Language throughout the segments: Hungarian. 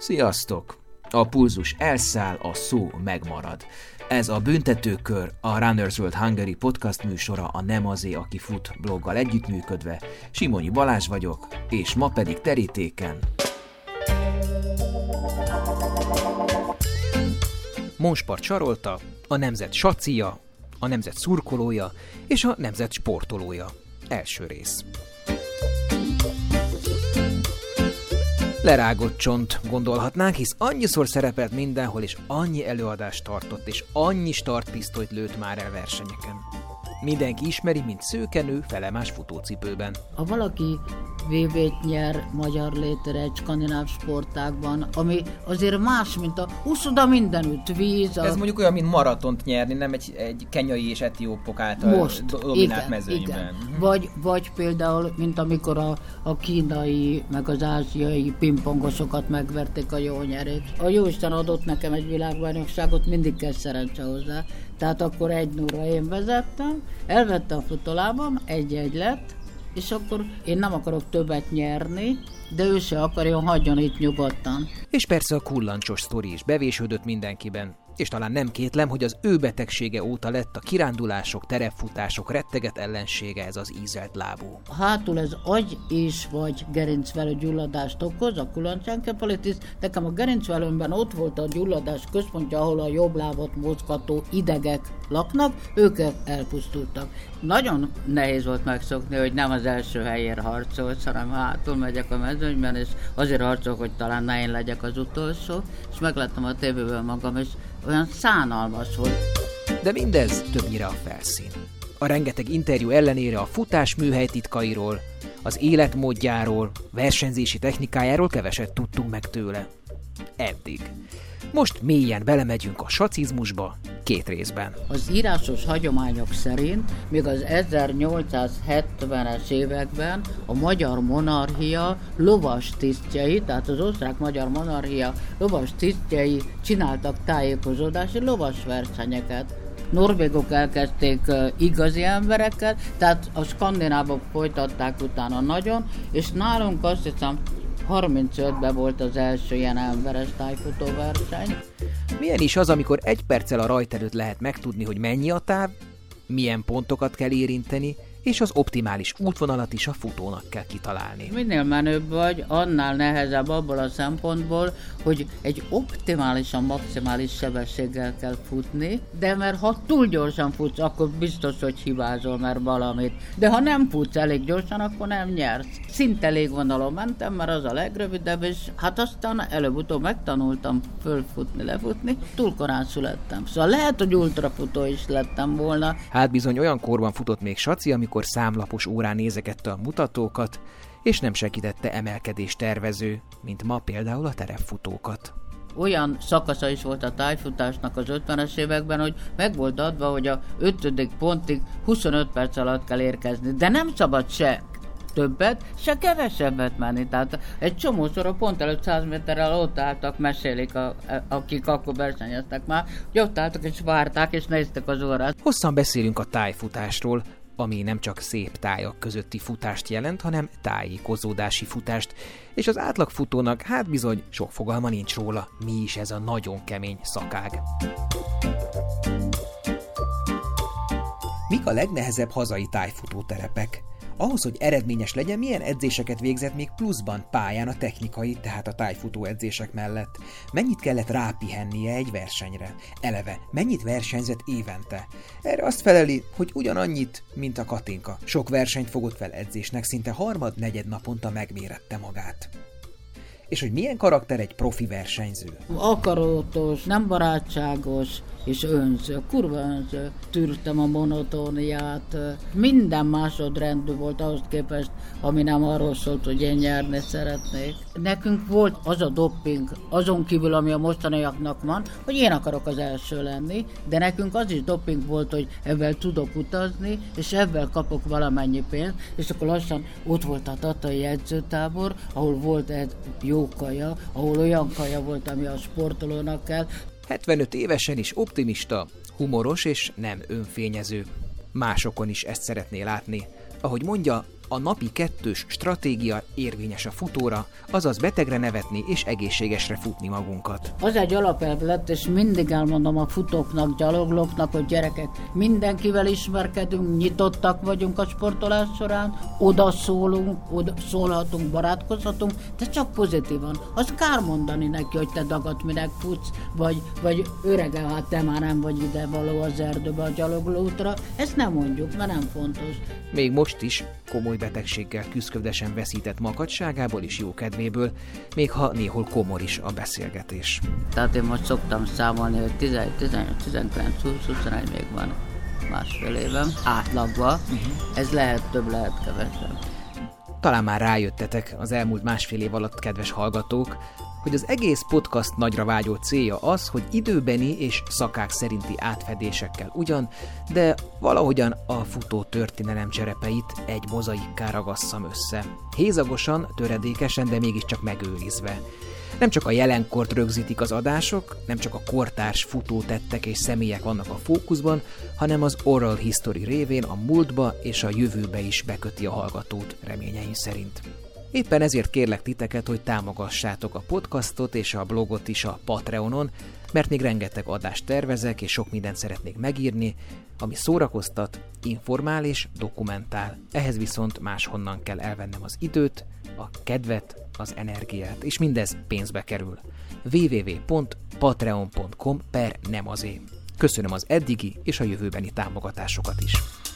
Sziasztok! A pulzus elszáll, a szó megmarad. Ez a Büntetőkör, a Runners World Hungary podcast műsora a Nem azé, aki fut bloggal együttműködve. Simonyi Balázs vagyok, és ma pedig terítéken Monspart Sarolta, a nemzet sacia, a nemzet szurkolója és a nemzet sportolója. Első rész. Lerágott csont, gondolhatnánk, hisz annyiszor szerepelt mindenhol, és annyi előadást tartott, és annyi startpisztolyt lőtt már el versenyeken. Mindenki ismeri, mint szőkenő felemás futócipőben. Ha valaki VB-t nyer magyar létre egy skandináv sportágban, ami azért más, mint a úszoda mindenütt, víz. Ez mondjuk olyan, mint maratont nyerni, nem egy kenyai és etiópok által dominált mezőnyben. Igen. Vagy például, mint amikor a kínai, meg az ázsiai pingpongosokat megverték a jó nyerés. A jóisten adott nekem egy világbajnokságot, mindig kell szerencse hozzá. Tehát akkor 1-0-ra én vezettem, elvette a futólábam, 1-1 lett, és akkor én nem akarok többet nyerni, de ő se akarjon, hagyjon itt nyugodtan. És persze a kullancsos sztori is bevésődött mindenkiben, és talán nem kétlem, hogy az ő betegsége óta lett a kirándulások, terepfutások retteget ellensége ez az ízelt lábú. Hátul ez agy és vagy gerincvelő gyulladást okoz, a kullancsenkefalitis. Nekem a gerincvelőmben ott volt a gyulladás központja, ahol a jobb lábat mozgató idegek laknak, ők elpusztultak. Nagyon nehéz volt megszokni, hogy nem az első helyért harcolsz, hanem hátul megyek a mezőnyben, és azért harcolok, hogy talán ne én legyek az utolsó, és megláttam a tévéből magam, és olyan szánalmas volt. De mindez többnyire a felszín. A rengeteg interjú ellenére a futás műhely titkairól, az életmódjáról, versenyzési technikájáról keveset tudtunk meg tőle. Eddig. Most mélyen belemegyünk a sacizmusba 2 részben. Az írásos hagyományok szerint még az 1870-es években a magyar monarchia lovas tisztjei, tehát az osztrák-magyar monarchia lovas tisztjei csináltak tájékozódási lovas versenyeket. Norvégok elkezdték igazi emberekkel, tehát a skandinávok folytatták utána nagyon, és nálunk azt hiszem 35-ben volt az első ilyen emberes tájfutóverseny. Milyen is az, amikor 1 perccel a rajt előtt lehet megtudni, hogy mennyi a táv, milyen pontokat kell érinteni, és az optimális útvonalat is a futónak kell kitalálni. Minél menőbb vagy, annál nehezebb abból a szempontból, hogy egy optimálisan maximális sebességgel kell futni, de mert ha túl gyorsan futsz, akkor biztos, hogy hibázol, mert valamit. De ha nem futsz elég gyorsan, akkor nem nyersz. Szinte légvonalon mentem, mert az a legrövidebb, és hát aztán előbb-utóbb megtanultam fölfutni, lefutni, túl korán születtem. Szóval lehet, hogy ultrafutó is lettem volna. Hát bizony olyan korban futott még Saci, amikor számlapos órán nézegette a mutatókat, és nem segítette emelkedés tervező, mint ma például a terepfutókat. Olyan szakasza is volt a tájfutásnak az 50-es években, hogy meg volt adva, hogy a 5. pontig 25 perc alatt kell érkezni, de nem szabad se többet, se kevesebbet menni. Tehát egy csomószor a pont előtt 100 méterrel ott álltak, mesélik, akik akkor versenyeztek már, hogy ott álltak és várták és néztek az órát. Hosszan beszélünk a tájfutásról, ami nem csak szép tájak közötti futást jelent, hanem tájékozódási futást, és az átlagfutónak hát bizony sok fogalma nincs róla, mi is ez a nagyon kemény szakág. Mik a legnehezebb hazai tájfutóterepek? Ahhoz, hogy eredményes legyen, milyen edzéseket végzett még pluszban pályán a technikai, tehát a tájfutó edzések mellett? Mennyit kellett rápihennie egy versenyre? Eleve, mennyit versenyzett évente? Erre azt feleli, hogy ugyanannyit, mint a Katinka. Sok versenyt fogott fel edzésnek, szinte harmad-negyed naponta megmérette magát. És hogy milyen karakter egy profi versenyző? Akaratos, nem barátságos és önző, kurva önző. Tűrtem a monotóniát, minden másodrendű volt ahhoz képest, ami nem arról szólt, hogy én nyerni szeretnék. Nekünk volt az a dopping, azon kívül, ami a mostaniaknak van, hogy én akarok az első lenni, de nekünk az is dopping volt, hogy ebben tudok utazni, és ebben kapok valamennyi pénzt, és akkor lassan ott volt a tatai edzőtábor, ahol volt egy jó kaja, ahol olyan kaja volt, ami a sportolónak kell. 75 évesen is optimista, humoros és nem önfényező. Másokon is ezt szeretné látni. Ahogy mondja, A napi 2-s stratégia érvényes a futóra, azaz betegre nevetni és egészségesre futni magunkat. Az egy alapelv lett, és mindig elmondom a futóknak, gyaloglóknak, hogy gyerekek, mindenkivel ismerkedünk, nyitottak vagyunk a sportolás során, oda szólunk, oda szólhatunk, barátkozhatunk, de csak pozitívan. Az kár mondani neki, hogy te dagat minek futsz, vagy örege, hát te már nem vagy ide való az erdőbe a gyaloglóútra. Ezt nem mondjuk, mert nem fontos. Még most is komoly betegséggel küszködesen veszített makacságából és jókedvéből, még ha néhol komor is a beszélgetés. Tehát én most szoktam számolni, hogy 18, 19, 20, 21 még van másfél évem átlagban. Ez lehet több, lehet kevesebb. Talán már rájöttetek az elmúlt másfél év alatt, kedves hallgatók, hogy az egész podcast nagyra vágyó célja az, hogy időbeni és szakák szerinti átfedésekkel ugyan, de valahogyan a futó történelem cserepeit egy mozaikká ragasszam össze. Hézagosan, töredékesen, de mégiscsak megőrizve. Nem csak a jelenkort rögzítik az adások, nem csak a kortárs futótettek és személyek vannak a fókuszban, hanem az oral history révén a múltba és a jövőbe is beköti a hallgatót, reményeim szerint. Éppen ezért kérlek titeket, hogy támogassátok a podcastot és a blogot is a Patreonon, mert még rengeteg adást tervezek, és sok mindent szeretnék megírni, ami szórakoztat, informál és dokumentál. Ehhez viszont máshonnan kell elvennem az időt, a kedvet, az energiát, és mindez pénzbe kerül. www.patreon.com/nemazé. Köszönöm az eddigi és a jövőbeni támogatásokat is.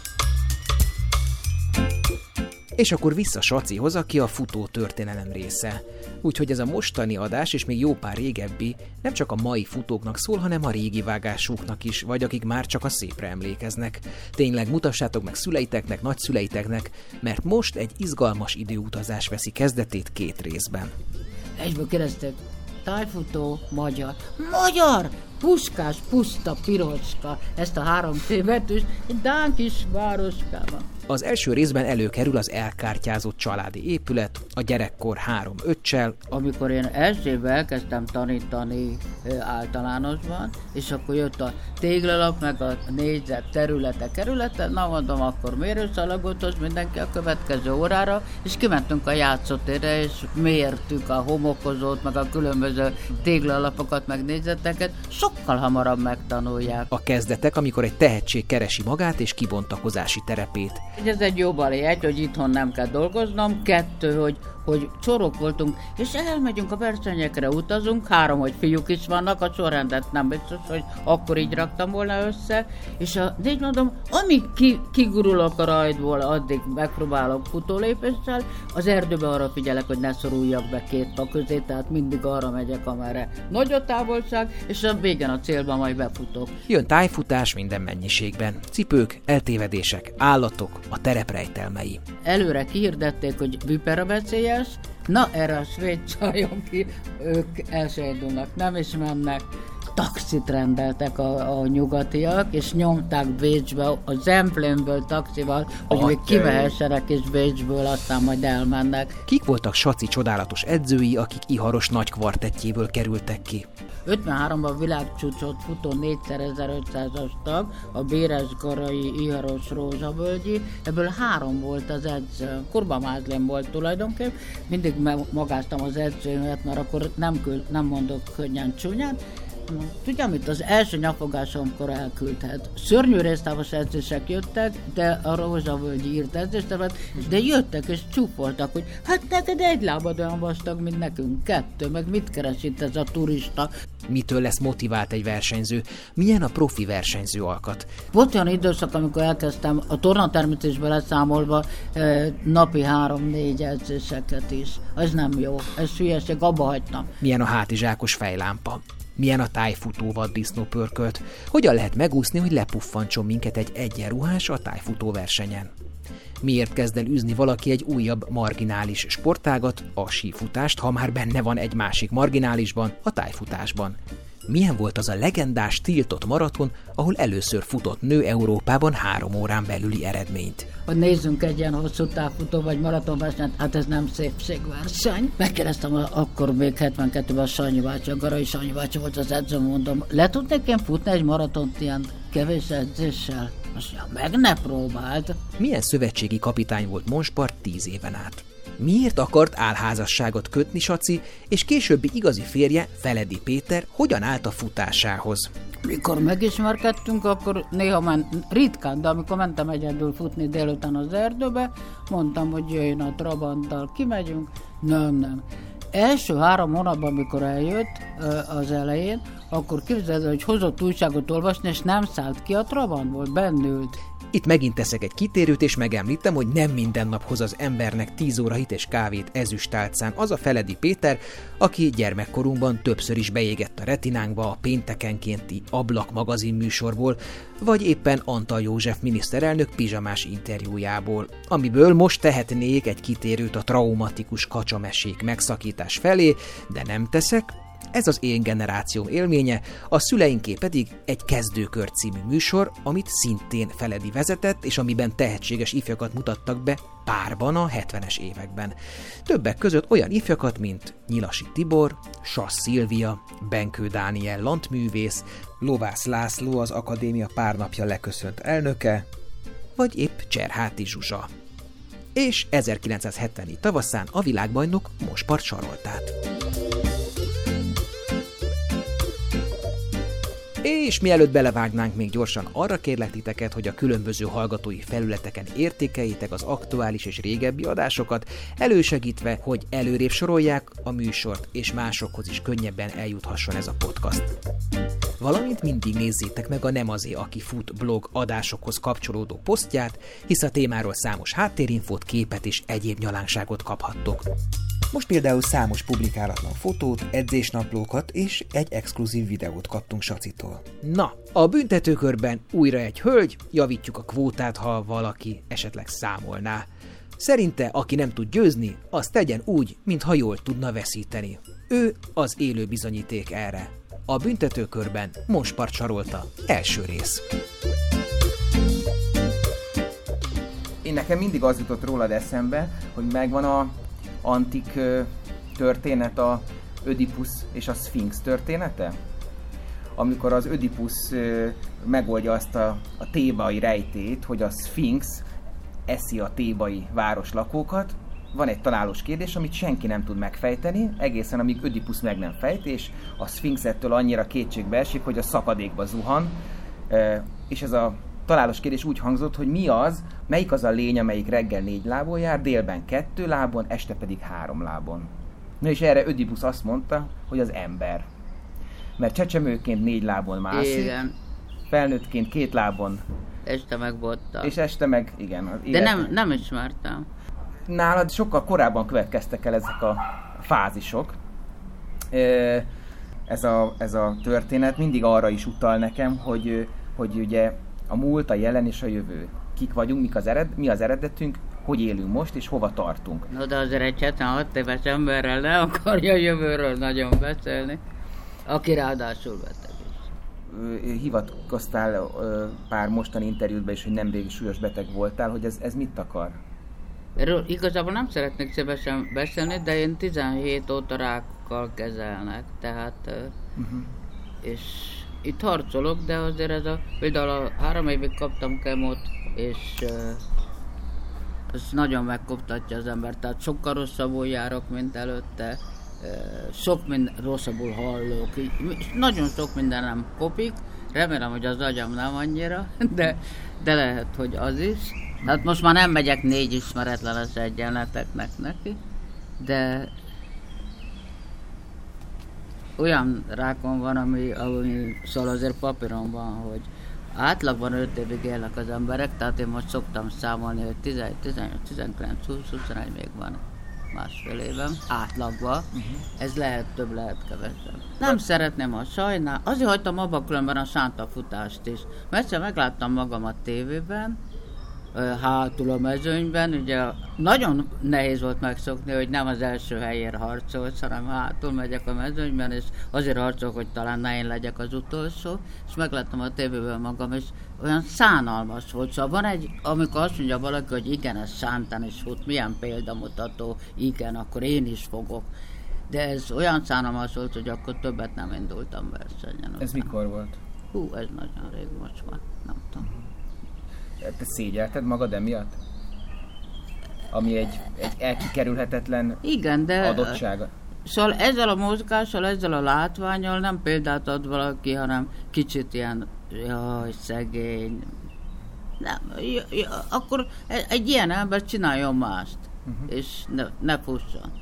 És akkor vissza Sacihoz, aki a futó történelem része. Úgyhogy ez a mostani adás, és még jó pár régebbi, nem csak a mai futóknak szól, hanem a régi vágásúknak is, vagy akik már csak a szépre emlékeznek. Tényleg mutassátok meg szüleiteknek, nagyszüleiteknek, mert most egy izgalmas időutazás veszi kezdetét 2 részben. Egyből kérdezték, tájfutó, magyar. Magyar! Puskás, puszta, piroska. Ezt a 3 betűs, egy dán kis városkában. Az első részben előkerül az elkártyázott családi épület, a gyerekkor 3 öccsel. Amikor én elsőbe elkezdtem tanítani általánosban, és akkor jött a téglalap, meg a négyzet kerülete, na mondom, akkor mérőszalagot hoz mindenki a következő órára, és kimentünk a játszótérre, és mértük a homokozót, meg a különböző téglalapokat, meg négyzeteket, sokkal hamarabb megtanulják. A kezdetek, amikor egy tehetség keresi magát és kibontakozási terepét. Ez egy jó balé, hogy itthon nem kell dolgoznom, 2, hogy csorok voltunk, és elmegyünk a versenyekre, utazunk, 3, hogy fiúk is vannak, a sorrendet nem biztos, hogy akkor így raktam volna össze, és 4 mondom, amíg kigurulok a rajtból, addig megpróbálok futólépéssel, az erdőbe arra figyelek, hogy ne szoruljak be 2 fa közé, tehát mindig arra megyek, amerre nagy a távolság, és a végén a célban majd befutok. Jön tájfutás minden mennyiségben, cipők, eltévedések, állatok, a terep rejtelmei. Előre kihirdették, hogy viperaveszélyes, na erre a svéd csajon ki, ők el se indulnak, nem is mennek. Taxit rendeltek a nyugatiak, és nyomták Bécsbe, a Zemplénből taxival, hogy még kivehessenek és Bécsből, aztán majd elmennek. Kik voltak Saci csodálatos edzői, akik Iharos nagy kvartettjéből kerültek ki? 53-ban világcsúcsot futó 4x1500-as tag, a Béresgarai, Iharos, Rózsavölgyi, ebből 3 volt az edző. Kurba Mázlén volt tulajdonképp, mindig magáztam az edzőmet, mert akkor nem mondok könnyen csúnyát. Tudja mit, az első nyafogásomkor elküldhet. Szörnyű résztávos edzések jöttek, de a Rózsavölgyi írt edzéstervet, de jöttek és csúfoltak, hogy hát neked egy lábad olyan vastag, mint nekünk 2, meg mit keres itt ez a turista. Mitől lesz motivált egy versenyző? Milyen a profi versenyző alkat? Volt olyan időszak, amikor elkezdtem a tornatermesztésbe leszámolva napi 3-4 edzéseket is. Ez nem jó, ez hülyeség, abba hagytam. Milyen a hátizsákos fejlámpa? Milyen a tájfutó vaddisznópörkölt? Hogyan lehet megúszni, hogy lepuffancson minket egy egyenruhás a tájfutó versenyen? Miért kezd el űzni valaki egy újabb marginális sportágat, a sífutást, ha már benne van egy másik marginálisban, a tájfutásban? Milyen volt az a legendás tiltott maraton, ahol először futott nő Európában 3 órán belüli eredményt? Hogy nézzünk egy ilyen hosszú távfutó vagy maratonversenyt, hát ez nem szépségverseny. Megkérdeztem akkor még 72-ben a Sanyi bácsi, a Garai Sanyi bácsi volt az edző, mondom, le tudnék én futni egy maratont ilyen kevés edzéssel? Most meg ne próbáld. Milyen szövetségi kapitány volt Monspart 10 éven át? Miért akart álházasságot kötni Saci, és későbbi igazi férje, Feledi Péter hogyan állt a futásához? Mikor megismerkedtünk, akkor néha ritkán, de amikor mentem egyedül futni délután az erdőbe, mondtam, hogy jöjjön a Trabanttal, kimegyünk. Nem. Első 3 hónapban, amikor eljött az elején, akkor képzeld, hogy hozott újságot olvasni, és nem szállt ki a Trabantból, bennült. Itt megint teszek egy kitérőt, és megemlítem, hogy nem minden nap hoz az embernek 10 óra hit és kávét ezüsttálcán az a Feledi Péter, aki gyermekkorunkban többször is beégett a retinánkba a péntekenkénti Ablak magazin műsorból, vagy éppen Antal József miniszterelnök pizsamás interjújából, amiből most tehetnék egy kitérőt a traumatikus kacsamesék megszakítás felé, de nem teszek. Ez az én generációm élménye, a szüleinké pedig egy Kezdőkör című műsor, amit szintén Feledi vezetett, és amiben tehetséges ifjakat mutattak be párban a 70-es években. Többek között olyan ifjakat, mint Nyilasi Tibor, Sass Szilvia, Benkő Dániel lantművész, Lovász László, az akadémia pár napja leköszönt elnöke, vagy épp Cserháti Zsuzsa. És 1970-i tavaszán a világbajnok Monspart Saroltát. És mielőtt belevágnánk, még gyorsan arra kérlek titeket, hogy a különböző hallgatói felületeken értékeljétek az aktuális és régebbi adásokat, elősegítve, hogy előrébb sorolják a műsort, és másokhoz is könnyebben eljuthasson ez a podcast. Valamint mindig nézzétek meg a Nem azé, aki fut blog adásokhoz kapcsolódó posztját, hisz a témáról számos háttérinfót, képet és egyéb nyalánkságot kaphattok. Most például számos publikálatlan fotót, edzésnaplókat és egy exkluzív videót kaptunk Sacitól. Na, a büntetőkörben újra egy hölgy, javítjuk a kvótát, ha valaki esetleg számolná. Szerinte, aki nem tud győzni, az tegyen úgy, mintha jól tudna veszíteni. Ő az élő bizonyíték erre. A büntetőkörben Monspart Sarolta, első rész. Én nekem mindig az jutott rólad eszembe, hogy megvan a antik történet, a Ödipusz és a Szfinx története? Amikor az Ödipusz megoldja azt a thébai rejtét, hogy a Szfinx eszi a thébai városlakókat, van egy találós kérdés, amit senki nem tud megfejteni, egészen amíg Ödipusz meg nem fejt, és a Szfinx ettől annyira kétségbe esik, hogy a szakadékba zuhan, és ez a találós kérdés úgy hangzott, hogy melyik az a lény, amelyik reggel 4 lábon jár, délben 2 lábon, este pedig 3 lábon. Na és erre Ödipusz azt mondta, hogy az ember. Mert csecsemőként 4 lábon mászik, igen. Felnőttként 2 lábon. Este meg bottal. És este meg, igen. De nem ismertem. Nálad sokkal korábban következtek el ezek a fázisok. Ez a történet mindig arra is utal nekem, hogy ugye a múlt, a jelen és a jövő. Kik vagyunk, mi az eredetünk, hogy élünk most, és hova tartunk. No, de azért egy 76 éves emberrel ne akarja a jövőről nagyon beszélni, aki ráadásul beteg is. Hivatkoztál pár mostani interjútban is, hogy nemrég súlyos beteg voltál, hogy ez mit akar? Erről igazából nem szeretnék szívesen beszélni, de én 17 óta rákkal kezelnek, tehát és itt harcolok, de azért például 3 évig kaptam kemót, és ez nagyon megkoptatja az embert, tehát sokkal rosszabbul járok, mint előtte, rosszabbul hallok, nagyon sok minden nem kopik, remélem, hogy az agyam nem annyira, de lehet, hogy az is. Tehát most már nem megyek 4 ismeretlenes egyenleteknek neki, de olyan rákon van, ami szóval azért papíron van, hogy átlagban 5 évig élnek az emberek, tehát én most szoktam számolni, hogy 18, 19, 20, 21 még van másfél évem átlagban. Ez lehet több, lehet kevesebb. Nem szeretném, ha sajnál. Azért hagytam abba különben a sántafutást is. Mert megláttam magam a tévében, hátul a mezőnyben, ugye nagyon nehéz volt megszokni, hogy nem az első helyért harcolsz, hanem hátul megyek a mezőnyben, és azért harcolok, hogy talán ne én legyek az utolsó, és megláttam a tévében magam, és olyan szánalmas volt. Szóval van amikor azt mondja valaki, hogy igen, ez sántán is fut, milyen példamutató, igen, akkor én is fogok. De ez olyan szánalmas volt, hogy akkor többet nem indultam versenyen. Ez mikor volt? Ez nagyon rég, most már nem tudom. te szégyelted magad emiatt? Ami egy elkikerülhetetlen igen, de adottsága. Szóval ezzel a mozgással, ezzel a látvánnyal nem példát ad valaki, hanem kicsit ilyen, jaj, szegény. Nem, akkor egy ilyen ember csináljon mást, és ne fusson.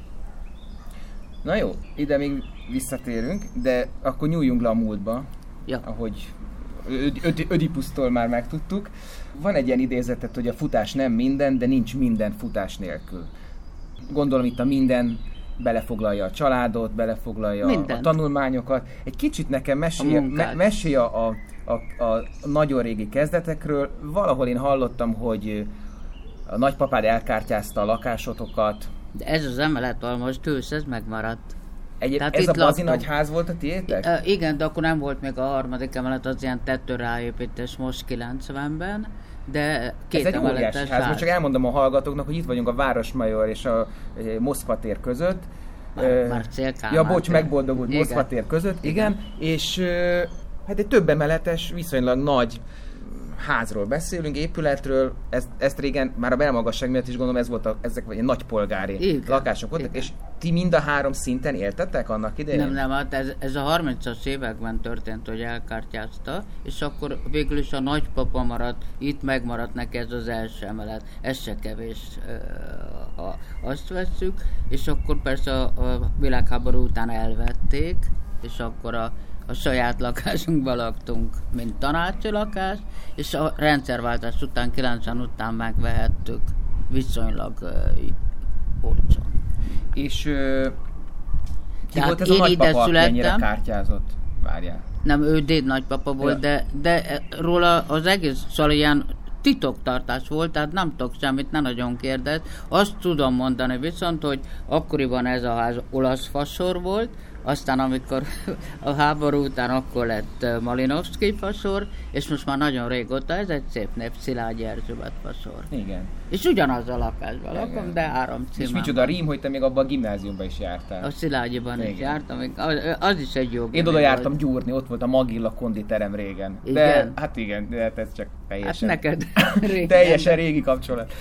Na jó, ide még visszatérünk, de akkor nyúljunk le a múltba, ja. Ahogy Ödipusztól már megtudtuk. Van egy ilyen idézetet, hogy a futás nem minden, de nincs minden futás nélkül. Gondolom itt a minden belefoglalja a családot, belefoglalja a tanulmányokat. Egy kicsit nekem mesélj a nagyon régi kezdetekről. Valahol én hallottam, hogy a nagypapád elkártyázta a lakásotokat. De ez az emelet most ez megmaradt. Ez a bazi nagy ház volt a tiétek? Igen, de akkor nem volt még a harmadik emelet, az ilyen tetőráépítés most 90-ben, de két ez egy óriási ház. Most csak elmondom a hallgatóknak, hogy itt vagyunk a Városmajor és a Moszkva tér között. Marcél Kálmán. Ja, bocs, megboldogult Moszkva tér között, igen. És hát egy több emeletes, viszonylag nagy házról beszélünk, épületről, ezt régen, már a belmagasság miatt is gondolom, ezek vagy nagypolgári lakások voltak, és ti mind a három szinten éltetek annak idején? Nem, hát ez a 30-as években történt, hogy elkártyázta, és akkor végül is a nagypapa maradt, itt megmaradt neki ez az első emelet, ez se kevés, ha azt vesszük, és akkor persze a világháború után elvették, és akkor a saját lakásunkban laktunk, mint tanácsi lakás, és a rendszerváltás után, 90 után megvehettük viszonylag olcsón. És ki volt ez a nagypapa, aki ennyire kártyázott? Várjál. Nem, ő déd nagypapa volt, de róla az egész szóval ilyen titoktartás volt, tehát nem tudok semmit, ne nagyon kérdez. Azt tudom mondani viszont, hogy akkoriban ez a ház olasz fasor volt, aztán amikor a háború után akkor lett Malinowski fasor, és most már nagyon régóta ez egy szép nép, Szilágyi Erzsébet fasor. Igen. És ugyanaz a lakásban lakom, de 3 címában. És micsoda rím, hogy te még abban a gimnáziumban is jártál. A Szilágyiban is jártam, az is egy jó. Én oda jártam gyúrni, ott volt a Magilla konditerem régen. Igen? De hát igen, de ez csak teljesen... Hát neked régen. Teljesen régi kapcsolat.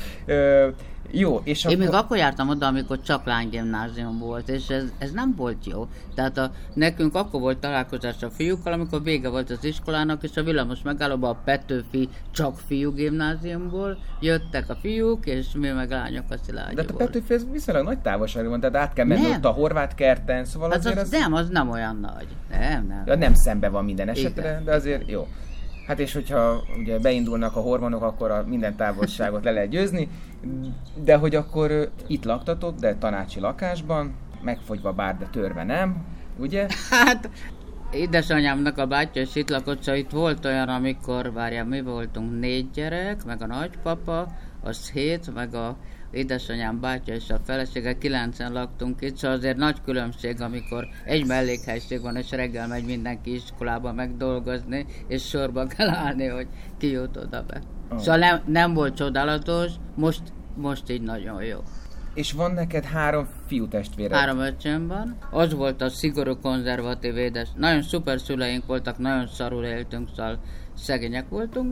Jó, és én még akkor jártam oda, amikor csak lánygimnázium volt, és ez nem volt jó. Tehát nekünk akkor volt találkozás a fiúkkal, amikor vége volt az iskolának, és a villamos megállóban a Petőfi csak fiú gimnáziumból jöttek a fiúk, és mi meg lányok a Szilágyiból. De a Petőfi ez viszonylag nagy távolságban van, tehát át kell menni ott a Horváth kerten, szóval hát azért az nem olyan nagy. Nem. Ja, nem szembe van minden esetre, igen, de azért jó. Hát és hogyha ugye beindulnak a hormonok, akkor minden távolságot le lehet győzni, de hogy akkor itt laktatok, de tanácsi lakásban, megfogyva bár, de törve nem, ugye? Hát édesanyámnak a bátyja is itt lakott, szóval itt volt olyan, amikor, mi voltunk 4 gyerek, meg a nagypapa, az 7, meg a édesanyám bátyja és a felesége, 9-en laktunk itt, szóval azért nagy különbség, amikor egy mellékhelyiség van, és reggel megy mindenki iskolába megdolgozni, és sorba kell állni, hogy ki jut oda be. Szóval nem volt csodálatos, most így nagyon jó. És van neked 3 fiútestvéred? 3 öcsém van. Az volt a szigorú konzervatív édes. Nagyon szuper szüleink voltak, nagyon szarul éltünk, szóval szegények voltunk,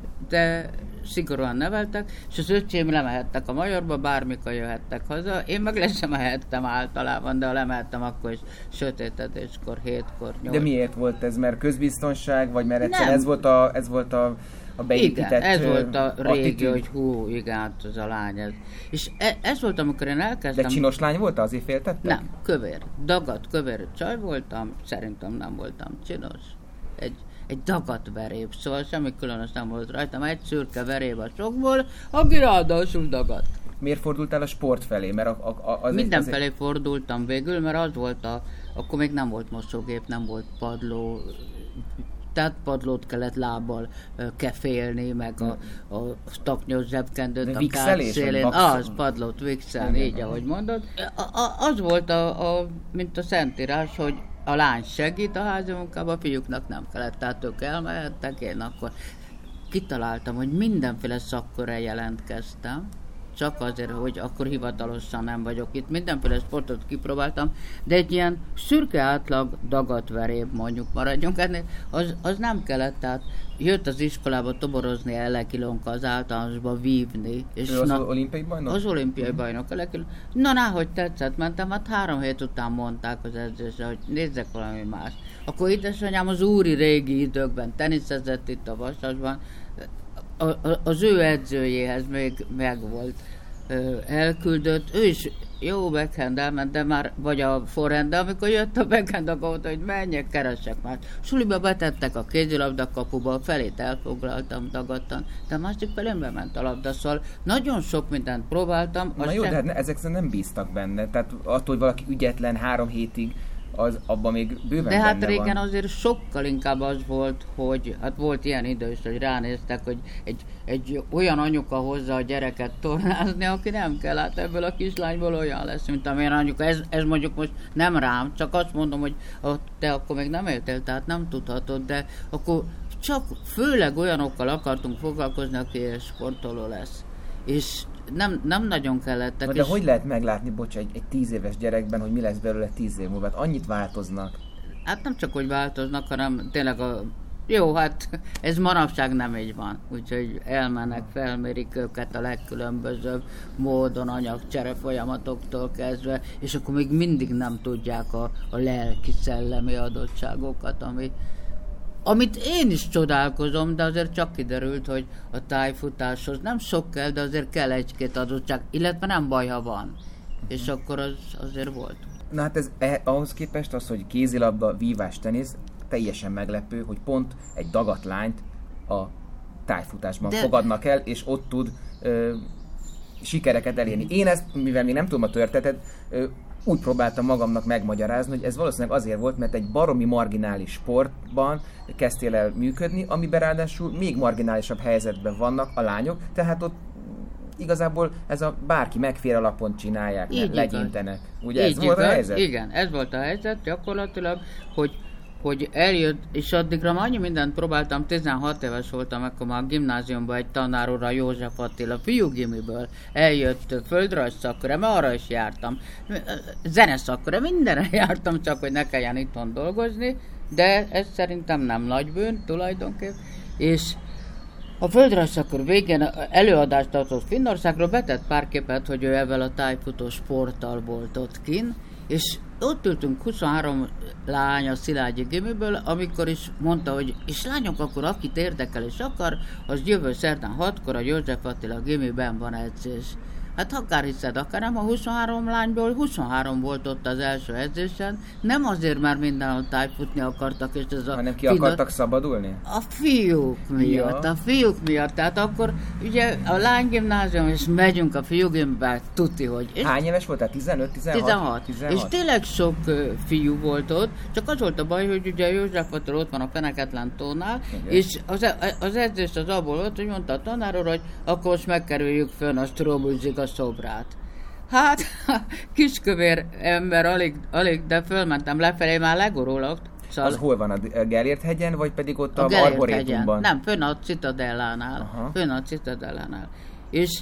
de szigorúan neveltek, és az öcsém lemehettek a Majorba, bármikor jöhettek haza. Én meg le sem mehettem általában, de ha lemehettem, akkor is sötétedéskor, 7-kor, 8. De miért volt ez? Mert közbiztonság, vagy mert egyszerűen ez volt a beépített... Igen, ez volt a régi, hogy igen, az a lány ez. És ez volt, amikor én elkezdtem... De csinos lány volt, azért féltettek? Nem, kövér. Dagadt, kövér csaj voltam, szerintem nem voltam csinos. Egy dagadt veréb, szóval semmi különös nem volt rajtam, egy szürke veréb a sokból, aki ráadásul dagadt. Miért fordultál a sport felé? Mert mindenfelé fordultam végül, mert az volt akkor még nem volt mosógép, nem volt padló, tehát padlót kellett lábbal kefélni, meg a taknyos zsebkendőt a kád szélén. Az padlót vixelni, így ahogy mondod. Az volt mint a szentírás, hogy a lány segít a házi munkában, a fiúknak nem kellett, tehát ők elmehettek, én akkor kitaláltam, hogy mindenféle szakkörre jelentkeztem, csak azért, hogy akkor hivatalosan nem vagyok itt. Mindenféle sportot kipróbáltam, de egy ilyen szürke átlag dagatveréb, mondjuk maradjunk ennél, az nem kellett, tehát jött az iskolába toborozni Elekilonka az általánosba vívni. És ő az olimpiai bajnok? Az olimpiai bajnok Elekilonka. Hogy tetszett, mentem, 3 hét után mondták az edzésre, hogy nézzek valami más. Akkor édesanyám az úri régi időkben teniszezett itt a Vasasban, az ő edzőjéhez még megvolt elküldött, ő is jó backhand elment, de már, vagy a forehand, de amikor jött a backhand, akkor mondta, hogy menjek, keresek már. Suliba betettek a kézilabda kapuba, a felét elfoglaltam dagadtan, de másik felén bement a labda, szóval nagyon sok mindent próbáltam. Na jó, de hát ezek nem bíztak benne, tehát attól, hogy valaki ügyetlen 3 hétig, az abban még bőven de hát benne régen van. Azért sokkal inkább az volt, hogy hát volt ilyen idő is, hogy ránéztek, hogy egy olyan anyuka hozza a gyereket tornázni, aki nem kell, hát ebből a kislányból olyan lesz, mint amilyen anyuka. Ez mondjuk most nem rám, csak azt mondom, hogy te akkor még nem éltél, tehát nem tudhatod, de akkor csak főleg olyanokkal akartunk foglalkozni, aki sportoló lesz. És nem nagyon kellettek. De hogy lehet meglátni, egy 10 éves gyerekben, hogy mi lesz belőle 10 év múlva? Hát annyit változnak. Hát nem csak, hogy változnak, hanem tényleg jó, hát ez manapság nem így van. Úgyhogy elmennek, felmérik őket a legkülönbözőbb módon, anyagcsere folyamatoktól kezdve, és akkor még mindig nem tudják a lelki-szellemi adottságokat, amit én is csodálkozom, de azért csak kiderült, hogy a tájfutáshoz nem sok kell, de azért kell 1-2 adottság, illetve nem baj, ha van. És akkor az azért volt. Na hát ez ahhoz képest az, hogy kézilabda, vívás, tenisz, teljesen meglepő, hogy pont egy dagat lányt a tájfutásban fogadnak el, és ott tud sikereket elérni. Én ezt, mivel még nem tudom a történetet, úgy próbáltam magamnak megmagyarázni, hogy ez valószínűleg azért volt, mert egy baromi marginális sportban kezdtél el működni, amiben ráadásul még marginálisabb helyzetben vannak a lányok, tehát ott igazából ez a bárki megfér alapon csinálják, legyintenek. Ugye ez volt a helyzet? Igen, ez volt a helyzet gyakorlatilag, hogy eljött, és addigra annyi mindent próbáltam, 16 éves voltam, akkor már a gimnáziumban egy tanár úr, a József Attila fiúgimiből eljött földrajzszakra, mert arra is jártam, zeneszakra, mindenre jártam, csak hogy ne kelljen itthon dolgozni, de ez szerintem nem nagy bűn tulajdonképp, és a földrajzszakor végén előadást tartott Finnországról, betett pár képet, hogy ő ebben a tájfutó sporttal volt ott kint, és ott ültünk 23 lány a Szilágyi gimiből, amikor is mondta, hogy és lányok, akkor akit érdekel és akar, az jövő szerdán 6-kor a József Attila gimiben van edzés. Hát akár hiszed, akár nem, a 23 lányból 23 volt ott az első edzésen, nem azért, mert mindenhol tájfutni akartak, és ez hanem ki akartak szabadulni? A fiúk miatt, tehát akkor ugye a lánygimnázium, és megyünk a fiúgimbe, tuti, hogy... Hány éves voltál? 15-16? 16. És tényleg sok fiú volt ott, csak az volt a baj, hogy ugye József Attila ott van a Feneketlen tónál, és az edzés az abból volt, hogy mondta a tanár úr, hogy akkor most megkerüljük fönn a Strobulzik a szobrát. Hát, kiskövér ember, alig, de fölmentem lefelé, már legorulok. Szóval... Az hol van? A Gellért hegyen, vagy pedig ott a Arborétumban? Nem, fönn a Citadellánál. Fönn a Citadellánál. És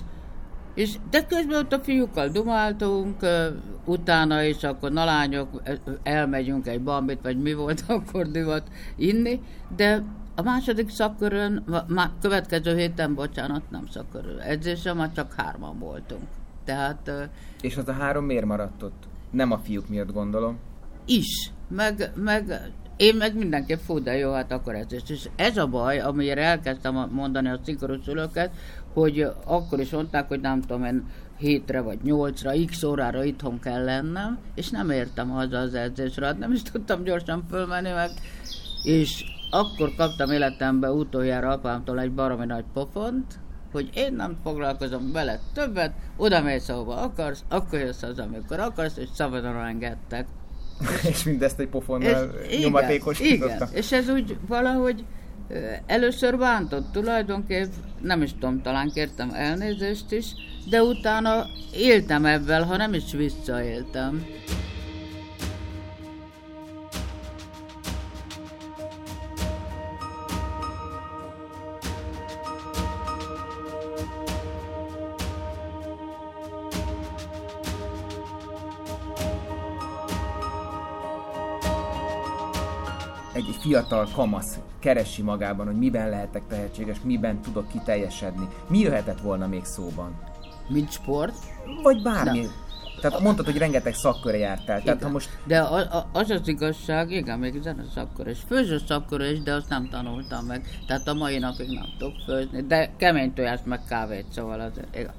de közben ott a fiúkkal dumáltunk, utána is akkor na lányok, elmegyünk egy bambit, vagy mi volt akkor divat inni, de a második szakkörön, következő héten, nem szakkörön, edzésen már csak 3-an voltunk. Tehát... És az a 3 miért maradt ott? Nem a fiúk miatt, gondolom. Is, meg én meg mindenképp de jó, hát akkor edzés. És ez a baj, amire elkezdtem mondani a szigorú szülőket, hogy akkor is mondták, hogy nem tudom én 7-re vagy 8-ra, x órára itthon kell lennem, és nem értem haza az edzésre, hát nem is tudtam gyorsan fölmenni meg, és akkor kaptam életemben utoljára apámtól egy baromi nagy pofont, hogy én nem foglalkozom vele többet, oda mész, ahova akarsz, akkor jössz az, amikor akarsz, és szabadon engedtek. És mindezt egy pofonnal nyomatékosítottam. Igen, és ez úgy valahogy először bántott tulajdonképp, nem is tudom, talán kértem elnézést is, de utána éltem ebben, ha nem is visszaéltem. egy fiatal kamasz keresi magában, hogy miben lehetek tehetséges, miben tudok kiteljesedni. Mi jöhetett volna még szóban? Mint sport? Vagy bármi. Na. Tehát mondtad, hogy rengeteg szakkörre jártál. Tehát, ha most... De az igazság, igen, még zene szakkör és főző szakkör is, de azt nem tanultam meg. Tehát a mai napig nem tudok főzni. De kemény tojást meg kávét, szóval azért, igen.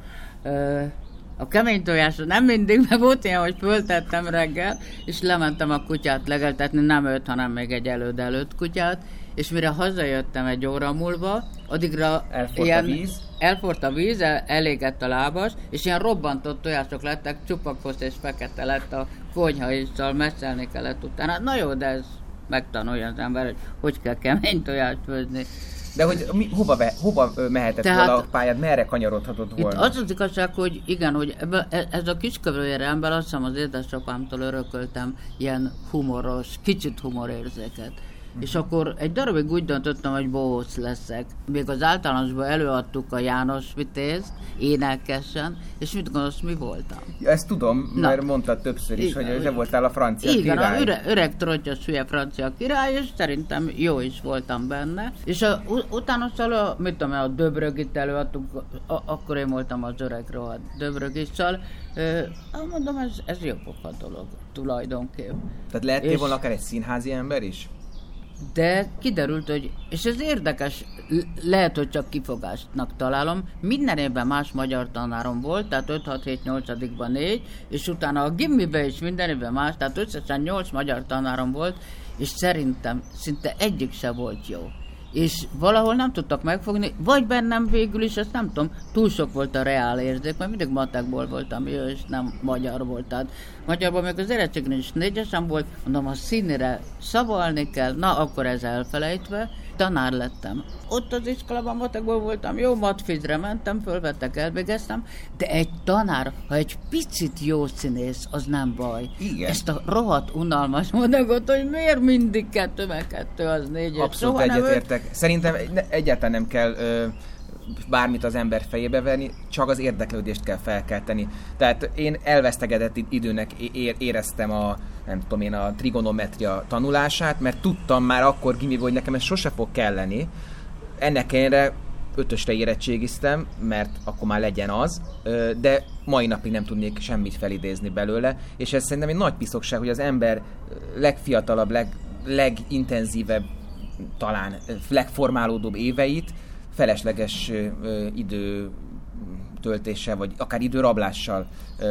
A kemény tojásra nem mindig, mert volt ilyen, hogy föltettem reggel, és lementem a kutyát legeltetni, nem őt, hanem még egy előtt kutyát, és mire hazajöttem egy óra múlva, addigra elforrt a víz, elégett a lábas, és ilyen robbantott tojások lettek, csupakos és fekete lett a konyha is, szóval messzelni kellett utána. Na jó, de ez megtanulja az ember, hogy kell kemény tojást főzni. De hogy hova mehetett volna a pályád, merre kanyarodhatott volna? Itt az igazság, hogy igen, hogy ez a Kiskövőjéremben azt hiszem az édesapámtól örököltem ilyen humoros, kicsit humorérzéket. És akkor egy darabig úgy döntöttem, hogy bohóc leszek. Még az általánosban előadtuk a János Vitézt, énekesen, és mit gondolsz, mi voltam? Ja, ezt tudom, mert mondtad többször is, igen, hogy te voltál a francia király. Igen, öreg trottyos hülye francia király, és szerintem jó is voltam benne. És utána mit tudom, a Döbrögit előadtuk, akkor én voltam az öreg rohadt Döbrögicsal. Mondom, ez jó pofa dolog tulajdonképp. Tehát lehettél volna akár egy színházi ember is? De kiderült, hogy, és ez érdekes, lehet, hogy csak kifogástnak találom, minden évben más magyar tanárom volt, tehát 5-6-7-8-ban 4, és utána a gimmiben is minden évben más, tehát összesen 8 magyar tanárom volt, és szerintem szinte egyik se volt jó. És valahol nem tudtak megfogni, vagy bennem végül is, ezt nem tudom, túl sok volt a reál érzék, mert mindig matekból voltam jó, és nem magyar volt. Tehát magyarban még az érettségén is 4-esen volt, mondom, ha színire szavalni kell, na akkor ez elfelejtve, tanár lettem. Ott az iskolában matekból voltam, jó, matfizre mentem, fölvettek, elvégeztem, de egy tanár, ha egy picit jó színész, az nem baj. Igen. Ezt a rohadt unalmas mondagot, hogy miért mindig 2 az 4. Abszolút egyetértek. Szerintem egyáltalán nem kell bármit az ember fejébe venni, csak az érdeklődést kell felkelteni. Tehát én elvesztegetett időnek éreztem a trigonometria tanulását, mert tudtam már akkor gimiben, hogy nekem ez sose fog kelleni. Ennek ellenére 5-ösre érettségiztem, mert akkor már legyen az, de mai napig nem tudnék semmit felidézni belőle, és ez szerintem egy nagy piszokság, hogy az ember legfiatalabb, legintenzívebb, talán legformálódóbb éveit felesleges időtöltéssel, vagy akár időrablással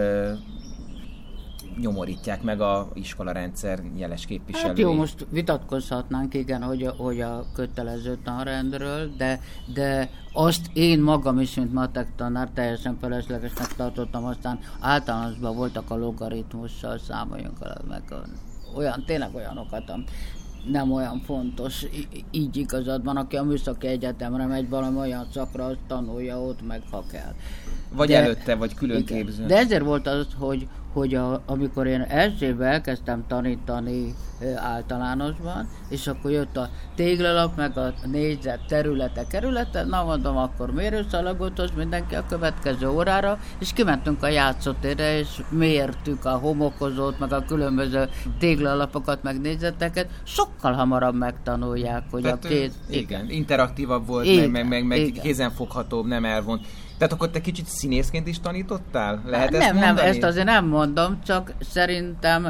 nyomorítják meg a iskolarendszer jeles képviselői. Hát jó, most vitatkozhatnánk, igen, hogy a kötelező tanrendről, de azt én magam is, mint matek tanár, teljesen feleslegesnek tartottam, aztán általánosban voltak a logaritmussal, számoljunk meg tényleg olyanokat, nem olyan fontos, így igazad van, aki a műszaki egyetemre megy valami olyan szakra, azt tanulja ott meg, ha kell. Vagy előtte, vagy külön képző. De ezért volt az, hogy amikor én első évben elkezdtem tanítani általánosban, és akkor jött a téglalap, meg a négyzet kerülete, na mondom, akkor mérőszalagot hoz mindenki a következő órára, és kimentünk a játszótérre, és mértük a homokozót, meg a különböző téglalapokat, meg négyzeteket, sokkal hamarabb megtanulják, hogy tehát, a két... Igen, interaktívabb volt, meg kézenfoghatóbb, nem elvont. Tehát akkor te kicsit színészként is tanítottál? Lehet ezt mondani? Nem, ezt azért nem mondom, csak szerintem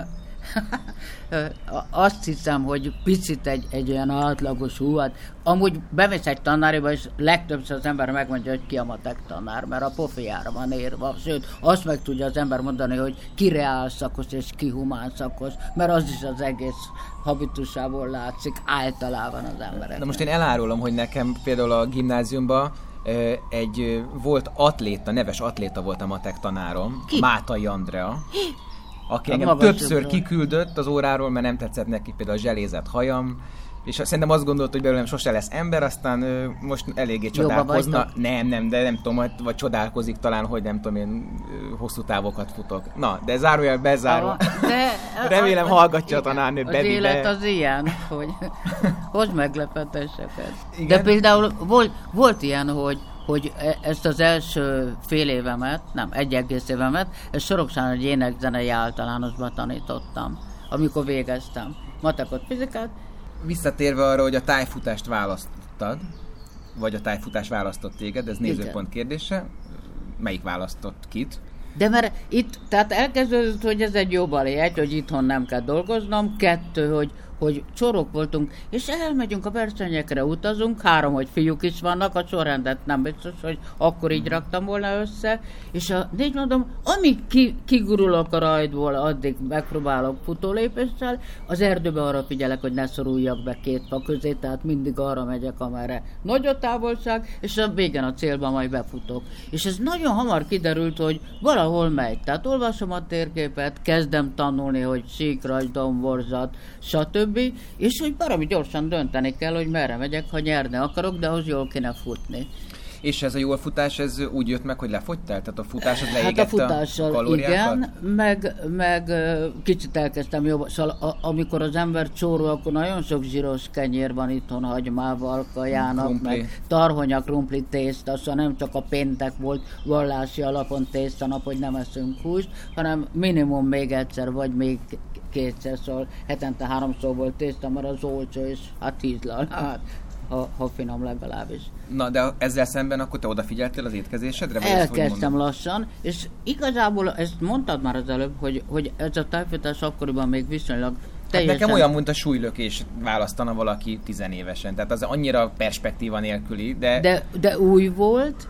azt hiszem, hogy picit egy olyan átlagos hát amúgy bemész egy tanáriba, és legtöbbször az ember megmondja, hogy ki a matek tanár, mert a pofiára van írva. Sőt, azt meg tudja az ember mondani, hogy ki reál szakos és ki humán szakos, mert az is az egész habitusából látszik általában az emberek. Na most én elárulom, hogy nekem például a gimnáziumban volt neves atléta volt a matek tanárom, ki? Mátai Andrea, aki engem többször kiküldött az óráról, mert nem tetszett neki például a zselézett hajam, és szerintem azt gondolt, hogy belőlem sose lesz ember, aztán most eléggé csodálkozna. Nem, de nem tudom, vagy csodálkozik talán, hogy nem tudom, én hosszú távokat futok. Na, de zárójel bezárva. Remélem hallgatja a tanárnő Bebi. Az élet az ilyen, hogy hoz meglepetéseket. De például volt ilyen, hogy ezt az első fél évemet, nem, 1,5 évemet, ezt Soroksáron egy énekzenei általánosban tanítottam, amikor végeztem matekot, fizikát. Visszatérve arra, hogy a tájfutást választottad, vagy a tájfutás választott téged, ez nézőpont kérdése. Melyik választott kit? De mert itt, tehát elkezdődött, hogy ez egy jó balé, hogy itthon nem kell dolgoznom, 2, hogy csorok voltunk, és elmegyünk a versenyekre, utazunk, 3, hogy fiúk is vannak, a sorrendet nem biztos, hogy akkor így raktam volna össze, és 4 mondom, amíg kigurulok a rajtból, addig megpróbálok futólépéssel, az erdőbe arra figyelek, hogy ne szoruljak be 2 fa közé, tehát mindig arra megyek, amerre nagy a távolság, és a végén a célban majd befutok. És ez nagyon hamar kiderült, hogy valahol megy. Tehát olvasom a térképet, kezdem tanulni, hogy síkrajz, domborzat, stb. És hogy valami gyorsan dönteni kell, hogy merre megyek, ha nyerni akarok, de ahhoz jól kéne futni. És ez a jól futás, ez úgy jött meg, hogy lefogytál? Tehát a futás az leégette hát a futással, a kalóriákat? Igen, meg kicsit elkezdtem jobb. Szóval amikor az ember csóró, akkor nagyon sok zsíros kenyér van itthon, hagymával, kajának, krumpli. meg tarhonya, krumpli, tészta, szóval nem csak a péntek volt vallási alapon tésztanap, hogy nem eszünk húst, hanem minimum még egyszer, vagy még 2-szer, szóval hetente 3-szor volt tészta, mert az olcsó, és hát ízlal, hát, ha finom legalábbis. Na, de ezzel szemben akkor te odafigyeltél az étkezésedre? Elkezdtem lassan, és igazából ezt mondtad már az előbb, hogy ez a tájfutás akkoriban még viszonylag teljesen... Hát nekem olyan, mint a súlylökés választana valaki 10 évesen, tehát az annyira perspektíva nélküli, de új volt,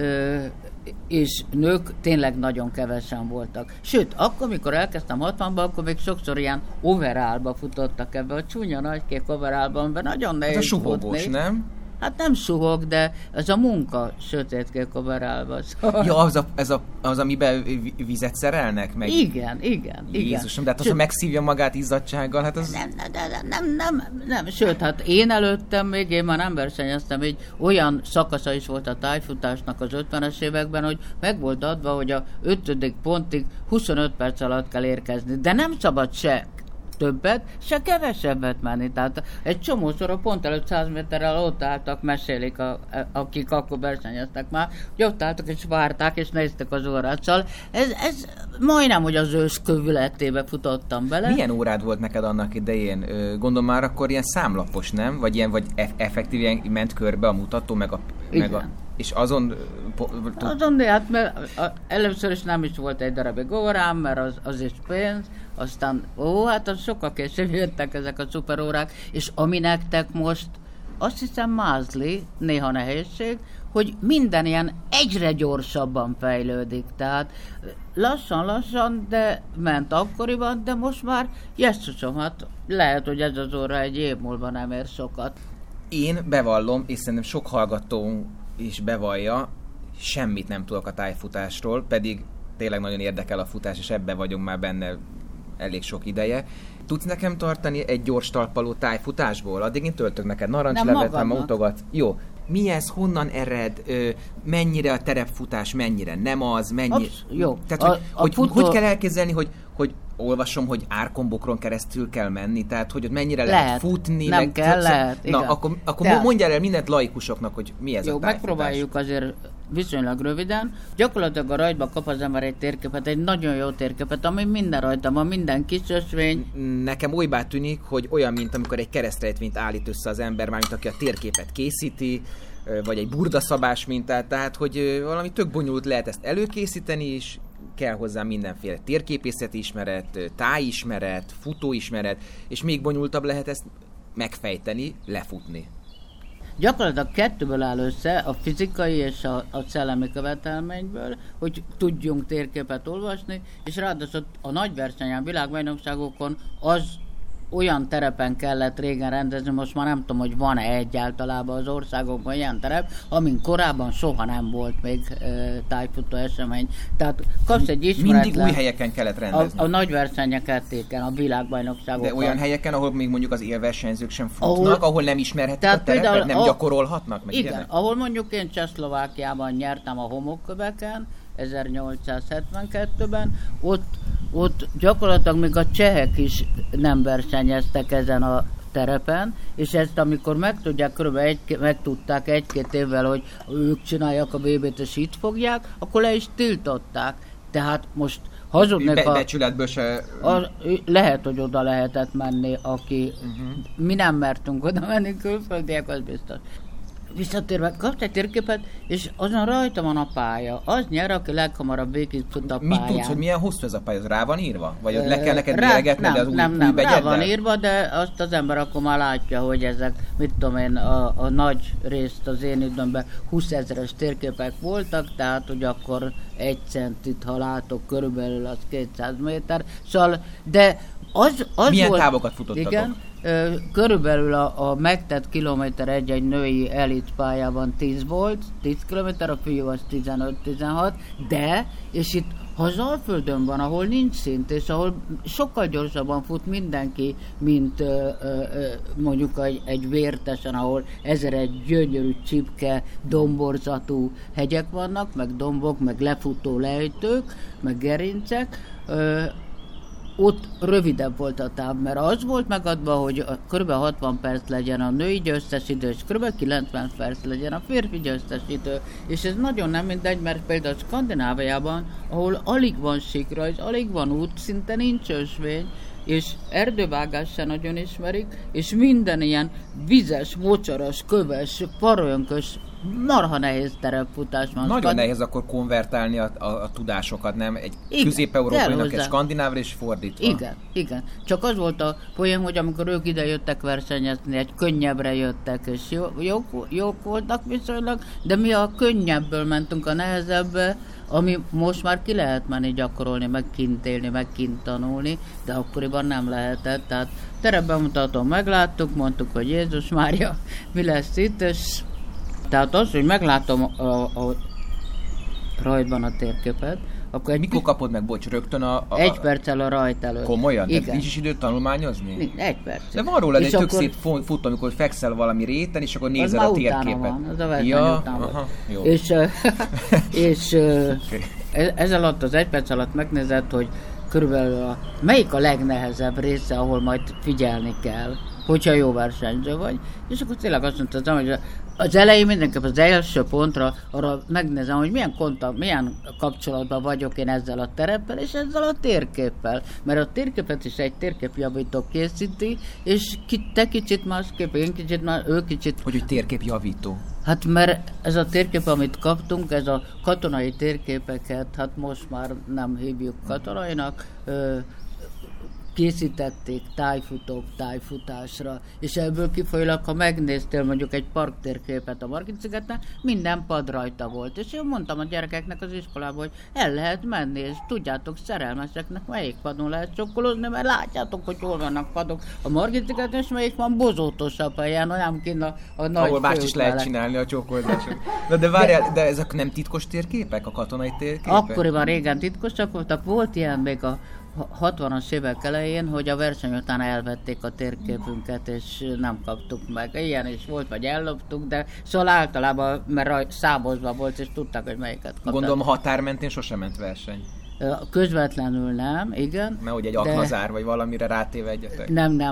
és nők tényleg nagyon kevesen voltak. Sőt, akkor, mikor elkezdtem 60-ban, akkor még sokszor ilyen overallba futottak ebbe, a csúnya nagykék overallban, mert nagyon nehéz futni. Hát a suhogós, futni. nem? Hát nem suhog, de ez a munka sötétkék overallba. Szóval... Ja, az amiben vizet szerelnek? Meg... Igen. Jézusom, de hát az, ha megszívja magát izzadsággal, hát az... Nem. Sőt, hát én előttem még, én már nem versenyeztem, így olyan szakasza is volt a tájfutásnak az 50-es években, hogy meg volt adva, hogy a 5. pontig 25 perc alatt kell érkezni, de nem szabad se többet, se kevesebbet menni. Tehát egy csomószor a pont előtt 100 méterrel ott álltak, mesélik, akik akkor versenyeztek már, hogy ott álltak és várták, és néztek az órát. Szóval ez majdnem, hogy az ős kövületébe futottam bele. Milyen órád volt neked annak idején? Gondolom már akkor ilyen számlapos, nem? Vagy ilyen, vagy effektíven ment körbe a mutató, meg a és azon... Azon, de hát mert először is nem is volt egy darabig órám, mert az is pénz, aztán, hát az sokkal később jöttek ezek a szuperórák, és ami nektek most, azt hiszem mázli, néha nehézség, hogy minden ilyen egyre gyorsabban fejlődik, tehát lassan, de ment akkoriban, de most már, jesszusom, hát lehet, hogy ez az óra egy év múlva nem ér sokat. Én bevallom, és szerintem sok hallgató is bevallja, semmit nem tudok a tájfutásról, pedig tényleg nagyon érdekel a futás, és ebben vagyunk már benne elég sok ideje. Tudsz nekem tartani egy gyors talpaló tájfutásból? Addig én töltök neked narancslevet, nem mutogat. Jó. Mi ez, honnan ered, mennyire a terepfutás, mennyire nem az, mennyire... Jó. Tehát, hogy kell elképzelni, hogy olvasom, hogy árkombokron keresztül kell menni, tehát hogy ott mennyire lehet futni. Nem kell, lehet. Na, akkor mondjál el mindent laikusoknak, hogy mi ez a tájfutás. Megpróbáljuk azért viszonylag röviden. Gyakorlatilag a rajtba kap az ember egy térképet, egy nagyon jó térképet, ami minden rajta van, minden kis ösvény. Nekem olybá tűnik, hogy olyan, mint amikor egy keresztrejtvényt állít össze az ember, mármint aki a térképet készíti, vagy egy burdaszabás mintát, tehát hogy valami tök bonyolult lehet ezt előkészíteni, és kell hozzá mindenféle térképészeti ismeret, tájismeret, futóismeret, és még bonyolultabb lehet ezt megfejteni, lefutni. Gyakorlatilag 2-ből áll össze, a fizikai és a szellemi követelményből, hogy tudjunk térképet olvasni, és ráadásul a nagy versenyen, világbajnokságokon az olyan terepen kellett régen rendezni, most már nem tudom, hogy van-e egyáltalában az országokban ilyen terep, amin korábban soha nem volt még tájfutó esemény. Tehát kapsz egy ismeretlen... Mindig új helyeken kellett rendezni. A nagy versenyeket, a világbajnokságokon. De olyan helyeken, ahol még mondjuk az élversenyzők sem futnak, ahol nem ismerhetik a terepet, nem gyakorolhatnak? Meg igen, ilyenek? ahol mondjuk én Csehszlovákiában nyertem a homokköveken, 1872-ben, ott gyakorlatilag még a csehek is nem versenyeztek ezen a terepen, és ezt amikor megtudják, körülbelül megtudták 1-2 évvel, hogy ők csinálják a VB-t és itt fogják, akkor le is tiltották. Tehát most, Hazudnék, becsületből se... Lehet, hogy oda lehetett menni, aki... Mi nem mertünk oda menni, külföldiek, az biztos. Visszatérve, kapsz egy térképet, és azon rajta van a pálya. Az nyer, aki leghamarabb végig tud a pályán. Mit tudsz, hogy milyen hosszú ez a pálya? Rá van írva? Vagy le kell neked méregetni, de az új rá van írva, de azt az ember akkor már látja, hogy ezek, mit tudom én, a nagy részt az én időmben 20 000-es térképek voltak, tehát, hogy akkor 1 centit, ha látok, körülbelül az 200 méter. Szóval, de az milyen volt, távokat futottatok? Igen, körülbelül a megtett kilométer egy női elit pályában 10 volt, 10 kilométer, a fiú az 15-16, de, és itt ha az Alföldön van, ahol nincs szint, és ahol sokkal gyorsabban fut mindenki, mint mondjuk egy vértesen, ahol 1001 gyönyörű csipke, domborzatú hegyek vannak, meg dombok, meg lefutó lejtők, meg gerincek, ott rövidebb volt a táv, mert az volt megadva, hogy kb. 60 perc legyen a női győztes idő, és kb. 90 perc legyen a férfi győztes idő. És ez nagyon nem mindegy, mert például Skandináviában, ahol alig van síkrajz, alig van út, szinte nincs ösvény, és erdővágás se nagyon ismerik, és minden ilyen vizes, mocsaras, köves, parönkös, marha nehéz terepfutás van. Nagyon nehéz akkor konvertálni a tudásokat, nem? Egy közép-európainak egy skandinávra és fordítva. Igen. Csak az volt a poén, hogy amikor ők ide jöttek versenyezni, egy könnyebbre jöttek, és jók voltak viszonylag, de mi a könnyebből mentünk a nehezebbe, ami most már ki lehet menni gyakorolni, meg kint élni, meg kint tanulni, de akkoriban nem lehetett. Tehát terepbemutatón megláttuk, mondtuk, hogy Jézus Mária, mi lesz itt, és tehát az, hogy meglátom a rajtban a térképet, akkor mikor kapod meg, bocs, rögtön egy perccel a rajt előtt. Komolyan? Igen. Nincs is időt tanulmányozni? Egy perc. De van róla egy tök szép fut, amikor fekszel valami réten, és akkor nézel a térképet. Van, az a verseny után van. Jó. És ez alatt, az 1 perc alatt megnézed, hogy körülbelül melyik a legnehezebb része, ahol majd figyelni kell, hogyha jó versenyző vagy. És akkor tényleg azt mondtam, hogy az elején mindenképp az első pontra arra megnézem, hogy milyen kapcsolatban vagyok én ezzel a tereppel és ezzel a térképpel. Mert a térképet is egy térképjavító készíti, és te kicsit másképp, én kicsit más, ő kicsit... Hogy térképjavító? Hát mert ez a térkép, amit kaptunk, ez a katonai térképeket, hát most már nem hívjuk katonainak, készítették tájfutók tájfutásra, és ebből kifolyólag, ha megnéztél mondjuk egy parktérképet a Margit-szigeten, minden pad rajta volt. És én mondtam a gyerekeknek az iskolában, hogy el lehet menni, és tudjátok, szerelmeseknek melyik padon lehet csokkolózni, mert látjátok, hogy hol vannak padok a Margit-szigeten, és melyik van bozótosabb helyen, olyan kint a nagy ahol más is lehet csinálni a csókolások. De várjál, de ezek nem titkos térképek, a katonai térképek? Akkoriban régen titkosak voltak, volt ilyen még a 60-as évek elején, hogy a verseny után elvették a térképünket, és nem kaptuk meg. Ilyen is volt, vagy elloptuk, de szóval általában, mert számozva volt, és tudták, hogy melyiket kaptak. Gondolom határ mentén sosem ment verseny. Közvetlenül nem, igen. Mert hogy egy aknazár, vagy valamire rátéve egyetek?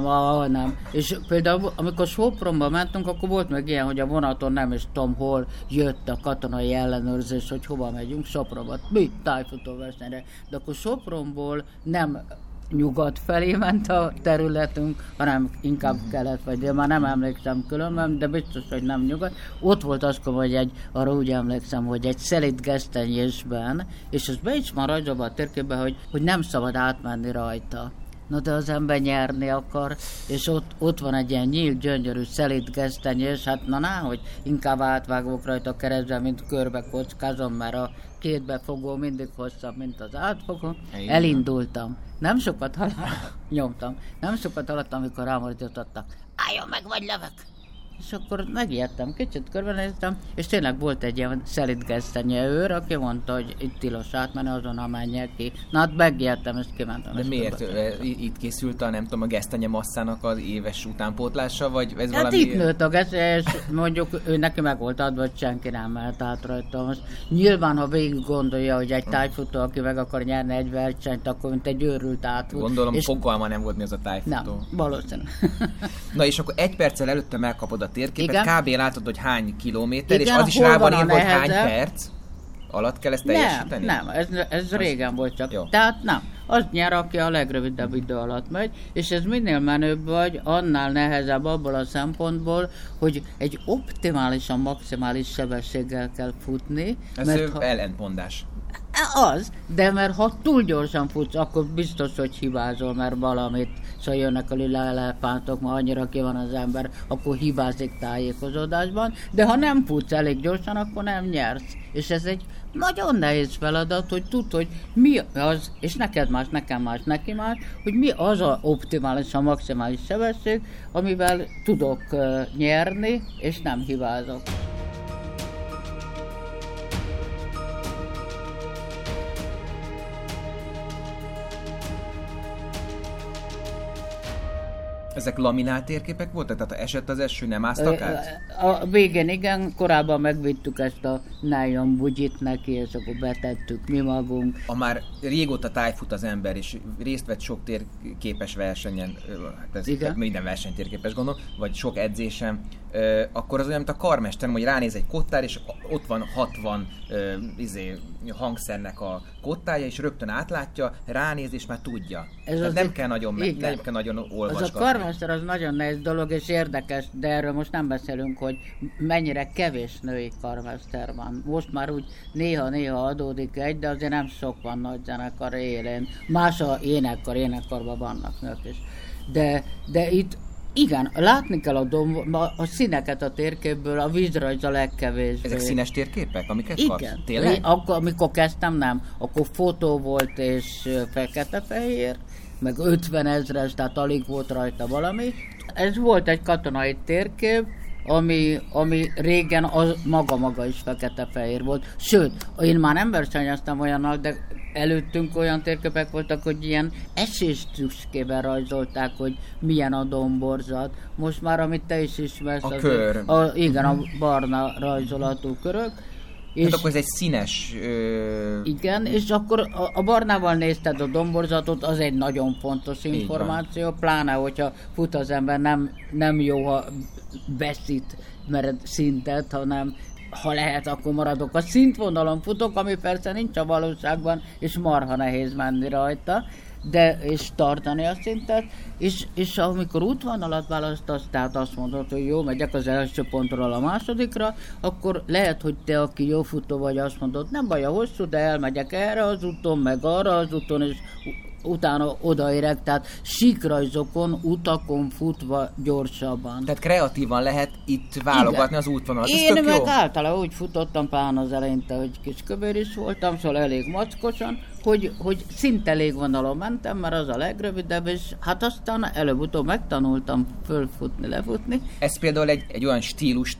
Nem. És például, amikor Sopronba mentünk, akkor volt meg ilyen, hogy a vonaton nem is tudom, hol jött a katonai ellenőrzés, hogy hova megyünk, Sopronba. Mi? Tájfutóversenyre. De akkor Sopronból nem nyugat felé ment a területünk, hanem inkább kelet vagy dél, már nem emlékszem különben, de biztos, hogy nem nyugat. Ott volt az, hogy arra úgy emlékszem, hogy egy szelit gesztenyésben, és az be is van rajzolva a térképben, hogy nem szabad átmenni rajta. Na de az ember nyerni akar, és ott van egy ilyen nyílt, gyönyörű szelit gesztenyés, hát hogy inkább átvágok rajta keresztben, mint körbe kockázom, mert a kétbefogó mindig hosszabb, mint az átfogó. Elindultam. Nem sokat nyomtam. Nem sokat haladtam, amikor rámordítottak. Álljon meg, vagy lövök! És akkor megijedtem, kicsit körbenéztem, és tényleg volt egy ilyen szelidgesztenye őr, aki mondta, hogy itt tilos átmenni, azonnal menjek ki. Na hát megijedtem, és kimentem. De miért? Itt készült a gesztenye masszának az éves utánpótlása, vagy ez hát valami... itt nőtt a gesztenye, és mondjuk ő neki meg volt adva, hogy senki nem mehet át rajta. Most nyilván, ha végig gondolja, hogy egy tájfutó, aki meg akar nyerni egy versenyt, akkor mint egy őrült átfut. Gondolom, fogalma nem volt mi az a tájfutó. Nem, valószínűleg. Na és akkor 1 perccel előtte megkapod a térképet, igen. Kb. Látod, hogy hány kilométer, igen, és az is rá van írva, hogy hány perc. alatt kell ezt teljesíteni? Nem, ez régen volt csak. Jó. Tehát nem. Az nyer, aki a legrövidebb idő alatt megy, és ez minél menőbb vagy, annál nehezebb abból a szempontból, hogy egy optimálisan maximális sebességgel kell futni. Ez ellentmondás. Az, de mert ha túl gyorsan futsz, akkor biztos, hogy hibázol, mert valamit, szóval jönnek a lila elefántok, ma annyira ki van az ember, akkor hibázik tájékozódásban, de ha nem futsz elég gyorsan, akkor nem nyersz. És ez egy nagyon nehéz feladat, hogy tudd, hogy mi az, és neked más, nekem más, neki más, hogy mi az a optimális, a maximális sebesség, amivel tudok nyerni, és nem hibázok. Ezek laminált térképek voltak? Tehát ha esett az eső, nem áztak át? A végén igen, korábban megvittük ezt a nylon bugyit neki, és akkor betettük mi magunk. Ha már régóta tájfut az ember, és részt vett sok térképes versenyen, ez minden versenytérképes gondolom, vagy sok edzésen, akkor az olyan, mint a karmester, hogy ránéz egy kottár, és ott van 60 hangszernek a kottája, és rögtön átlátja, ránéz, és már tudja. Nem kell nagyon olvasgatni. Az a karmester az nagyon nehéz dolog, és érdekes, de erről most nem beszélünk, hogy mennyire kevés női karmester van. Most már úgy néha adódik egy, de azért nem sok van nagy zenekar élén. Más a énekkarban vannak nők is. De itt igen, látni kell a színeket a térképből, a vízrajz a legkevésbé. Ezek színes térképek, amiket igen. kapsz? Tényleg? Amikor kezdtem, nem. Akkor fotó volt és fekete-fehér, meg 50 000-es, tehát alig volt rajta valami. Ez volt egy katonai térkép, ami régen az maga is fekete-fehér volt. Sőt, én már nem versenyeztem olyannal, de előttünk olyan térképek voltak, hogy ilyen eséstüskével rajzolták, hogy milyen a domborzat. Most már, amit te is ismersz, a kör. Igen, a barna rajzolatú körök. És akkor ez egy színes... Igen, és akkor a barnával nézted a domborzatot, az egy nagyon fontos információ, pláne, hogyha fut az ember, nem jó, ha veszít szintet, hanem ha lehet, akkor maradok a szintvonalon futok, ami persze nincs a valóságban, és marha nehéz menni rajta, és tartani a szintet, és amikor útvonalat választasz, tehát azt mondod, hogy jó, megyek az első pontról a másodikra, akkor lehet, hogy te, aki jó futó vagy, azt mondod, nem baj a hosszú, de elmegyek erre az úton, meg arra az úton, és utána odaérek, tehát síkrajzokon, utakon futva gyorsabban. Tehát kreatívan lehet itt válogatni. Igen. Az útvonalat. Én meg általában úgy futottam, pán az eleinte, hogy kis kövér is voltam, szóval elég mackosan, hogy szinte légvonalon mentem, mert az a legrövidebb, és hát aztán előbb-utóbb megtanultam fölfutni, lefutni. Ez például egy olyan stílust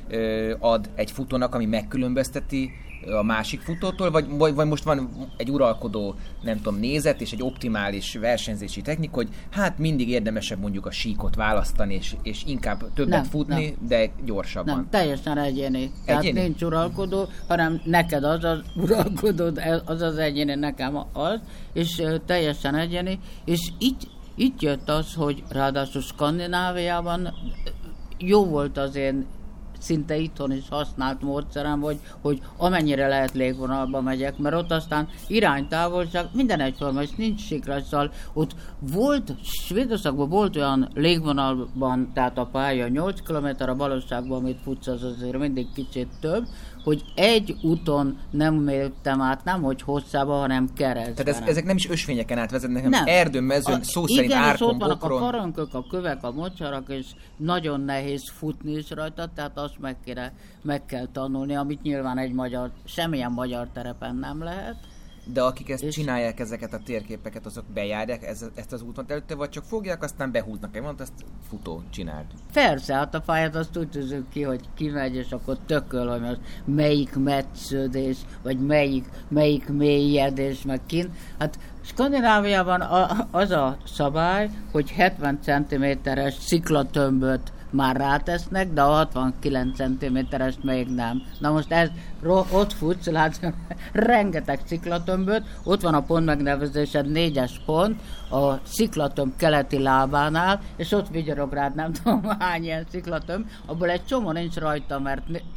ad egy futónak, ami megkülönbözteti a másik futótól, vagy most van egy uralkodó, nem tudom, nézet, és egy optimális versenyzési technika, hogy hát mindig érdemesebb mondjuk a síkot választani, és inkább többet futni, de gyorsabban. Nem, teljesen egyéni. Tehát nincs uralkodó, hanem neked az uralkodó, az az egyéni, nekem az, és teljesen egyéni, és itt jött az, hogy ráadásul Skandináviában jó volt az én szinte itthon is használt módszerem, hogy amennyire lehet légvonalba megyek, mert ott aztán iránytávolság, minden egyforma, és nincs sikrajszal. Ott volt, Svédországban volt olyan légvonalban, tehát a pálya 8 km, a valóságban, amit futsz, az azért mindig kicsit több, hogy egy úton nem mértem át, nem hogy hosszába, hanem keresztben. Tehát ezek nem is ösvényeken átvezetnek, hanem erdőn, mezőn, szó szerint árkon, ott vannak a karankök, a kövek, a mocsarak, és nagyon nehéz futni is rajta, tehát azt meg kell tanulni, amit nyilván semmilyen magyar terepen nem lehet. De akik ezt csinálják, ezeket a térképeket, azok bejárják ezt az úton előtte, vagy csak fogják, aztán behúznak. Mondta, ezt futó csinált. Persze, hát a pályát azt úgy tűzünk ki, hogy kimegy, és akkor tököl, hogy most melyik metsződés, vagy melyik mélyedés, meg kint. Hát Skandináviában az a szabály, hogy 70 cm-es sziklatömböt már rátesznek, de a 69 cm-est még nem. Na most ott futsz, látsz, rengeteg sziklatömböt, ott van a pont megnevezésed 4-es pont, a sziklatömb keleti lábánál, és ott vigyorog rád nem tudom hány ilyen sziklatömb, abból egy csomó nincs rajta, mert csak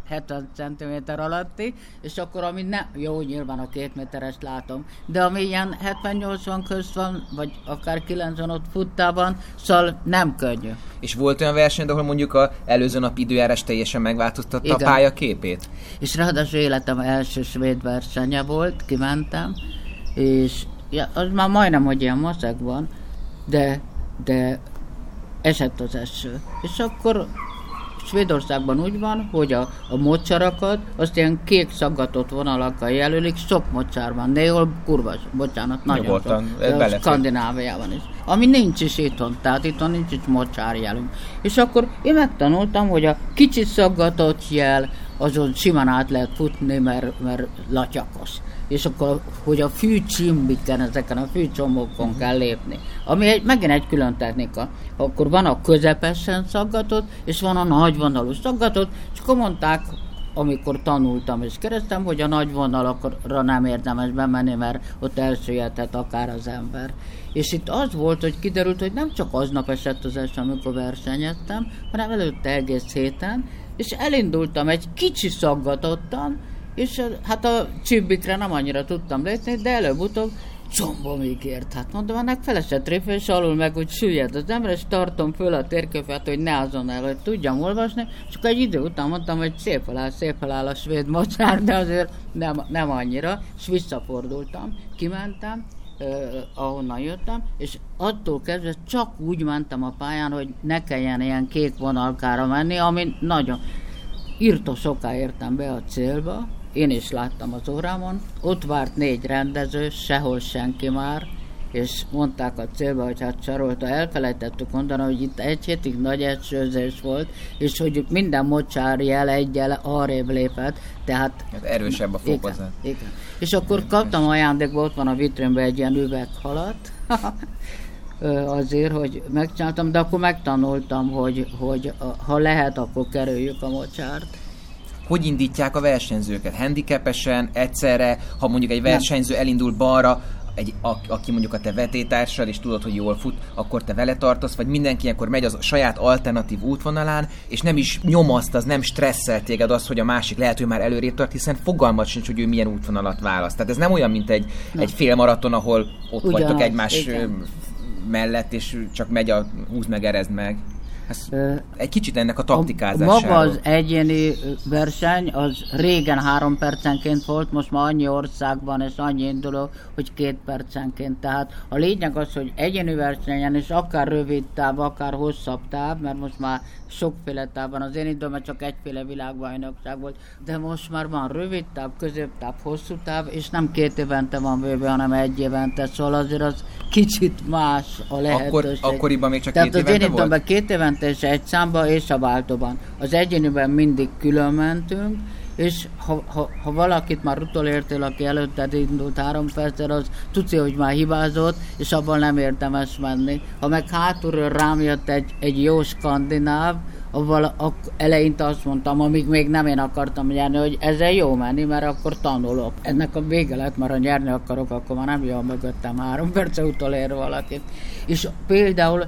70 cm alatti, és akkor ami nem, jó, nyilván a 2 méterest látom, de ami ilyen 70-80 közt van, vagy akár 95 futtában, szóval nem könnyű. És volt olyan verseny, ahol mondjuk az előző nap időjárás teljesen megváltoztatta a pálya képét? És ráadásul életem első svéd versenye volt, kimentem, és ja, az már majdnem, hogy ilyen maszek van, de esett az eső. És akkor Svédországban úgy van, hogy a mocsarakat azt ilyen kék szaggatott vonalakkal jelölik, sok mocsár van, néhol kurva, bocsánat, nagyon sok, Skandináviában is. Ami nincs is itthon, tehát itthon nincs is mocsárjelünk. És akkor én megtanultam, hogy a kicsi szaggatott jel, azon simán át lehet futni, mert latyakos. És akkor, hogy a fűcsimbiken, ezeken a fűcsomókon kell lépni. Ami megint egy külön technika. Akkor van a közepesen szaggatott, és van a nagyvonalú szaggatott, és akkor mondták, amikor tanultam és keresztem, hogy a nagy vonalakra nem érdemes bemenni, mert ott elsüllyedhet akár az ember. És itt az volt, hogy kiderült, hogy nem csak aznap esett az eső, amikor versenyeztem, hanem előtte egész héten, és elindultam egy kicsi szaggatottan, és hát a csibbikre nem annyira tudtam lépni, de előbb-utóbb combomig ért. Hát mondom, ennek felesett réfe, és alul meg úgy süllyed az ember, és tartom föl a térképet, hogy ne azon el, hogy tudjam olvasni, és akkor egy idő után mondtam, hogy szép áll a svéd mocsár, de azért nem annyira, és visszafordultam, kimentem, ahonnan jöttem, és attól kezdve csak úgy mentem a pályán, hogy ne kelljen ilyen kék vonalkára menni, ami nagyon írtó soká értem be a célba, én is láttam az órámon, ott várt 4 rendező, sehol senki már, és mondták a célba, hogy hát Sarolta, elfelejtettük mondani, hogy itt egy hétig nagy esőzés volt, és hogy minden mocsárjel egyel arrébb lépett, tehát... Hát erősebb a fokozat. Igen. És akkor kaptam ajándékba, ott van a vitrínben egy ilyen üveghalat, azért, hogy megcsináltam, de akkor megtanultam, hogy ha lehet, akkor kerüljük a mocsárt. Hogy indítják a versenyzőket? Handicapesen, egyszerre, ha mondjuk egy versenyző elindul balra, aki mondjuk a te vetétársad, és tudod, hogy jól fut, akkor te vele tartasz, vagy mindenki akkor megy az saját alternatív útvonalán, és nem is nyomaszt, az nem stresszel téged az, hogy a másik lehet, hogy már előrébb tart, hiszen fogalmat sincs, hogy ő milyen útvonalat választ. Tehát ez nem olyan, mint egy félmaraton, ahol ott vagytok egymás mellett, és csak megy a húzd meg, erezd meg. Egy kicsit ennek a taktikázásáról. Maga az egyéni verseny, az régen 3 percenként volt, most már annyi országban és annyi induló, hogy 2 percenként. Tehát a lényeg az, hogy egyéni versenyen is akár rövid táv, akár hosszabb táv, mert most már sokféle táv van. Az én időmben csak egyféle világbajnokság volt, de most már van rövid táv, középtáv, hosszú táv, és nem 2 évente van bőve, hanem 1 évente, szóval azért az kicsit más a lehetőség. Akkoriban még csak 2 évente volt? Tehát az én időmben 2 évente és egy számba és a váltóban. Az egyéniben mindig külön mentünk, és ha valakit már utolértél, aki előtted indult 3 perccel, az tudja, hogy már hibázott, és abban nem érdemes menni. Ha meg hátulról rám jött egy jó skandináv, avval eleinte azt mondtam, amíg még nem én akartam nyerni, hogy ezzel jó menni, mert akkor tanulok. Ennek a vége lett, mert ha nyerni akarok, akkor már nem jön mögöttem 3 perce utolér valakit. És például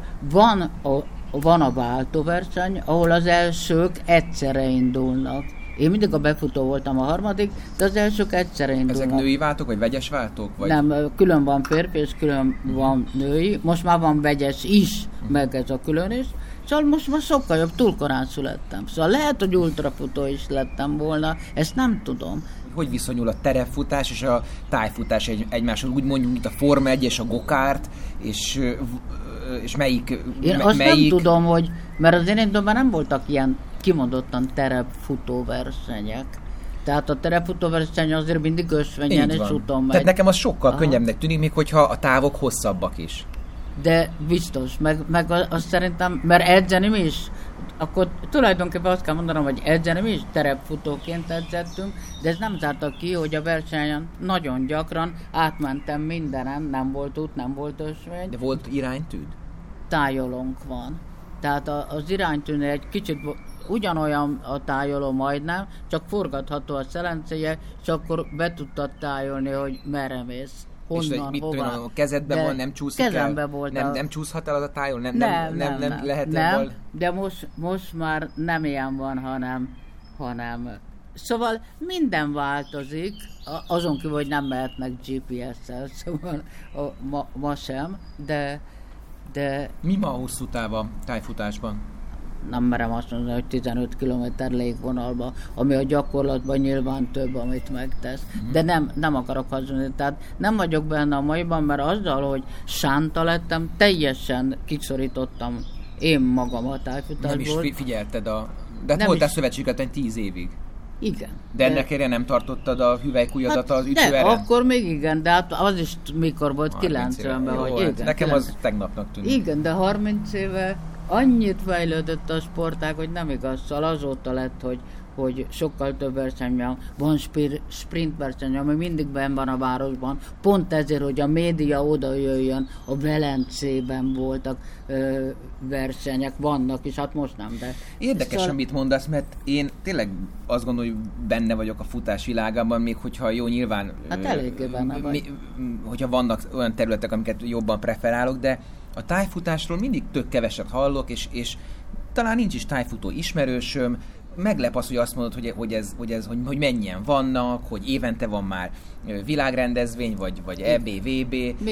van a váltóverseny, ahol az elsők egyszerre indulnak. Én mindig a befutó voltam a harmadik, de az elsők egyszerre indulnak. Ezek női váltók, vagy vegyes váltók? Vagy? Nem, külön van férfi, és külön van női. Most már van vegyes is, meg ez a külön is. Szóval most sokkal jobb, túl korán születtem. Szóval lehet, hogy ultrafutó is lettem volna, ezt nem tudom. Hogy viszonyul a terepfutás és a tájfutás egymáshoz? Úgy mondjuk, mint a Forma 1 és a Go-kart, és melyik... Én azt nem tudom, hogy... Mert az én időmben nem voltak ilyen kimondottan terepfutó versenyek. Tehát a terepfutó verseny azért mindig ösvényen és úton megy. Tehát nekem az sokkal könnyebbnek tűnik, még hogyha a távok hosszabbak is. De biztos, meg azt szerintem, mert edzeni mi is, akkor tulajdonképpen azt kell mondanom, hogy edzeni mi is terepfutóként edzettünk, de ez nem zárta ki, hogy a versenyen nagyon gyakran átmentem mindenen, nem volt út, nem volt ösvény. De volt iránytűd? Tájolónk van. Tehát az iránytűnél egy kicsit ugyanolyan a tájoló majdnem, csak forgatható a szelencéje, és akkor be tudtad tájolni, hogy merre mész. Honnan, és mit hová? A kezedben van, nem csúszik el? Volt nem csúszhat el az a tájon? Nem lehet nem, de most már nem ilyen van, hanem hanem szóval minden változik, azon kívül, hogy nem mehetnek GPS-szel, szóval ma sem, de... Mi ma a hosszú táv a tájfutásban? Nem merem azt mondani, hogy 15 km légvonalban, ami a gyakorlatban nyilván több, amit megtesz. De nem akarok hazudni. Tehát nem vagyok benne a maiban, mert azzal, hogy sánta lettem, teljesen kiszorítottam én magam a tájfutásból. Nem is figyelted de voltál szövetségeten 10 évig. Igen. De ennek erre nem tartottad a hüvelykujjadat az ücsőre? De akkor még igen, de hát az is mikor volt, 90-ben, vagy igen. Nekem 90. Az tegnapnak tűnik. Igen, de 30 éve annyit fejlődött a sportág, hogy nem igaz, szóval azóta lett, hogy sokkal több verseny van, sprint verseny, ami mindig benn van a városban, pont ezért, hogy a média oda jöjjön, a Velencében voltak versenyek, vannak is, hát most nem, de... Érdekes, szóval... amit mondasz, mert én tényleg azt gondolom, hogy benne vagyok a futás világában, még hogyha jó, nyilván... Hát eléggé benne vagy. Hogyha vannak olyan területek, amiket jobban preferálok, de a tájfutásról mindig tök keveset hallok, és talán nincs is tájfutó ismerősöm. Meglep az, hogy azt mondod, hogy mennyien vannak, hogy évente van már világrendezvény, vagy EB, VB,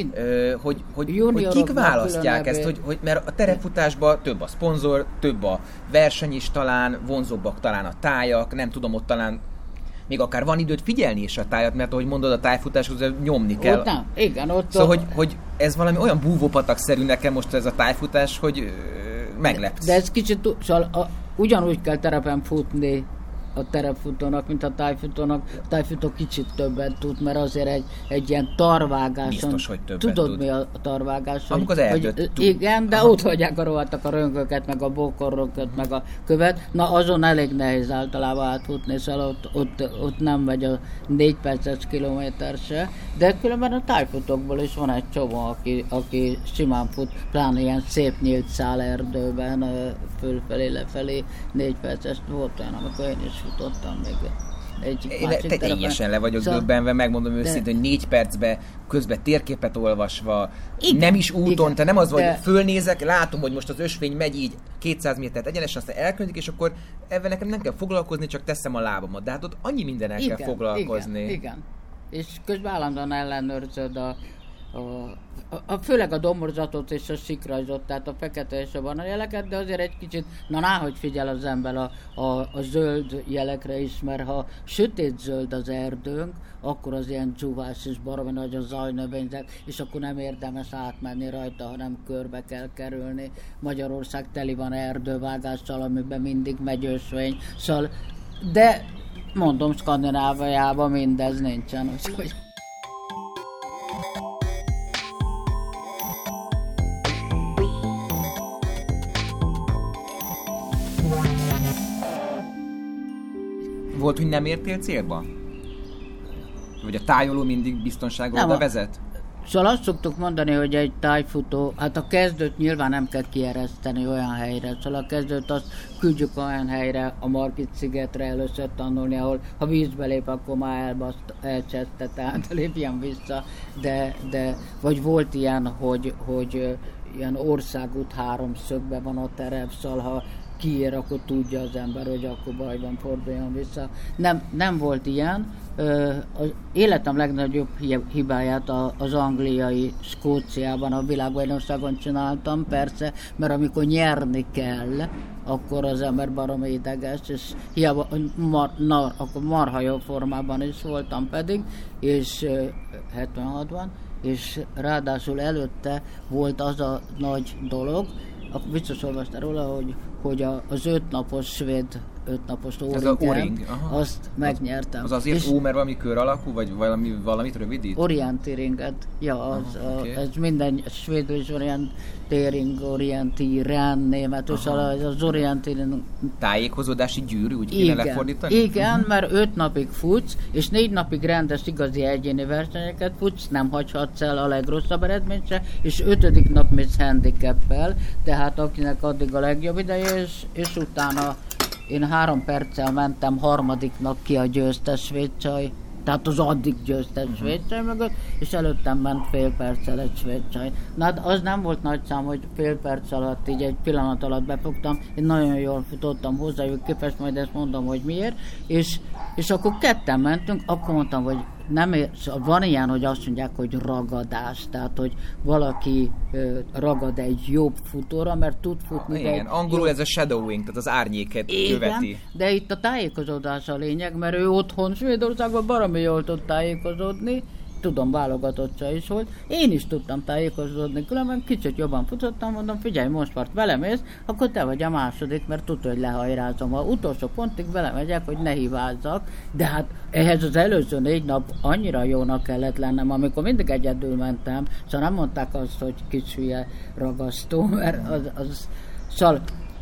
hogy kik választják ezt, mert a terepfutásban több a szponzor, több a verseny is talán, vonzóbbak talán a tájak, nem tudom, ott talán még akár van időt figyelni is a tájat, mert ahogy mondod, a tájfutáshoz nyomni kell. Ott nem. Igen, ott szóval, hogy ez valami olyan búvópatak-szerű nekem most ez a tájfutás, hogy meglepsz. De ez kicsit, szóval ugyanúgy kell terepen futni a terepfutónak, mint a tájfutónak. A tájfutó kicsit többet tud, mert azért egy ilyen tarvágáson... Biztos, hogy többet tudod, tud. Mi a tarvágáson? Amikor az erdőt tud. Igen, de ott hagyják a rovattak a röngöket, meg a bokorrokat, meg a követ. Na, azon elég nehéz általában átfutni, szóval ott nem megy a 4 perces kilométer se. De különben a tájfutókból is van egy csomó, aki simán fut, pláne ilyen szép nyílt szál erdőben, fölfelé, lefelé, 4 perces. Volt olyan, amikor én is futottam még egy másik teljesen le vagyok döbbenve, megmondom őszintén, hogy 4 percben közben térképet olvasva, igen, nem is úton, igen, tehát nem az, hogy fölnézek, látom, hogy most az ösvény megy így 200 métert egyenesen, aztán elküldik, és akkor ebben nekem nem kell foglalkozni, csak teszem a lábamat. De hát ott annyi mindennel kell foglalkozni. Igen. És közben állandóan ellenőrzöd főleg a domborzatot és a sikrajzot, tehát a fekete és a barna jeleket, de azért egy kicsit, náhogy figyel az ember a zöld jelekre is, mert ha sötét zöld az erdőnk, akkor az ilyen dzsúvás és baromi nagy a zajnövényzet, és akkor nem érdemes átmenni rajta, hanem körbe kell kerülni. Magyarország teli van erdővágással, amiben mindig megy ösvény, szóval, de mondom, Skandináviában mindez nincsen, úgyhogy... Volt, hogy nem értél célba? Vagy a tájoló mindig biztonságos vezet? Szóval azt szoktuk mondani, hogy egy tájfutó, hát a kezdőt nyilván nem kell kiereszteni olyan helyre, szóval a kezdőt azt küldjük olyan helyre, a Margit-szigetre először tanulni, ahol ha vízbe lép, akkor már elcseszte, tehát lépjen vissza, de vagy volt ilyen, hogy ilyen országút háromszögben van a terep, szóval ha kiér, akkor tudja az ember, hogy akkor bajban forduljon vissza. Nem volt ilyen. Az életem legnagyobb hibáját az angliai Skóciában, a világbajnokságon csináltam, persze, mert amikor nyerni kell, akkor az ember baromi ideges, és hiába, akkor marha jó formában is voltam pedig, és 76-ban, és ráadásul előtte volt az a nagy dolog, akkor biztos olvastál róla, hogy az 5 napos svéd 5 napos O-ring, azt megnyertem. Az azért mert valami kör alakú, vagy valamit rövidít? Orientíringet, ez minden svédül is orientíren, németül, az orientíring... Tájékozódási gyűrű, úgy kéne lefordítani? Igen, mert 5 napig futsz, és 4 napig rendes igazi egyéni versenyeket futsz, nem hagyhatsz el a legrosszabb eredményt se, és 5. nap mész handicappel, tehát akinek addig a legjobb ideje, és utána én 3 perccel mentem harmadiknak ki a győztes svéd csaj Tehát az addig győztes svéd csaj mögött, és előttem ment fél perccel egy svéd csaj. Na hát az nem volt nagy szám, hogy fél perc alatt, így egy pillanat alatt befogtam, én nagyon jól futottam hozzájuk képest, majd ezt mondom, hogy miért, és akkor ketten mentünk, akkor mondtam, hogy van ilyen, hogy azt mondják, hogy ragadás, tehát, hogy valaki ragad egy jobb futóra, mert tud futni. Igen, angolul ez a shadowing, tehát az árnyéket követi. Igen, de itt a tájékozódás a lényeg, mert ő otthon Svédországban baromi jól tud tájékozódni, tudom, válogatottsa is volt. Én is tudtam tájékozódni, különben kicsit jobban futottam, mondom, figyelj, most már velemész, akkor te vagy a második, mert tudod, hogy lehajrázom. Ha utolsó pontig belemegyek, hogy ne hibázzak, de hát ehhez az előző 4 nap annyira jónak kellett lennem, amikor mindig egyedül mentem, szóval nem mondták azt, hogy kis hülye ragasztó, mert az szóval,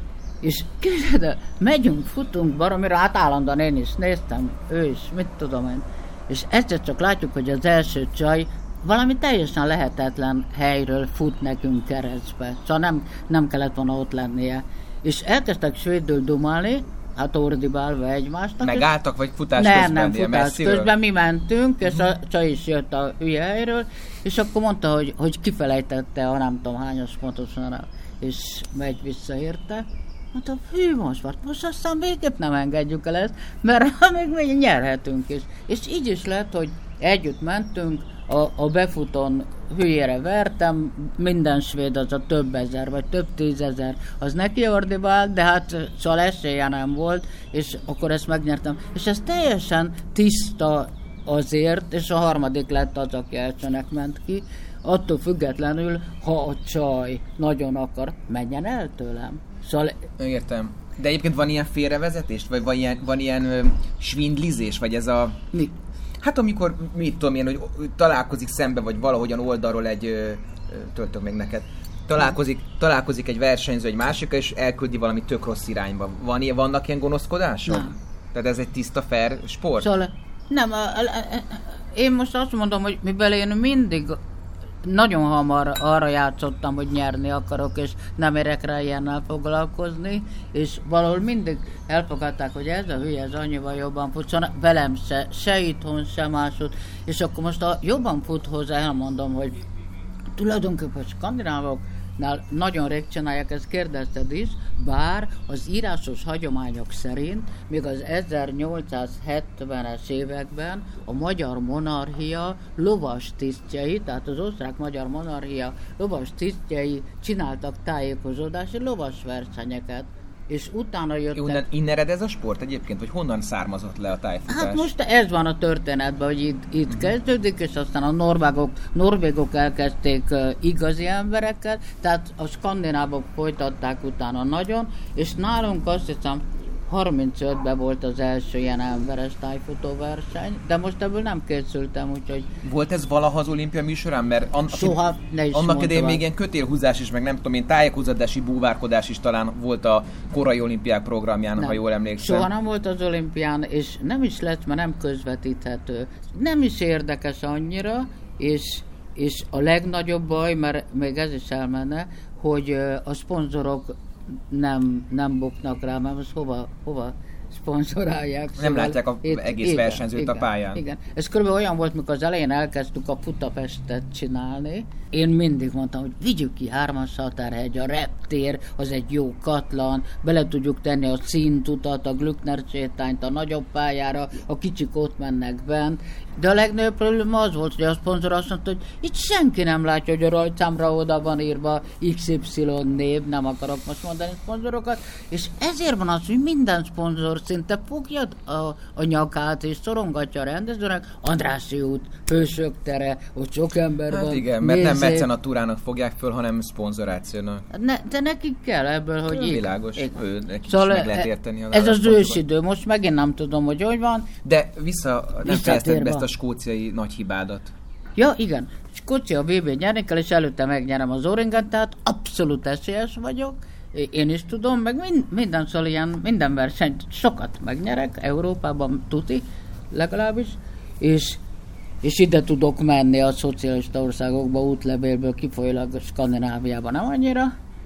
és képzeld, megyünk, futunk baromira, hát állandóan én is néztem, ő is, mit tudom én. És egyszer csak látjuk, hogy az első csaj valami teljesen lehetetlen helyről fut nekünk keresztbe. Szóval nem kellett volna ott lennie. És elkezdtek svédül dumálni, hát ordibálva egymásnak. Megálltak, vagy futás közben? Nem futás közben, mi mentünk, és a csaj is jött a hülye helyről, és akkor mondta, hogy kifelejtette a nem tudom hányas pontosan, és megy vissza érte. Mondtam, hű, most aztán végképp nem engedjük el ezt, mert még nyerhetünk is. És így is lett, hogy együtt mentünk, a befutón hülyére vertem, minden svéd az a több ezer, vagy több 10 000, az neki ordibált, de hát szóval esélye nem volt, és akkor ezt megnyertem. És ez teljesen tiszta azért, és a harmadik lett az, aki elsőnek ment ki, attól függetlenül, ha a csaj nagyon akar, menjen el tőlem. Szóval... Értem. De egyébként van ilyen félrevezetést? Vagy van ilyen svindlizés? Vagy ez a... Mi? Hát amikor, mit tudom én, hogy találkozik szembe, vagy valahogyan oldalról egy... töltök még neked. Találkozik egy versenyző egy másikkal, és elküldi valami tök rossz irányba. Vannak ilyen gonoszkodások? Nem. Tehát ez egy tiszta fair sport? Szóval nem, én most azt mondom, hogy mivel én mindig nagyon hamar arra játszottam, hogy nyerni akarok, és nem érek rá ilyennel foglalkozni, és valahol mindig elfogadták, hogy ez a hülye, ez annyival jobban fut, szóval velem se itthon, se másod, és akkor most a jobban fut hozzá, elmondom, hogy tulajdonképpen skandinávoknál nagyon rég csinálják, ezt kérdezted is, bár az írásos hagyományok szerint még az 1870-es években a magyar monarchia lovas tisztjei, tehát az osztrák-magyar monarchia lovas tisztjei csináltak tájékozódási lovas versenyeket, és utána jöttek... Innen ered ez a sport egyébként, vagy honnan származott le a tájfutás? Hát most ez van a történetben, hogy itt kezdődik, és aztán a norvégok elkezdték igazi emberekkel, tehát a skandinávok folytatták utána nagyon, és nálunk azt hiszem 35-ben volt az első ilyen emberes tájfutó verseny, de most ebből nem készültem, úgyhogy... Volt ez valaha az olimpia műsorán? Mert soha, ne is annak idején még ilyen kötélhúzás is, meg nem tudom én, tájékozódási búvárkodás is talán volt a korai olimpiák programján, nem, ha jól emlékszem. Soha nem volt az olimpián, és nem is lett, mert nem közvetíthető. Nem is érdekes annyira, és a legnagyobb baj, mert még ez is elmenne, hogy a szponzorok nem buknak rá, mert most hova szponzorálják. Nem szóval látják az egész versenyzőt a pályán. Igen. Ez körülbelül olyan volt, mikor az elején elkezdtük a Futapestet csinálni. Én mindig mondtam, hogy vigyük ki 3-as határhegy, a reptér, az egy jó katlan, bele tudjuk tenni a színtutat, a Glückner sétányt a nagyobb pályára, a kicsik ott mennek bent. De a legnagyobb probléma az volt, hogy a szponzor azt mondta, hogy itt senki nem látja, hogy a rajtszámra oda van írva XY név, nem akarok most mondani szponzorokat, és ezért van az, hogy minden szponzor szinte fogja a nyakát és szorongatja a rendezőnek. Andrássy út, Hősök tere, ott sok ember van. Igen, mert nem mecenatúrának fogják föl, hanem szponzorációnak. De nekik kell ebből, hogy világos, nekik szóval is meg lehet érteni. Ez az ősidő, most megint nem tudom, hogy van. De nem fejezted be ezt a skóciai nagy hibádat. Ja, igen. Skócia a VB nyerni kell, és előtte megnyerem az O-ringet, tehát abszolút esélyes vagyok. Én is tudom, meg minden szóval ilyen, minden versenyt sokat megnyerek, Európában tuti, legalábbis, és ide tudok menni a szocialista országokba útlevélből, kifolyólag Skandináviában nem annyira.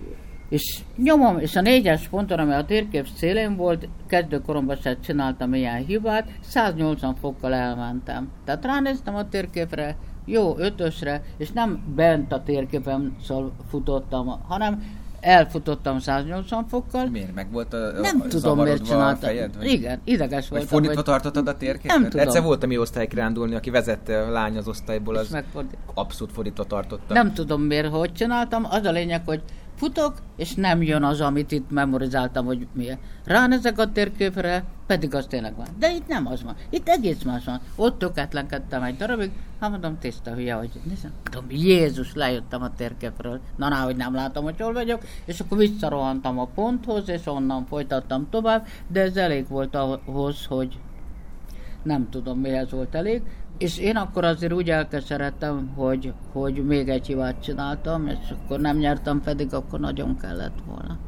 És nyomom, és a 4-es ponton, ami a térkép szélén volt, kezdőkoromban se csináltam ilyen hibát, 180 fokkal elmentem. Tehát ránéztem a térképre, jó 5-ösre, és nem bent a térképen futottam, hanem elfutottam 180 fokkal. Miért? Meg volt nem tudom, miért csináltam. Igen, ideges voltam. Vagy fordítva tartottad a térképet? Nem tudom. Egyszer volt a mi osztálykirándulni, aki vezette a lány az osztályból, az abszolút fordítva tartotta. Nem tudom, miért, hogy csináltam. Az a lényeg, hogy futok, és nem jön az, amit itt memorizáltam, hogy miért. Ránézek a térképre, pedig az tényleg van. De itt nem az van. Itt egész más van. Ott tökéletlenkedtem egy darabig, hát mondom, tiszta hülye, hogy nézem, tudom, Jézus, lejöttem a térképről. Na, hogy nem látom, hogy hol vagyok, és akkor visszarohantam a ponthoz, és onnan folytattam tovább, de ez elég volt ahhoz, hogy nem tudom, mihez volt elég. És én akkor azért úgy elkeseredtem, hogy még egy hibát csináltam, és akkor nem nyertem, pedig akkor nagyon kellett volna.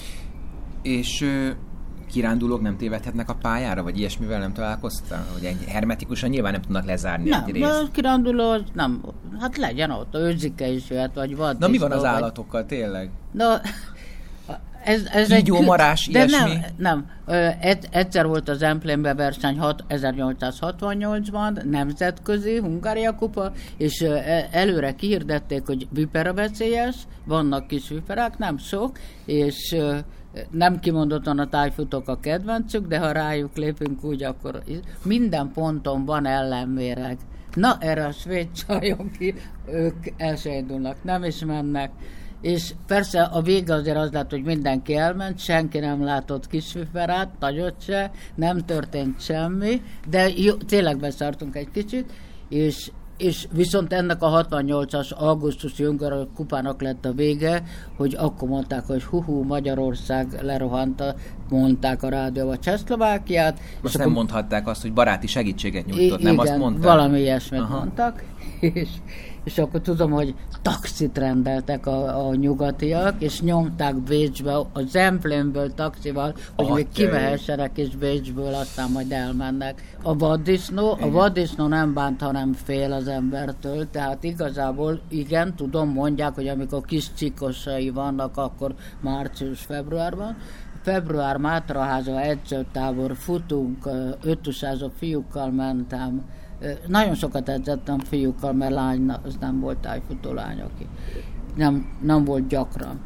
És kirándulók nem tévedhetnek a pályára, vagy ilyesmivel nem találkoztál? Hogy hermetikusan nyilván nem tudnak lezárni egy részt. Nem, kiránduló nem, hát legyen ott, őzike is jöhet, vagy vad. Na mi van az állatokkal, tényleg? Na, ez kígyómarás, ilyesmi? Nem. Egyszer volt az Emplénben verseny 1868-ban, nemzetközi, Hungária kupa, és előre kihirdették, hogy vipera veszélyes, vannak kis viperák, nem sok, és nem kimondottan a tájfutók a kedvencük, de ha rájuk lépünk úgy, akkor minden ponton van ellenméreg. Na, erre a svéd csajok ki, ők el se indulnak, nem is mennek. És persze a vége azért az lett, hogy mindenki elment, senki nem látott kisviperát, nagyot se, nem történt semmi, de jó, tényleg beszartunk egy kicsit, és viszont ennek a 68-as augusztusi Hungária kupának lett a vége, hogy akkor mondták, hogy Magyarország lerohanta, mondták a rádióba Csehszlovákiát. Most nem mondhatták azt, hogy baráti segítséget nyújtott, nem azt mondták? Valami ilyesmit mondtak, és akkor tudom, hogy taxit rendeltek a nyugatiak, és nyomták Bécsbe, a Zemplénből taxival, hogy még kivehessenek, és Bécsből aztán majd elmennek. A vaddisznó nem bánt, hanem fél az embertől, tehát igazából igen, tudom, mondják, hogy amikor kis csikosai vannak, akkor március-februárban, február Mátraháza edzőtábor, futunk, öttusázó fiúkkal mentem, nagyon sokat edzettem fiúkkal, mert lány, az nem volt tájfutó lány, aki nem volt gyakran.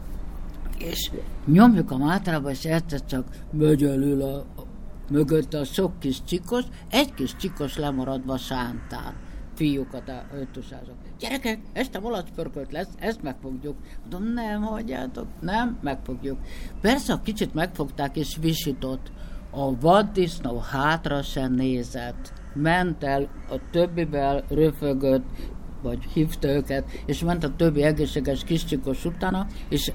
És nyomjuk a Mátrába, és egyszer csak megy elől mögötte a sok kis csikos, egy kis csikos lemaradva sántán. Fiúkat öttusázok. Gyerekek, este malacpörkölt lesz, ezt megfogjuk. Mondom, nem, hagyjátok, nem, megfogjuk. Persze, a kicsit megfogták, és visított. A vaddisznó hátra sem nézett. Ment el a többivel, röfögött, vagy hívta őket, és ment a többi egészséges kiscsikos utána,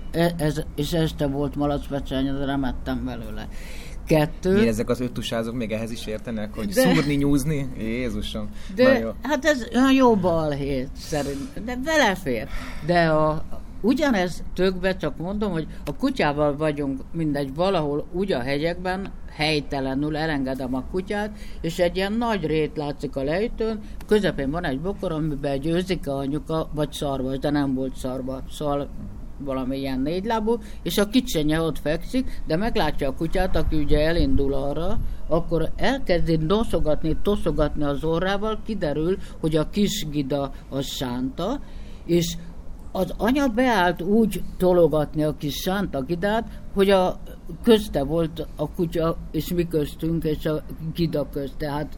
és este volt malacpecseny, de nem ettem belőle. Miért ezek az öttusázók még ehhez is értenek, hogy szúrni, nyúzni? Jézusom. De jó. Hát ez jó balhét szerint, de belefér. De ugyanez tökbe, csak mondom, hogy a kutyával vagyunk mindegy valahol úgy a hegyekben, helytelenül elengedem a kutyát, és egy ilyen nagy rét látszik a lejtőn, közepén van egy bokor, amiben egy őzike anyuka, vagy szarvas, de nem volt szarva, szóval valami ilyen négylábú, és a kicsenye ott fekszik, de meglátja a kutyát, aki ugye elindul arra, akkor elkezdi toszogatni az orrával, kiderül, hogy a kis gida az sánta, és az anya beállt úgy tologatni a kis sánta gidát, hogy a közte volt a kutya, és mi köztünk, és a gida közt, tehát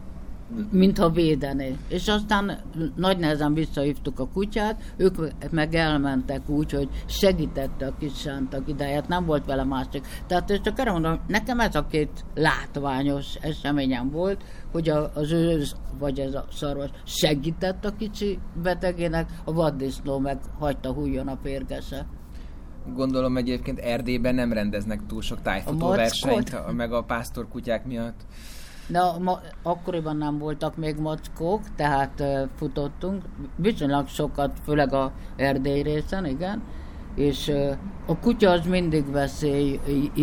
mintha védené. És aztán nagy nehezen visszahívtuk a kutyát, ők meg elmentek úgy, hogy segítette a kis sánta gidáját, nem volt vele másik. Tehát csak erre mondom, nekem ez a két látványos eseményem volt, hogy az őz, vagy ez a szarvas segített a kicsi betegének, a vaddisznó meg hagyta hújjon a férgese. Gondolom egyébként Erdélyben nem rendeznek túl sok tájfutóversenyt, meg a pásztorkutyák miatt. Akkoriban nem voltak még mackók, tehát futottunk, viszonylag sokat, főleg a Erdély részen, igen, és a kutya az mindig veszély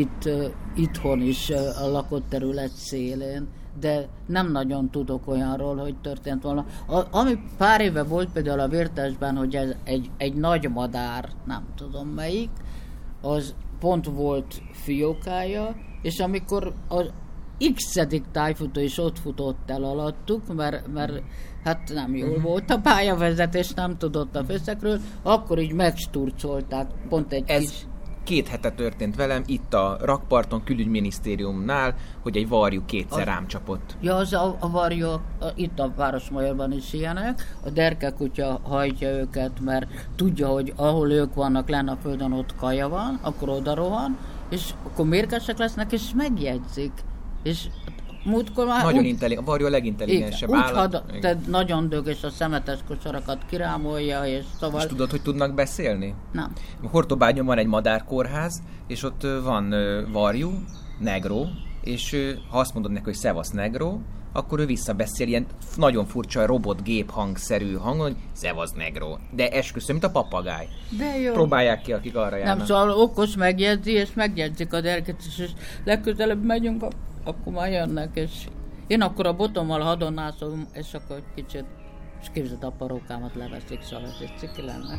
itthon is a lakott terület szélén, de nem nagyon tudok olyanról, hogy történt volna. Ami pár éve volt például a Vértesben, hogy ez egy nagy madár, nem tudom melyik, az pont volt fiókája, és amikor az x-edik tájfutó is ott futott el alattuk, mert hát nem jól volt a pályavezetés, nem tudott a fészekről, akkor így megsturcolták pont egy kis... 2 hete történt velem itt a rakparton, külügyminisztériumnál, hogy egy varjú kétszer rám csapott. Ja, az a varjú, itt a Városmajorban is ilyenek, a derkekutya hajtja őket, mert tudja, hogy ahol ők vannak lenne a földön, ott kaja van, akkor oda rohan, és akkor mérgesek lesznek, és megjegyzik. És múltkor már... Nagyon a varjú a legintelligensebb állat. Tehát nagyon dög, és a szemetes kosarakat kirámolja, és szóval... És tudod, hogy tudnak beszélni? Nem. Hortobágyon van egy madárkórház, és ott van varjú, negró, és ha azt mondod neki, hogy szevasz negró, akkor ő visszabeszél ilyen nagyon furcsa robotgép hangszerű hangon, hogy szevasz negró. De esküszöm, mint a papagáj. De jó. Próbálják ki, akik arra járnak. Nem, szóval okos megjegyzi, és megjegyzik a dereket is, és legközelebb megyünk, akkor már jönnek, és én akkor a botommal hadonnászom, és akkor egy kicsit, és képzeld, a parókámat leveszik, szóval ez egy ciki lenne.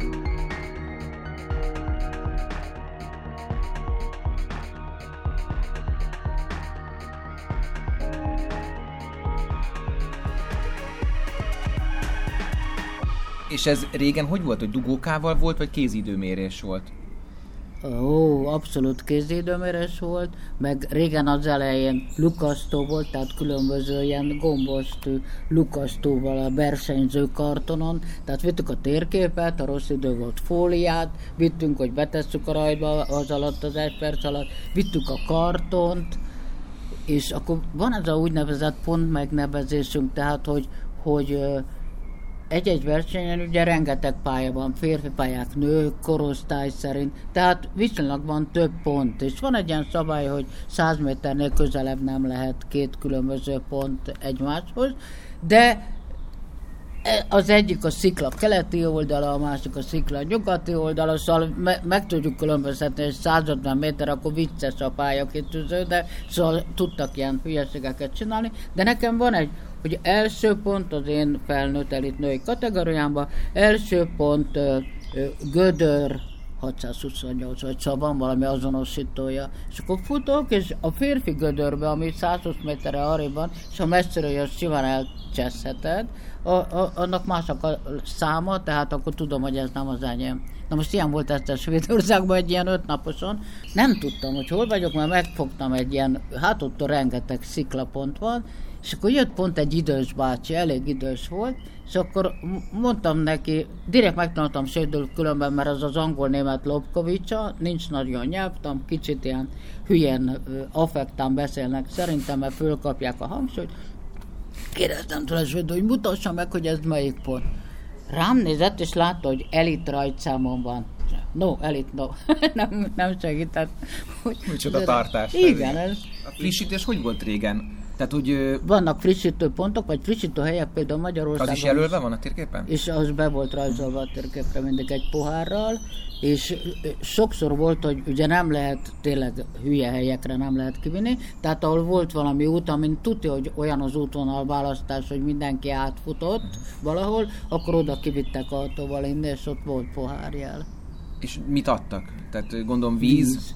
És ez régen hogy volt, hogy dugókával volt, vagy kézidőmérés volt? Ó, abszolút kézidőmérés volt, meg régen az elején lukasztó volt, tehát különböző ilyen gombostű lukasztóval a versenyző kartonon, tehát vittük a térképet, a rossz idő volt fóliát, vittünk, hogy betesszük a rajtba az alatt, az 1 perc alatt, vittük a kartont, és akkor van ez a úgynevezett pont megnevezésünk, tehát hogy egy-egy versenyen ugye rengeteg pálya van, férfi pályák, nők, korosztály szerint, tehát viszonylag van több pont, és van egy ilyen szabály, hogy 100 méternél közelebb nem lehet 2 különböző pont egymáshoz, de az egyik a szikla keleti oldala, a másik a szikla nyugati oldala, szóval meg tudjuk különböztetni, hogy 150 méter, akkor vicces a pályakitűző, de szóval tudtak ilyen hülyeségeket csinálni, de nekem van egy, hogy első pont az én felnőtt elit női kategóriámban, első pont gödör 628, vagy szóval van valami azonosítója. És akkor futok, és a férfi gödörbe, ami 120 méterre arrébb van, és ha messziről jössz, simán elcseszheted, annak mások a száma, tehát akkor tudom, hogy ez nem az enyém. Na most ilyen volt ezt a Svédországban egy ilyen 5 naposon. Nem tudtam, hogy hol vagyok, mert megfogtam egy ilyen, hát ott rengeteg sziklapont van, és akkor jött pont egy idős bácsi, elég idős volt, és akkor mondtam neki, direkt megtanultam svédül különben, mert az angol-német Lobkovicsa, nincs nagyon nyelvtan, kicsit ilyen hülyen, affektán beszélnek szerintem, mert fölkapják a hangsúlyt. Kérdeztem tőle svédül, hogy mutassa meg, hogy ez melyik pont. Rám nézett, és látta, hogy elit rajtszámon van. No, elit, no. nem segített. Micsoda tartás. Igen. Ez... A frissítés hogy volt régen? Tehát, hogy, vannak frissítő pontok, vagy frissítő helyek, például Magyarországon. Az is jelölve van a térképen? És az be volt rajzolva a térképre mindig egy pohárral, és sokszor volt, hogy ugye nem lehet, tényleg hülye helyekre nem lehet kivinni, tehát ahol volt valami út, amin tudja, hogy olyan az útvonal választás, hogy mindenki átfutott valahol, akkor oda kivittek autóval inni, és ott volt pohárjel. És mit adtak? Tehát gondolom víz.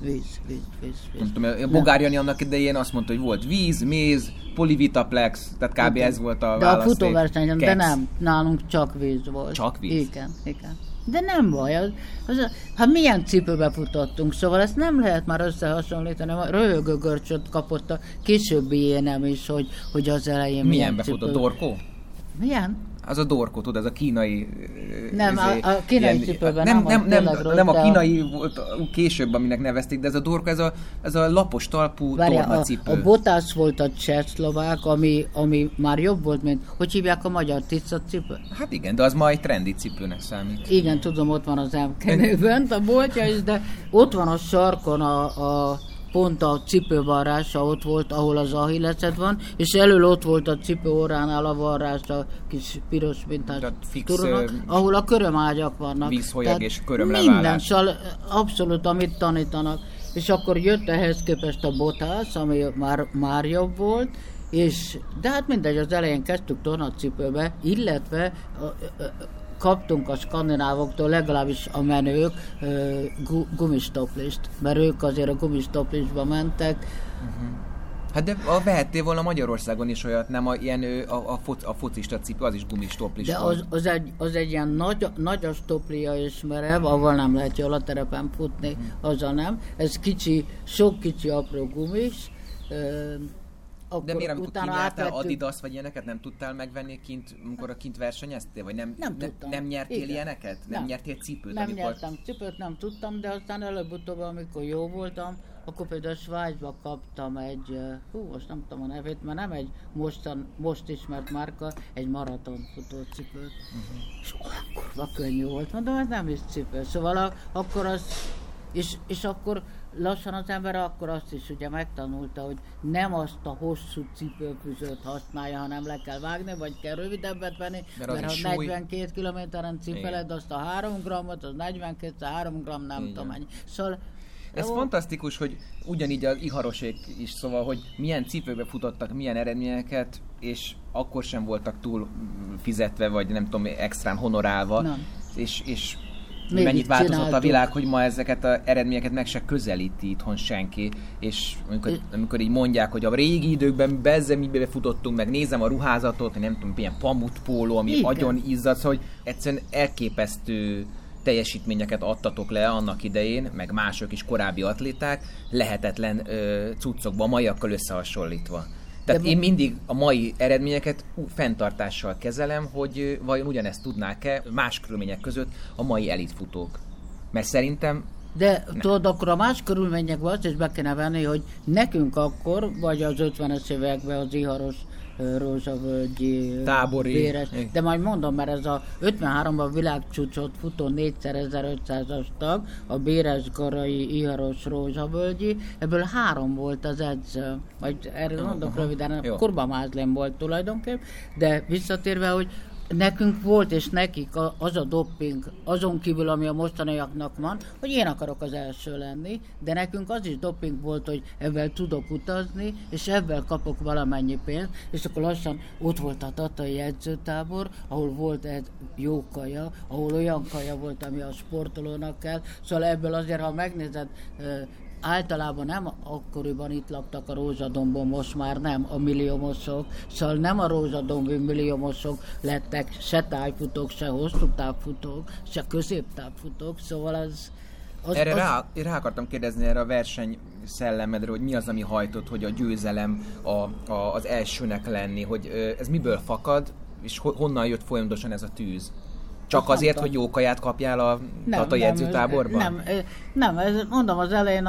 A Bogár Jani annak idején azt mondta, hogy volt víz, méz, polivitaplex, tehát kb. Ez volt a választék. De a futóversenyen, de nem, nálunk csak víz volt. Csak víz? Igen. De nem baj, hát milyen cipőbe futottunk, szóval ezt nem lehet már összehasonlítani, röhögő görcsöt kapott a későbbi énem is, hogy az elején milyen befutott, Dorkó? Milyen? Az a Dorkó, tudod, ez a kínai... Nem, a kínai cipőben nem a kínai volt később, aminek nevezték, de ez a Dorkó, ez a lapos talpú tornacipő. A Botász volt a csehszlovák, ami már jobb volt, mint, hogy hívják a magyar tiszta cipő? Hát igen, de az ma egy trendi cipőnek számít. Igen, tudom, ott van az MKN-ben a boltja is, de ott van a sarkon pont a cipővarrása ott volt, ahol az ahilleszed van, és elől ott volt a cipő orránál a varrás, a kis piros mintás turunak, ahol a körömágyak vannak. Vízholyag és körömleválás. Minden, szóval abszolút, amit tanítanak. És akkor jött ehhez képest a Botász, ami már jobb volt, de hát mindegy, az elején kezdtük tornacipőbe, illetve kaptunk a skandinávoktól, legalábbis a menők gumistoplist, mert ők azért a gumistoplisba mentek. Hát de vehettél volna Magyarországon is olyat, nem a focista cipő, az is gumistoplis. De az egy ilyen nagy a stoplia és merev, avval nem lehet jól a terepen futni, azzal nem. Ez kicsi, sok kicsi apró gumis. De miért, amikor kinyertál Adidas vagy ilyeneket, nem tudtál megvenni amikor kint versenyeztél? Vagy nem tudtam. Nem nyertél ilyeneket? Nem nyertél cipőt? Nem nyertem cipőt, nem tudtam, de aztán előbb-utóbb, amikor jó voltam, akkor például Svájcba kaptam egy, most nem tudom a nevét, mert nem egy most ismert márka, egy maratonfutó cipőt. És olyan kurva könnyű volt, mondom, ez nem is cipő. Szóval akkor az, és akkor lassan az ember akkor azt is ugye megtanulta, hogy nem azt a hosszú cipőfűzőt használja, hanem le kell vágni, vagy kell rövidebbet venni, mert ha 42 kilométeren cipeled azt a 3 grammot, az 42, 3 gram nem tudom mennyi. Szóval ez fantasztikus, hogy ugyanígy az iharosék is, szóval, hogy milyen cipőbe futottak, milyen eredményeket, és akkor sem voltak túl fizetve, vagy nem tudom, extrán honorálva, és mennyit változott a világ, hogy ma ezeket az eredményeket meg se közelíti itthon senki, és amikor így mondják, hogy a régi időkben mibe futottunk, meg nézem a ruházatot, nem tudom, ilyen pamutpóló, ami agyon izzad, szóval, hogy egyszerűen elképesztő teljesítményeket adtatok le annak idején, meg mások is, korábbi atléták, lehetetlen cuccokban, maiakkal összehasonlítva. Tehát én mindig a mai eredményeket fenntartással kezelem, hogy vajon ugyanezt tudnák-e más körülmények között a mai elitfutók. Mert szerintem... De tudod, akkor a más körülményekben azt is be kéne venni, hogy nekünk akkor, vagy az 50-es években az iharos rózsavölgyi tábori véres. De majd mondom, mert ez a 53-ban világcsúcsot futó 4x1500-as tag, a Béresgarai iharos rózsavölgyi, ebből 3 volt az edző. Majd erről mondok röviden, Kurba Mászlén volt tulajdonképp, de visszatérve, hogy nekünk volt, és nekik az a dopping, azon kívül, ami a mostaniaknak van, hogy én akarok az első lenni, de nekünk az is dopping volt, hogy ebben tudok utazni, és ebben kapok valamennyi pénzt, és akkor lassan ott volt a tatai edzőtábor, ahol volt egy jó kaja, ahol olyan kaja volt, ami a sportolónak kell, szóval ebből azért, ha megnézed, általában nem akkoriban itt laktak a Rózsadombon, most már nem a milliómosok, szóval nem a Rózsadombi milliómosok lettek se tájfutók, se hosszú távfutók, se középtávfutók, szóval az erre rá akartam kérdezni erre a verseny szellemedre, hogy mi az, ami hajtott, hogy a győzelem az elsőnek lenni, hogy ez miből fakad, és honnan jött folyamatosan ez a tűz? Csak azért, hogy jó kaját kapjál a tatai edzőtáborban? Nem, mondom, az elején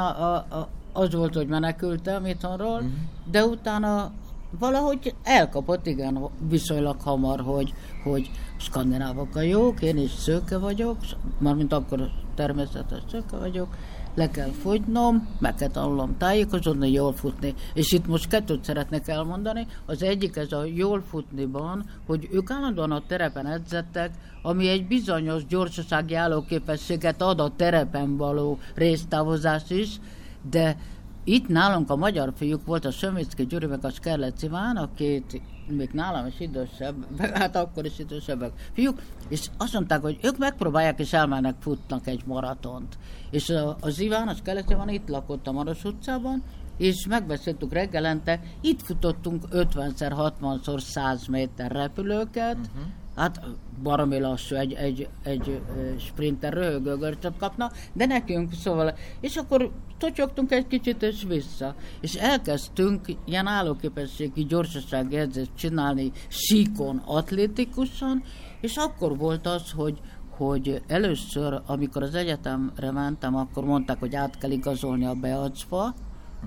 az volt, hogy menekültem itthonról, de utána valahogy elkapott, igen, viszonylag hamar, hogy skandinávok a jók, én is szőke vagyok, mármint akkor természetes szőke vagyok, le kell fogynom, meg kell tanulnom tájékozódni, jól futni. És itt most 2 szeretnék elmondani. Az egyik ez a jól futniban, hogy ők állandóan a terepen edzettek, ami egy bizonyos gyorsasági állóképességet ad a terepen való résztávozás is, de itt nálunk a magyar fiúk volt a Sömicki Gyuri meg a Skerlec Iván, a 2 még nálam is idősebb, hát akkor is idősebbek fiúk, és azt mondták, hogy ők megpróbálják és elmennek, futnak egy maratont. És az Iván, a Skerlec Iván itt lakott a Maros utcában, és megbeszéltük reggelente, itt futottunk 50x60-szor 100 méter repülőket, hát baromi lassú, egy sprinter röhögő görcsöt kapna, de nekünk szóval, és akkor totyogtunk egy kicsit és vissza, és elkezdtünk ilyen állóképességi gyorsasági edzést csinálni síkon, atlétikusan, és akkor volt az, hogy először, amikor az egyetemre mentem, akkor mondták, hogy át kell igazolni a Beacba,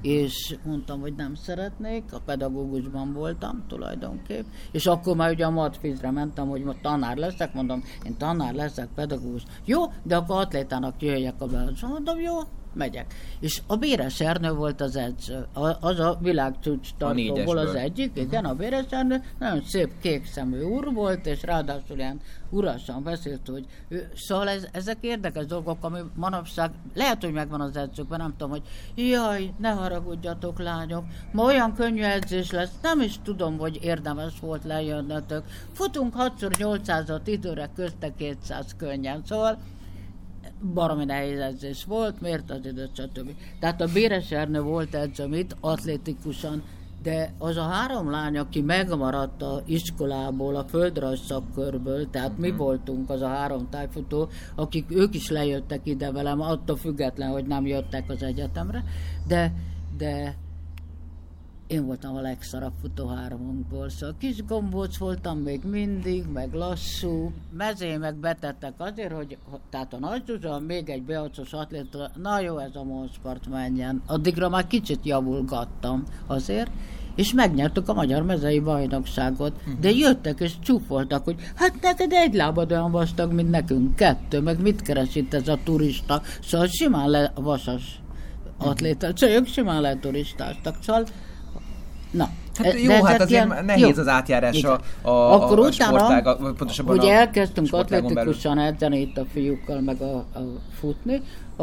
és mondtam, hogy nem szeretnék, a pedagógusban voltam tulajdonképp, és akkor már ugye a matfizre mentem, hogy tanár leszek, mondom, én tanár leszek, pedagógus. Jó, de akkor atlétának jöjjek a Beacba. Mondom, jó, megyek. És a Béres Ernő volt az edző. Az a világcsúcs tartóból az egyik, igen, a Béres Ernő, nagyon szép kékszemű úr volt, és ráadásul ilyen urasan beszélt, hogy szóval ezek érdekes dolgok, ami manapság, lehet, hogy megvan az edzőkben, nem tudom, hogy jaj, ne haragudjatok lányok, ma olyan könnyű edzés lesz, nem is tudom, hogy érdemes volt lejönnötök. Futunk 6x800-at időre, közte 200 könnyen, szóval baromi nehéz edzés volt, miért az időt, stb. Tehát a Béres Ernő volt edzőm itt, atlétikusan, de az a 3 lány, aki megmaradt a iskolából, a földrajz szakkörből, tehát mi voltunk az a 3 tájfutó, akik ők is lejöttek ide velem, attól független, hogy nem jöttek az egyetemre, de én voltam a legszarabb futó 3-unkból, szóval kis gombóc voltam még mindig, meg lassú. Mezé meg betettek azért, hogy tehát a Nagy Zsuzsa, még egy beacos atléta, na jó, ez a Monspart menjen. Addigra már kicsit javulgattam azért, és megnyertük a Magyar Mezei Bajnokságot. De jöttek és csúfoltak, hogy hát neked egy lábad olyan vastag, mint nekünk 2, meg mit keres itt ez a turista? Szóval simán le vasas atléta, szóval ők simán le turistáztak, szóval na, hát jó, hát azért ilyen, nehéz jó. Az átjárása akkor a sportága, pontosabban ugye elkezdtünk atletikusan edzeni itt a fiúkkal, meg a futni.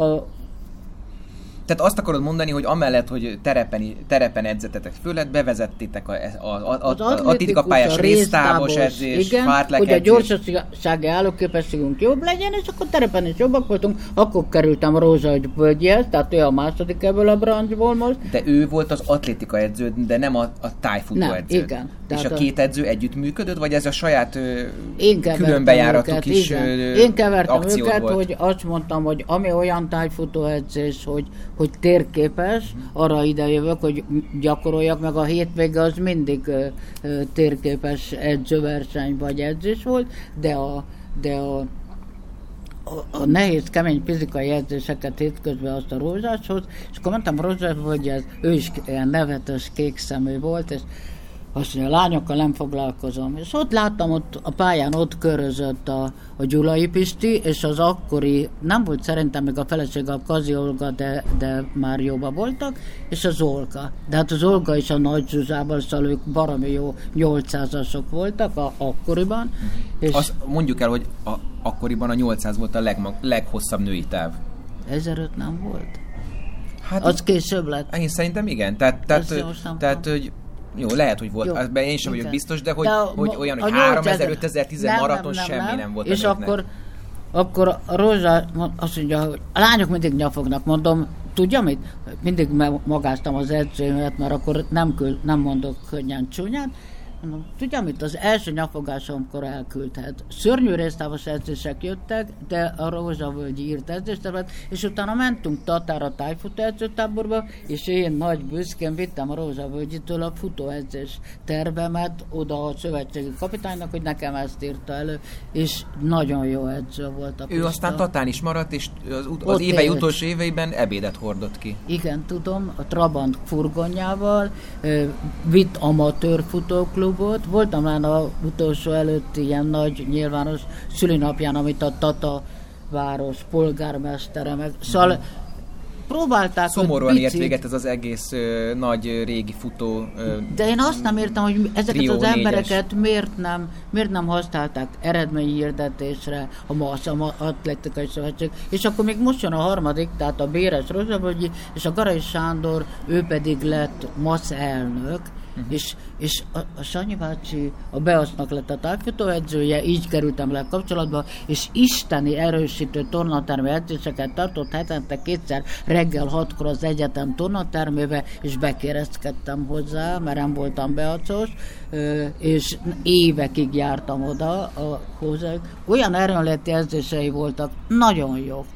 Tehát azt akarod mondani, hogy amellett, hogy terepen edzetetek fölött, bevezettétek az atlétikapályás résztávos edzés, fartlek hogy a gyorsasági állóképességünk jobb legyen, és akkor terepen is jobbak voltunk, akkor kerültem Rózsavölgyhez, tehát ő a második ebből a branchból most. De ő volt az atlétika edző, de nem a tájfutó edző. Igen. És a 2 edző együtt működött, vagy ez a saját különbejáratuk is Én kevertem őket, volt? Hogy azt mondtam, hogy ami olyan tájfutó edzés, hogy térképes, arra idejövök, hogy gyakoroljak, meg a hétvége az mindig térképes edzőverseny vagy edzés volt, de a nehéz, kemény fizikai edzéseket hétközben azt a Rózsáshoz, és akkor mondtam Rózsáshoz, hogy ő is ilyen nevetes, kékszemű volt, és azt mondja, lányokkal nem foglalkozom. És ott láttam, ott a pályán ott körözött a Gyulai Pisti, és az akkori, nem volt szerintem még a felesége a Kazi Olga, de már jóban voltak, és az Olga. De hát az Olga is a Nagy Zsuzsával, szóval ők baromi jó 800-asok voltak akkoriban. És azt mondjuk el, hogy akkoriban a 800 volt a leghosszabb női táv. 1005 nem volt? Hát az később lett. Én szerintem igen. Tehát hogy jó, lehet, hogy volt, ebben én sem vagyok biztos, de hogy olyan, hogy 3000-5010 maraton semmi nem volt. És akkor a Rózsa azt mondja, hogy a lányok mindig nyafognak, mondom, tudja mit? Mindig magáztam az edzőmet, mert akkor nem mondok könnyen csúnyán. Mondom, tudja mit? Az első nyafogásomkor elküldhet. Szörnyű résztávos edzések jöttek, de a Rózsavölgyi írt edzéstervet, és utána mentünk Tatára tájfutó edzőtáborba, és én nagy büszkén vittem a Rózsavölgyitől a futóedzés tervemet oda a szövetségi kapitánynak, hogy nekem ezt írta elő, és nagyon jó edző volt a Pista. Ő aztán Tatán is maradt, és az évei utolsó éveiben ebédet hordott ki. Igen, tudom, a Trabant furgonjával, vitt amatőr futóklub, voltam már az utolsó előtti ilyen nagy nyilvános szülinapján, amit a Tata város polgármestere meg. Szóval próbálták... Szomorúan ért véget ez az egész nagy régi futó de én azt nem értem, hogy ezeket az embereket miért nem használták eredményhirdetésre a MASZ, a Atletikai Szövetség, és akkor még most jön a harmadik, tehát a Béres Rózsavölgyi, és a Garai Sándor, ő pedig lett MASZ elnök, és a Sanyi bácsi a Beasznak lett a tájfutóedzője, így kerültem le kapcsolatba, és isteni erősítő tornatermi edzéseket tartott hetente 2-szer reggel 6-kor az egyetem tornatermébe, és bekérezkedtem hozzá, mert nem voltam beacos, és évekig jártam oda hozzá. Olyan erőnléti edzései voltak, nagyon jók.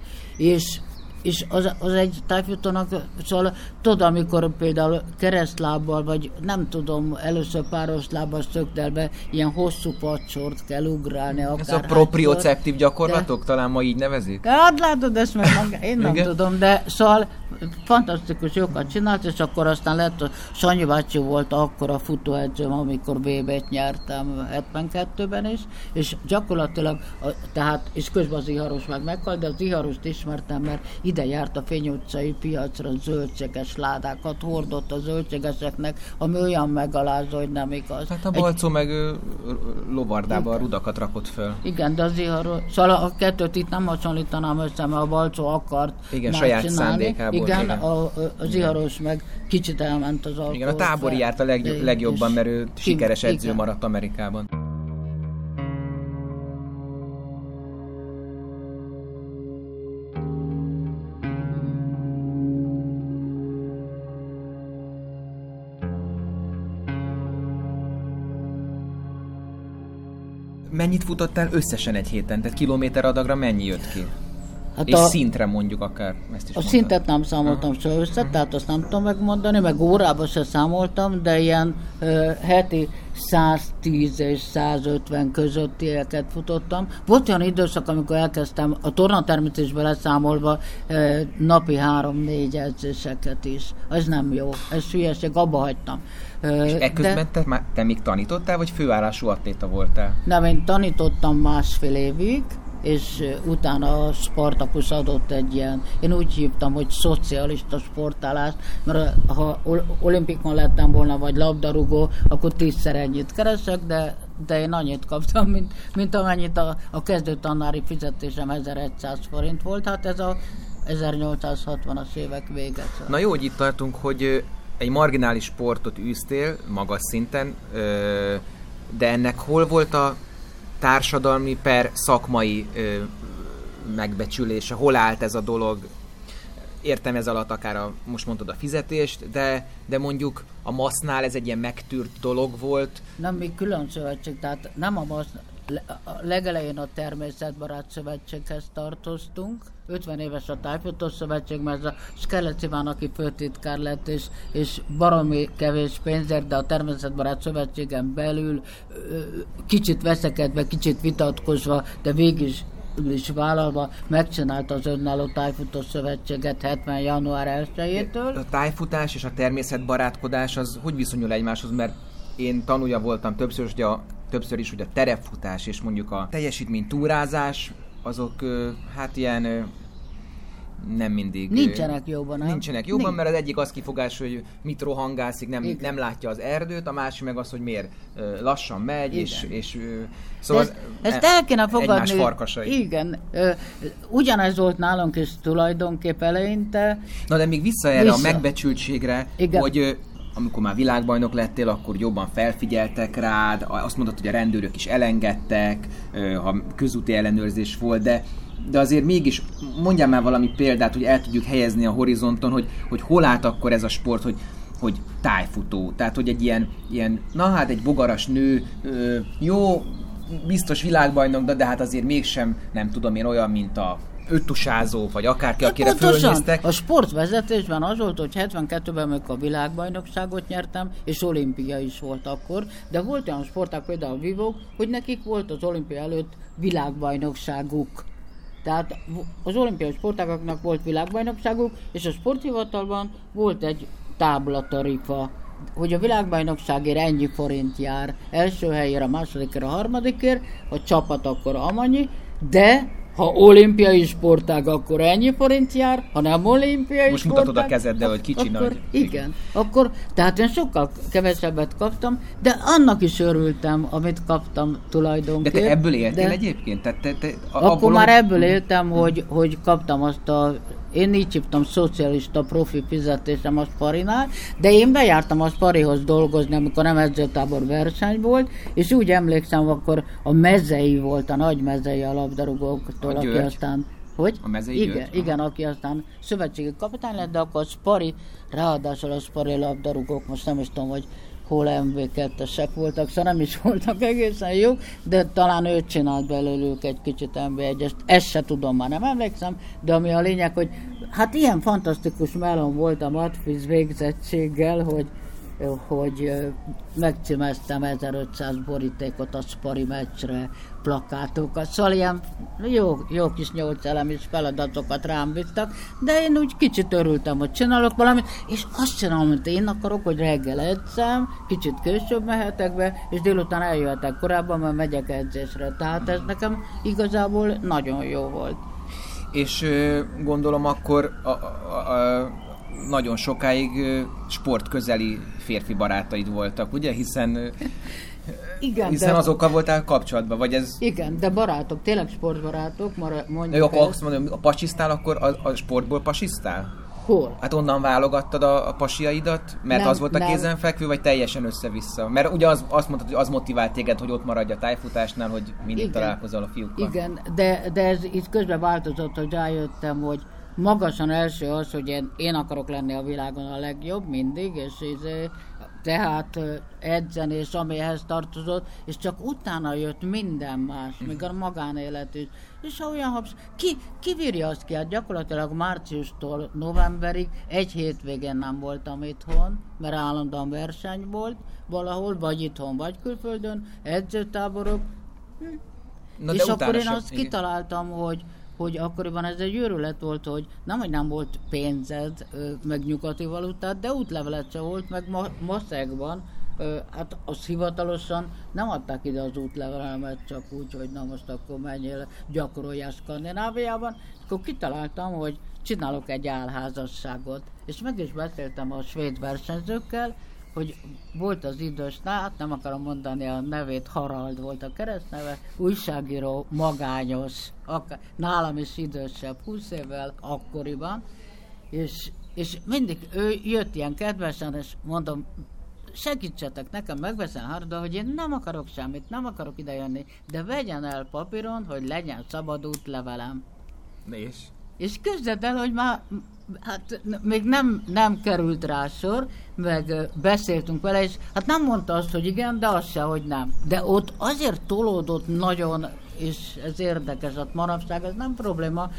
És az egy tájfutónak, szóval tudod, amikor például keresztlábbal, vagy nem tudom, először páros lábbal szöktelve ilyen hosszú padsort kell ugrálni. Ez a proprioceptív gyakorlatok, talán ma így nevezik? Hát látod, ezt meg én nem tudom, de szóval fantasztikus jókat csinált, és akkor aztán lett, a Sanyi bácsi volt akkor a futóedzőm, amikor VB-t nyertem 72-ben is, és gyakorlatilag, tehát, és közben az Iharos meghalt, de az Iharost ismertem, mert ide járt a Fény utcai piacra zöldséges ládákat, hordott a zöldségeseknek, ami olyan megalázó, hogy nem igaz. Hát a Balcó meg lovardában rudakat rakott föl. Igen, de az Iharos, szóval a kettőt itt nem hasonlítanám össze, mert a Balcó akart saját csinálni. szándékából. Igen, az Iharos meg kicsit elment az alkohol. Igen, a Tábori járt a legjobban, mert ő sikeres edző maradt Amerikában. Mennyit futottál összesen egy héten? Tehát kilométer adagra mennyi jött ki? Hát és szintre mondjuk akár, ezt is a szintet nem számoltam soha össze, tehát azt nem tudom megmondani, meg órába se számoltam, de ilyen heti 110 és 150 közöttieket futottam. Volt olyan időszak, amikor elkezdtem a tornatermészetben leszámolva napi 3-4 edzéseket is. Ez nem jó, ez hülyeség, abba hagytam. És ekközben te még tanítottál, vagy főállású atléta voltál? Nem, én tanítottam 1,5 évig, és utána a Spartacus adott egy ilyen, én úgy hívtam, hogy szocialista sportállást, mert ha olimpikon lettem volna, vagy labdarúgó, akkor 10-szer ennyit keresek, de én annyit kaptam, mint amennyit a kezdőtanári fizetésem 1100 forint volt, hát ez a 1860-as évek vége. Na jó, hogy itt tartunk, hogy egy marginális sportot űztél magas szinten, de ennek hol volt a társadalmi per szakmai megbecsülése? Hol állt ez a dolog? Értem ez alatt akár most mondtad a fizetést, de mondjuk a MASZ-nál ez egy ilyen megtűrt dolog volt. Nem, mi külön szövetség, tehát nem a MASZ, a legelején a Természetbarát Szövetséghez tartoztunk. 50 éves a Tájfutó Szövetség, mert ez a Skelec Iván, aki főtitkár lett, és baromi kevés pénzért, de a Természetbarát Szövetségen belül kicsit veszekedve, kicsit vitatkozva, de végig is vállalva megcsinálta az önálló Tájfutó Szövetséget 70. január 1-től. A tájfutás és a természetbarátkodás az hogy viszonyul egymáshoz, mert én tanulja voltam többször is, hogy a terepfutás és mondjuk a teljesítménytúrázás, azok hát ilyen nem mindig... Nincsenek jóban, mert az egyik az kifogás, hogy mit rohangászik, nem látja az erdőt, a másik meg az, hogy miért lassan megy, és szóval ezt el kéne fogadni. Egymás farkasai. Igen. Ugyanez volt nálunk is tulajdonképp eleinte. Na de még vissza erre a megbecsültségre, igen. Hogy amikor már világbajnok lettél, akkor jobban felfigyeltek rád, azt mondod, hogy a rendőrök is elengedtek, ha közúti ellenőrzés volt, de azért mégis mondjál már valami példát, hogy el tudjuk helyezni a horizonton, hogy hol állt akkor ez a sport, hogy tájfutó. Tehát, hogy egy ilyen egy bogaras nő, jó, biztos világbajnok, de hát azért mégsem, nem tudom én, olyan, mint a öttusázó, vagy akárki, akire fölnéztek. A sportvezetésben az volt, hogy 72-ben meg a világbajnokságot nyertem, és olimpia is volt akkor, de volt olyan sporták, például a vívók, hogy nekik volt az olimpia előtt világbajnokságuk. Tehát az olimpiai sportágaknak volt világbajnokságuk, és a sporthivatalban volt egy táblatarifa, hogy a világbajnokságért ennyi forint jár, első helyére, a másodikért, a harmadikért, a csapat akkor amannyi, de ha olimpiai sportág, akkor ennyi forint jár, ha nem olimpiai most sportág... Most mutatod a kezeddel, hogy kicsi akkor, nagy. Igen. Akkor, tehát én sokkal kevesebbet kaptam, de annak is örültem, amit kaptam tulajdonképpen. De te ebből éltél egyébként? Akkor már ebből éltem, hogy kaptam azt én így hívtam szocialista profi fizetésem a Sparinál, de én bejártam a Sparihoz dolgozni, amikor nem edzőtábor verseny volt, és úgy emlékszem, akkor a mezei volt, a nagy mezei a labdarúgóktól, aki aztán... Hogy? A mezei igen, aki aztán szövetségi kapitány lett, de akkor a Spari, ráadásul a Spari labdarúgók, most nem is tudom, hogy hol MB2-esek voltak, szóval nem is voltak egészen jók, de talán ő csinált belőlük egy kicsit MB1-est, ezt se tudom, már nem emlékszem, de ami a lényeg, hogy hát ilyen fantasztikus melon volt a matfiz végzettséggel, hogy megcímeztem 1500 borítékot a Spari meccsre, plakátokat, szóval ilyen jó kis 8 elemes feladatokat rám bíztak, de én úgy kicsit örültem, hogy csinálok valamit, és azt csinálom, amit én akarok, hogy reggel edzem, kicsit később mehetek be, és délután eljöhetek korábban, mert megyek edzésre. Tehát ez nekem igazából nagyon jó volt. És gondolom akkor nagyon sokáig sportközeli férfi barátaid voltak, ugye? Hiszen azokkal voltál kapcsolatban, vagy ez... Igen, de barátok, tényleg sportbarátok, mondjuk... Jó, akkor azt mondom, a pasisztál, akkor a sportból pasisztál? Hol? Hát onnan válogattad a pasiaidat, mert nem, az volt a kézenfekvő, vagy teljesen össze-vissza? Mert ugye azt mondtad, hogy az motivált téged, hogy ott maradj a tájfutásnál, hogy mindig találkozol a fiúkkal. Igen, de ez itt közben változott, hogy rájöttem, hogy magasan első az, hogy én akarok lenni a világon a legjobb mindig, és tehát edzeni, és amihez tartozott, és csak utána jött minden más, még a magánélet is. És olyan habs, ki bírja azt ki? Hát gyakorlatilag márciustól novemberig egy hétvégén nem voltam itthon, mert állandóan verseny volt valahol, vagy itthon, vagy külföldön, edzőtáborok. És akkor én azt kitaláltam, hogy akkoriban ez egy őrület volt, hogy nem volt pénzed, meg nyugati valutát, de útlevelet se volt, meg maszekban, hát az hivatalosan nem adták ide az útlevelemet, csak úgy, hogy na most akkor menjél, gyakoroljál Skandináviában. Akkor kitaláltam, hogy csinálok egy álházasságot, és meg is beszéltem a svéd versenyzőkkel, hogy volt az idős, hát nem akarom mondani a nevét, Harald volt a keresztneve, újságíró, magányos, nálam is idősebb, 20 évvel akkoriban, és mindig ő jött ilyen kedvesen, és mondom, segítsetek nekem, megbeszélni Haralddal, hogy én nem akarok semmit, nem akarok idejönni, de vegyen el papíron, hogy legyen szabad útlevelem. És képzeld el, hogy már hát még nem került rá sor, meg beszéltünk vele, és hát nem mondta azt, hogy igen, de azt se, hogy nem. De ott azért tolódott nagyon, és ez érdekes, hát manapság ez nem probléma,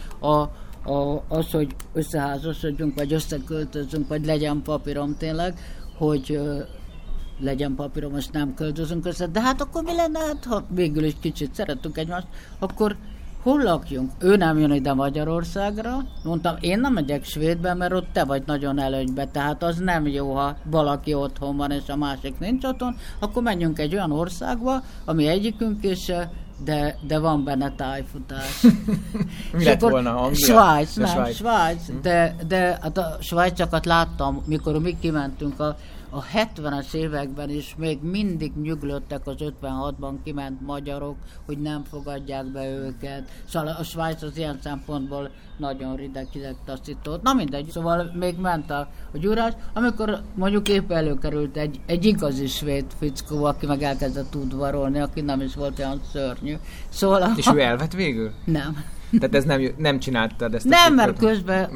az, hogy összeházasodjunk, vagy összeköltözünk, vagy legyen papírom tényleg, hogy legyen papírom, és nem költözünk össze, de hát akkor mi lenne, hát, ha végül is kicsit szeretünk egymást, akkor hol lakjunk? Ő nem jön ide Magyarországra. Mondtam, én nem megyek Svédbe, mert ott te vagy nagyon előnybe, tehát az nem jó, ha valaki otthon van, és a másik nincs otthon, akkor menjünk egy olyan országba, ami egyikünk is, de van benne tájfutás. Mi lett volna? Anglia? Svájc. De hát a svájcsakat láttam, mikor mi kimentünk a 70-es években is még mindig nyuglottak az 56-ban kiment magyarok, hogy nem fogadják be őket. Szóval a Svájc az ilyen szempontból nagyon rideg taszított. Na mindegy, szóval még ment a gyúrás, amikor mondjuk épp előkerült egy igazi svéd fickó, aki meg elkezdett udvarolni, aki nem is volt olyan szörnyű. Szóval és ő elvett végül? Nem. Tehát ez nem csináltad ezt a nem, mert közben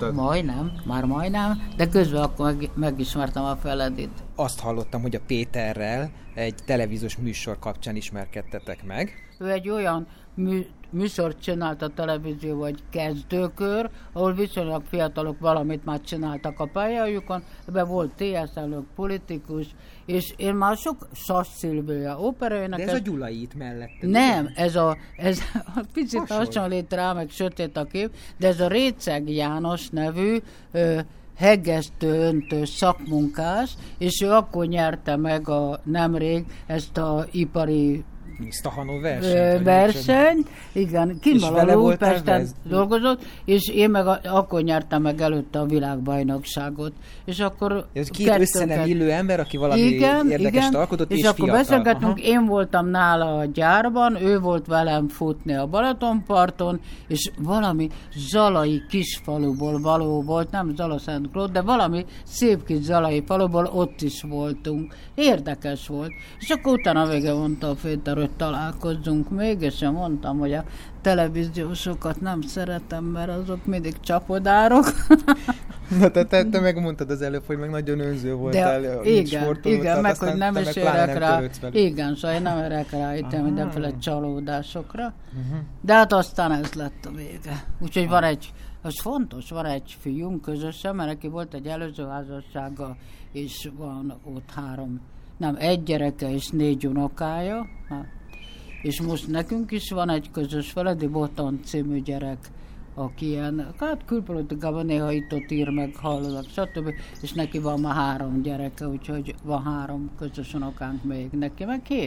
majdnem, de közben akkor megismertem a Feledit. Azt hallottam, hogy a Péterrel egy televíziós műsor kapcsán ismerkedtetek meg. Ő egy olyan műsort csinált a televízió, vagy kezdőkör, ahol viszonylag fiatalok valamit már csináltak a pályájukon, ebben volt TSZ elnök, politikus, és én már sok Sas Szilvia operaénekes... De ez a Gyulai itt mellette. Nem, ez a picit hasonlít rá, meg sötét a kép, de ez a Réceg János nevű hegesztő, öntő szakmunkás, és ő akkor nyerte meg nemrég ezt a ipari Stahanó verseny, igen, Kimvaló Újpesten dolgozott, és én meg akkor nyertem meg előtte a világbajnokságot. És akkor ez két össze nem illő ember, aki valami érdekest alkotott, és akkor fiatal. Beszélgettünk, én voltam nála a gyárban, ő volt velem futni a Balatonparton, és valami zalai kisfaluból való volt, nem Zala-Szent-Klód, de valami szép kis zalai faluból ott is voltunk. Érdekes volt. És akkor utána vége mondta a Péter, hogy találkozzunk még, és én mondtam, hogy a televíziósokat nem szeretem, mert azok mindig csapodárok. Na, te megmondtad az előbb, hogy meg nagyon önző voltál. Igen, meg hogy nem is érek rá. Igen, szóval én nem érek rá itt mindenféle csalódásokra. De hát aztán ez lett a vége. Úgyhogy az fontos, van egy fiunk közösen, mert neki volt egy előző házassága, és van ott egy gyereke és 4 unokája, és most nekünk is van egy közös Feledi Botton című gyerek, aki ilyen, hát külpolitikában néha itt-ott ír meg, hallok, stb. És neki van már 3 gyereke, úgyhogy van 3 közös unokánk még, neki meg 2.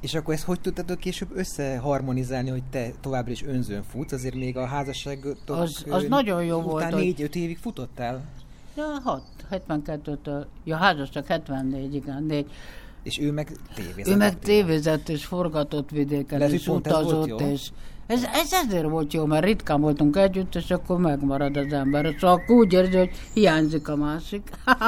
És akkor ezt hogy tudtátok később összeharmonizálni, hogy te továbbra is önzőn futsz, azért még a házasságotok az nagyon jó volt. Utána 4-5 évig futottál? Ja, 72-től. Ja, házasság 74, igen, 4. És ő meg tévézett? Ő meg tévézett és forgatott vidéken, és utazott, és ez ezért volt jó, mert ritkán voltunk együtt, és akkor megmarad az ember. És akkor úgy érzi, hogy hiányzik a másik.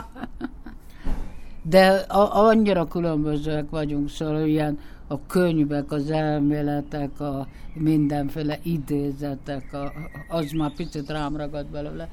De annyira különbözőek vagyunk, szóval ilyen a könyvek, az elméletek, a mindenféle idézetek, az már picit rám ragad belőle,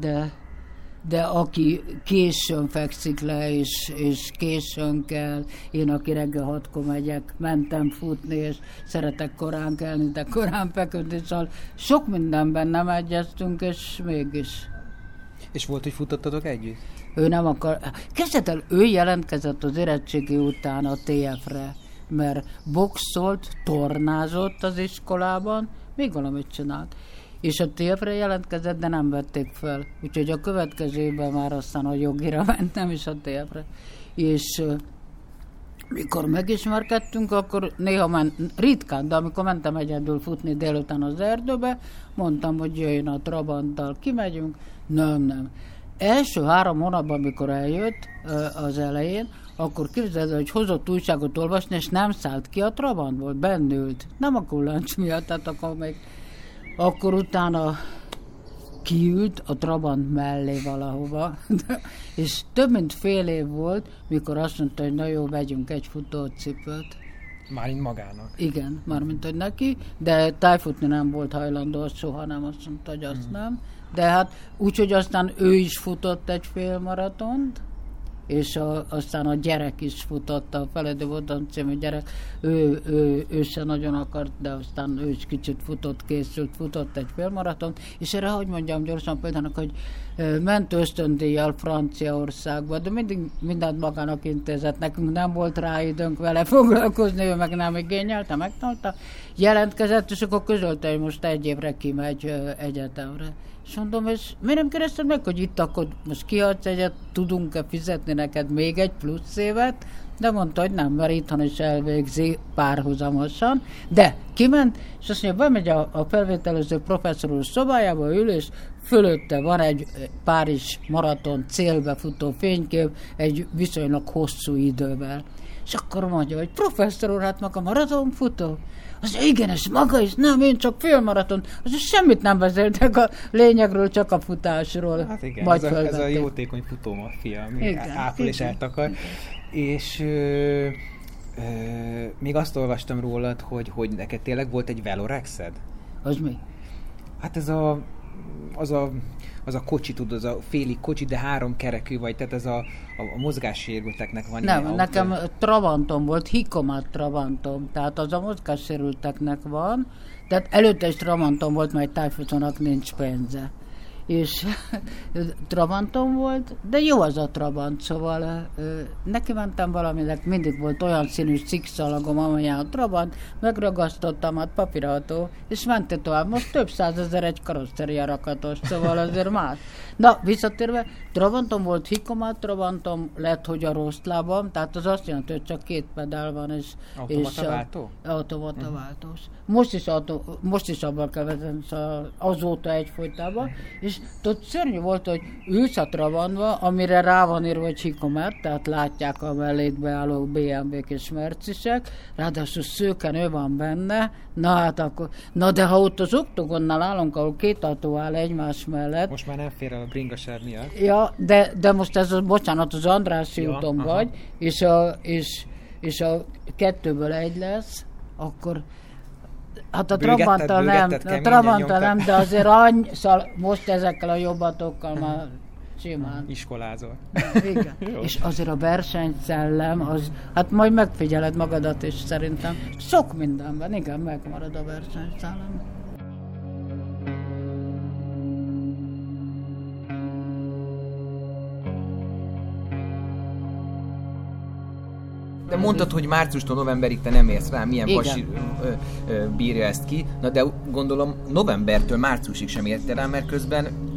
de aki későn fekszik le, és későn kell, én aki reggel 6-kor mentem futni, és szeretek korán kelni, de korán feküdni, szóval sok mindenben nem egyeztünk, és mégis. És volt, hogy futottatok együtt? Ő nem akar. Kezdett el, ő jelentkezett az érettségi után a TF-re, mert boxolt, tornázott az iskolában, még valamit csinált. És a TF-re jelentkezett, de nem vették fel. Úgyhogy a következő évben már aztán a jogira ment, nem is a TF-re. És mikor megismerkedtünk, akkor néha ritkán, de amikor mentem egyedül futni délután az erdőbe, mondtam, hogy jöjjön a Trabanttal, kimegyünk. Nem. Első 3 hónapban, amikor eljött az elején, akkor képzeld, hogy hozott újságot olvasni, és nem szállt ki a Trabantból, bennült. Nem a kullancs miatt, tehát akkor utána kiült a Trabant mellé valahova, és több mint fél év volt, mikor azt mondta, hogy na jó, vegyünk egy futócipőt. Mármint magának. Igen, mármint hogy neki, de tájfutni nem volt hajlandó, soha nem, azt mondta, hogy azt nem. De hát úgyhogy aztán ő is futott egy félmaratont, és aztán a gyerek is futott, a Feledi Botton című gyerek, ő se nagyon akart, de aztán ő is kicsit futott egy félmaraton, és erre, hogy mondjam gyorsan például, hogy ment ösztöndíjjal Franciaországba, de mindig mindent magának intézett, nekünk nem volt rá időnk vele foglalkozni, ő meg nem igényelte, megtanulta, jelentkezett, és akkor közölte, hogy most 1 évre kimegy egyetemre. És mondom, és miért nem kérdezted meg, hogy itt akkor most kiadsz egyet, tudunk-e fizetni neked még egy plusz évet? De mondta, hogy nem, mert itthon is elvégzi párhuzamosan. De kiment, és azt mondja, bemegy a felvételező professzor úr szobájába, ül, és fölötte van egy Párizs maraton célbefutó fénykép egy viszonylag hosszú idővel. És akkor mondja, hogy professzor úr, hát maga maratonfutó? Az igen, és maga is, nem, én csak félmaraton. Az semmit nem beszéltek a lényegről, csak a futásról. Hát igen, ez a jótékony futómaffia, ami ápol és eltakar. És még azt olvastam rólad, hogy neked tényleg volt egy velorexed? Az mi? Hát az a kocsi, tudod, az a félig kocsi, de 3 kerekű vagy, tehát ez a mozgássérülteknek van. Nem, nekem Trabantom volt, Hikomat Trabantom, tehát az a mozgássérülteknek van, tehát előtte is Trabantom volt, mert tájfutónak nincs pénze. És Trabantom volt, de jó az a Trabant, szóval neki mentem valaminek, mindig volt olyan színű szikszalagom, amelyen a Trabant, megragasztottam, hát papírható, és mentél tovább. Most több 100 000 egy karosszéria rakatos, szóval azért más. Na, visszatérve, Trabantom volt, Hikomat Trabantom lett, hogy a rossz lábam, tehát az azt jelenti, hogy csak 2 pedál van, és váltó? Automata váltós. Most is abban kell vezetni, szóval azóta egyfolytában, és ott szörnyű volt, hogy ülsz a Trabantba, amire rá van írva, hogy Hikomat, tehát látják a mellétbe álló BMW-k és Mercisek, ráadásul szőkenő van benne, na hát akkor, de ha ott az oktogonnál állunk, ahol 2 autó áll egymás mellett. Most már nem fér el a bringasáv miatt. Ja, de most ez, bocsánat, az Andrássy úton vagy, és a 2-ből 1 lesz, akkor hát a Trabanttal nem, de azért szóval most ezekkel a jobbatokkal már simán. Iskolázol. Igen. És azért a versenyszellem, az, hát majd megfigyeled magadat is szerintem. Sok mindenben, igen, megmarad a versenyszellem. De mondtad, hogy márciustól novemberig te nem érsz rá, milyen pasi bírja ezt ki. Na de gondolom novembertől márciusig sem értél rá, mert közben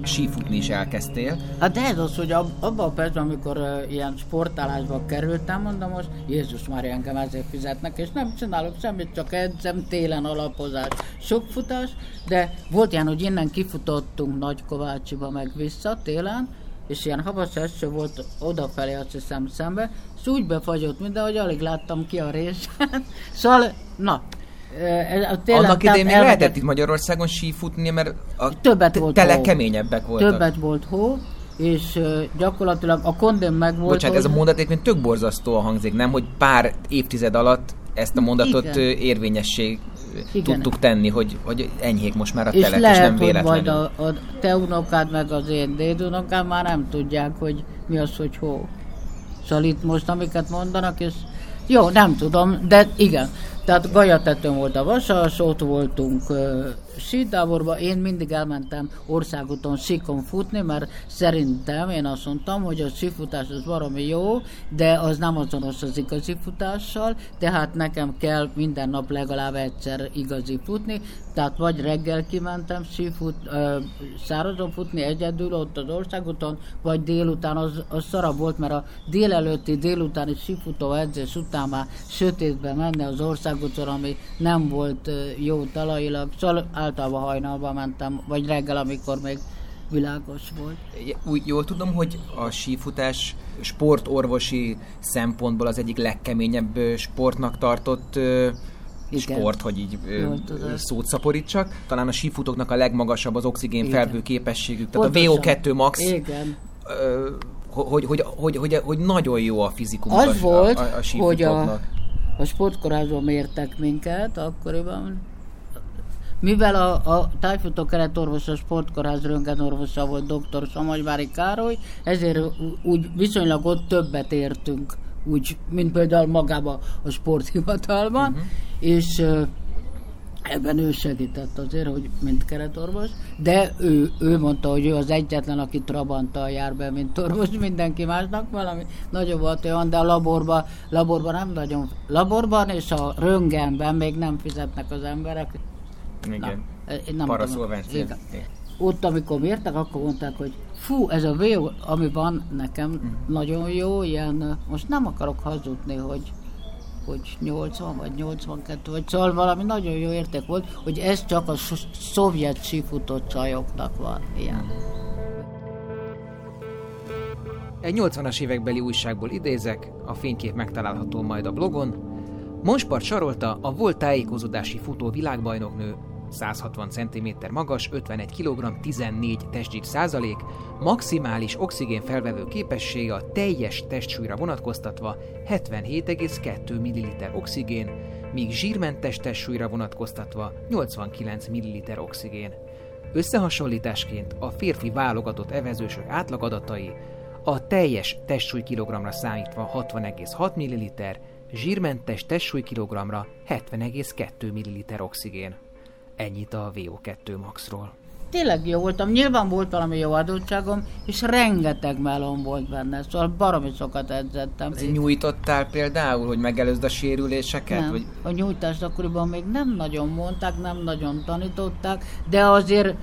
sífutni is elkezdtél. Hát de ez az, hogy abban a percben, amikor ilyen sportálásba kerültem, mondom most, Jézus Mária, engem ezért fizetnek, és nem csinálok semmit, csak edzem, télen alapozás, sok futás, de volt ilyen, hogy innen kifutottunk Nagykovácsiba meg vissza télen, és ilyen havas eső volt odafelé, azt hiszem szembe, és úgy befagyott minden, hogy alig láttam ki a résen. Szóval, na, annak idején még lehetett itt Magyarországon sífutni, mert a telek keményebbek voltak. Többet volt hó, és gyakorlatilag a kondém meg volt. Bocsánat, ez a mondat egyébként tök borzasztóan hangzik, nem? Hogy pár évtized alatt ezt a mondatot érvényessé tudtuk tenni, hogy enyhék most már a telek, és nem véletlenül. És lehet, hogy majd a te unokád meg az én dédunokám már nem tudják, hogy mi az, hogy hó. Szóval itt most, amiket mondanak, és jó, nem tudom, de igen. Tehát Galyatetőn volt a vasas, ott voltunk sítáborban, én mindig elmentem országúton síkon futni, mert szerintem én azt mondtam, hogy a sífutás az baromi jó, de az nem azonos az igazi futással, tehát nekem kell minden nap legalább egyszer igazi futni, tehát vagy reggel kimentem szárazon futni egyedül ott az országúton, vagy délután, az szarabb volt, mert a délutáni sífutó edzés után már sötétbe menne az országúton, ami nem volt jó talajilag, szóval általában hajnalban mentem, vagy reggel, amikor még világos volt. Úgy jól tudom, hogy a sífutás sportorvosi szempontból az egyik legkeményebb sportnak tartott sport, hogy így szót szaporítsak. Talán a sífutóknak a legmagasabb az oxigén felvő képességük, tehát pontosan. A VO2 max. Igen. Hogy nagyon jó a fizikum az volt, a sífutóknak. Hogy a sportkorázban mértek minket akkoriban, mivel a tájfutó keretorvos, a sportkoráz röntgenorvosa volt dr. Somogyvári Károly, ezért úgy viszonylag ott többet értünk, úgy, mint például magában a sporthivatalban, és ebben ő segített azért, hogy mint keretorvos, de ő mondta, hogy ő az egyetlen, aki Trabanttal jár be, mint orvos, mindenki másnak valami nagyon volt olyan, de a laborban nem nagyon, laborban és a röntgenben még nem fizetnek az emberek. Igen, paraszolvencia. Ott, amikor mértek, akkor mondták, hogy fú, ez a VO, ami van nekem nagyon jó, ilyen, most nem akarok hazudni, hogy 80 vagy 82, vagy szóval valami nagyon jó érték volt, hogy ez csak a szovjet sífutott csajoknak van ilyen. Egy 80-as évekbeli újságból idézek, a fénykép megtalálható majd a blogon. Monspart Sarolta, a volt tájékozódási futó világbajnoknő, 160 cm magas, 51 kg, 14 testzsír százalék, maximális oxigén felvevő képessége a teljes testsúlyra vonatkoztatva 77,2 ml oxigén, míg zsírmentes testsúlyra vonatkoztatva 89 ml oxigén. Összehasonlításként a férfi válogatott evezősök átlagadatai a teljes testsúly kilogramra számítva 60,6 ml, zsírmentes testsúly kilogramra 70,2 ml oxigén. Ennyit a VO2 maxról. Tényleg jó voltam, nyilván volt valami jó adottságom, és rengeteg melon volt benne, szóval baromi sokat edzettem. Nyújtottál például, hogy megelőzd a sérüléseket? Nem, vagy? A nyújtást akkoriban még nem nagyon mondták, nem nagyon tanították, de azért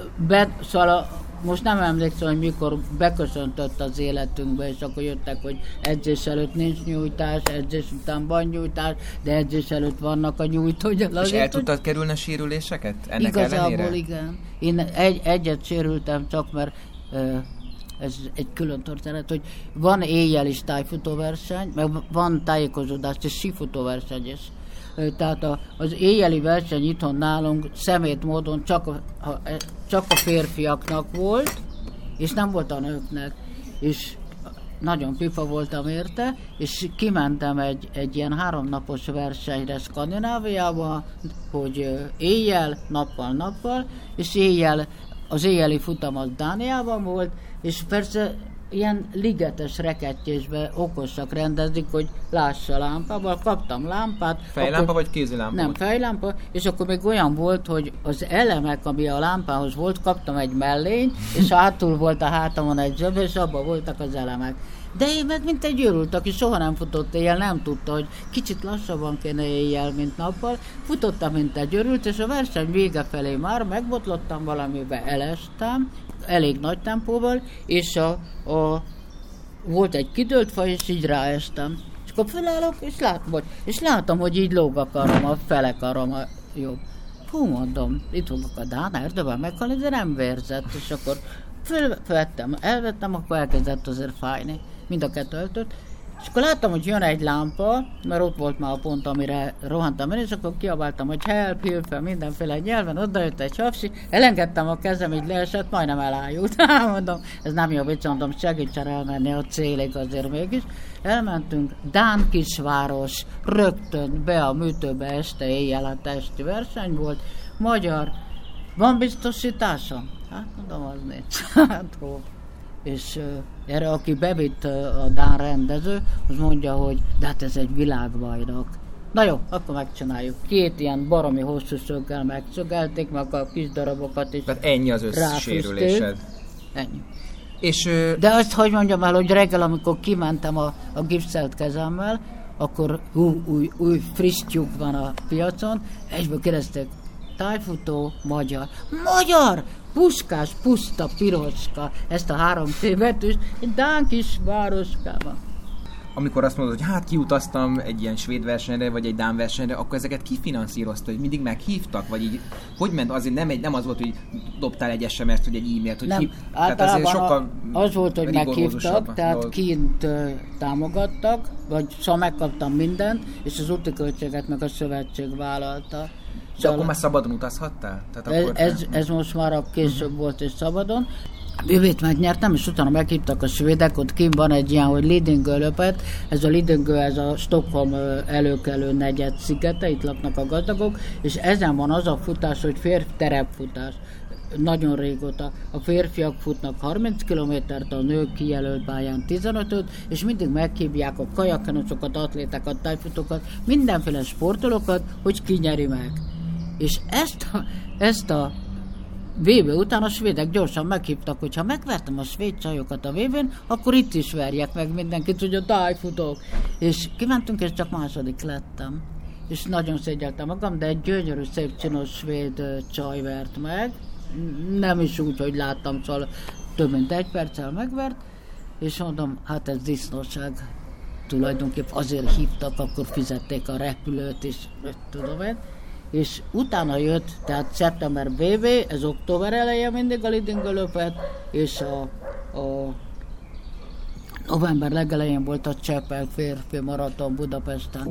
szóval most nem emlékszem, hogy mikor beköszöntött az életünkbe, és akkor jöttek, hogy edzés előtt nincs nyújtás, edzés után van nyújtás, de edzés előtt vannak a nyújtógyalak. És el tudtad kerülni a sérüléseket? Ennek igazából ellenére? Igen. Én egyet sérültem csak, mert ez egy külön történet, hogy van éjjel is tájfutóverseny, meg van tájékozódás és sífutóverseny is. Tehát az éjjeli verseny itthon nálunk szemét módon csak a férfiaknak volt, és nem volt a nőknek. És nagyon pipa voltam érte, és kimentem egy ilyen 3 napos versenyre Skandináviába, hogy éjjel, nappal, és az éjjeli futam az Dániában volt, és persze ilyen ligetes rekettyésbe okosak rendezik, hogy lássa lámpával. Kaptam lámpát. Fejlámpa vagy kézilámpa? Nem, fejlámpa, és akkor még olyan volt, hogy az elemek, ami a lámpához volt, kaptam egy mellényt, és hátul volt a hátamon egy zseb, és abban voltak az elemek. De én meg mint egy őrült, aki soha nem futott éjjel, nem tudta, hogy kicsit lassabban kéne éjjel, mint nappal. Futottam, mint egy őrült, és a verseny vége felé már megbotlottam valamibe, elestem, elég nagy tempóval, és volt egy kidőlt fa, és így ráestem. És akkor felállok, és látom, hogy így lóg a karom, a fele karom a jobb. Hú, mondom, itt fogok a Dán erdőben meghalni, de nem vérzett, és akkor elvettem, akkor elkezdett azért fájni. Mind a kettő eltört. És akkor láttam, hogy jön egy lámpa, mert ott volt már a pont, amire rohantam el, és akkor kiabáltam, hogy help, mindenféle nyelven, odajött egy hapsi, elengedtem a kezem, így leesett, majdnem elájult. Mondom, ez nem jó vicc, mondom, segítsen elmenni a célig azért mégis. Elmentünk, Dán kisváros, rögtön be a műtőbe este, éjjel a testi verseny volt, magyar, van biztosításom? Hát mondom, az nincs. Hát hol. És erre, aki bevitt a dán rendező, az mondja, hogy de hát ez egy világbajnok. Na jó, akkor megcsináljuk. 2 ilyen baromi hosszú szöggel megszögelték, meg a kis darabokat is. Tehát ennyi az összsérülésed. Ennyi. És, de azt, hogy mondjam el, hogy reggel, amikor kimentem a gipszelt kezemmel, akkor új friss tyúk van a piacon, egyből kérdezték, tájfutó, magyar. Magyar! Puskás, puszta, piroska, ezt a 3 betűs, egy dán kis városkában. Amikor azt mondod, hogy hát kiutaztam egy ilyen svéd versenyre, vagy egy dán versenyre, akkor ezeket kifinanszírozta, hogy mindig meghívtak, vagy így, hogy ment? Azért nem az volt, hogy dobtál egy SMS-t, vagy egy e-mailt, hogy nem, tehát azért sokkal az volt, hogy meghívtak, tehát kint támogattak, vagy szóval megkaptam mindent, és az úti költséget meg a szövetség vállalta. De akkor már szabadon utazhattál? Tehát ez most már a később volt és szabadon. Bővét megnyertem, és utána meghívtak a svédek, ott kint van egy ilyen, hogy Lidingö-löpet, ez a Lidingö, ez a Stockholm előkelő negyed szigete, itt laknak a gazdagok, és ezen van az a futás, hogy terepfutás. Nagyon régóta. A férfiak futnak 30 kilométert, a nők kijelölt pályán 15-öt, és mindig meghívják a kajakkenosokat, atlétákat, tájfutókat, mindenféle sportolókat, hogy ki nyeri meg. És ezt a VB után a svédek gyorsan meghívtak, hogy ha megvertem a svéd csajokat a VB-n, akkor itt is verjek meg mindenkit, hogy a tájfutók. És kimentünk, és csak második lettem. És nagyon szégyeltem magam, de egy gyönyörű, szép, csinos svéd csaj vert meg. Nem is úgy, hogy láttam, szóval több mint 1 perccel megvert, és mondom, hát ez disznóság. Tulajdonképp azért hívtak, akkor fizették a repülőt is, tudom én. És utána jött, tehát szeptember BB, ez október eleje mindig a Lidingö-löpet, és a november legelején volt a Csepel férfi maraton Budapesten.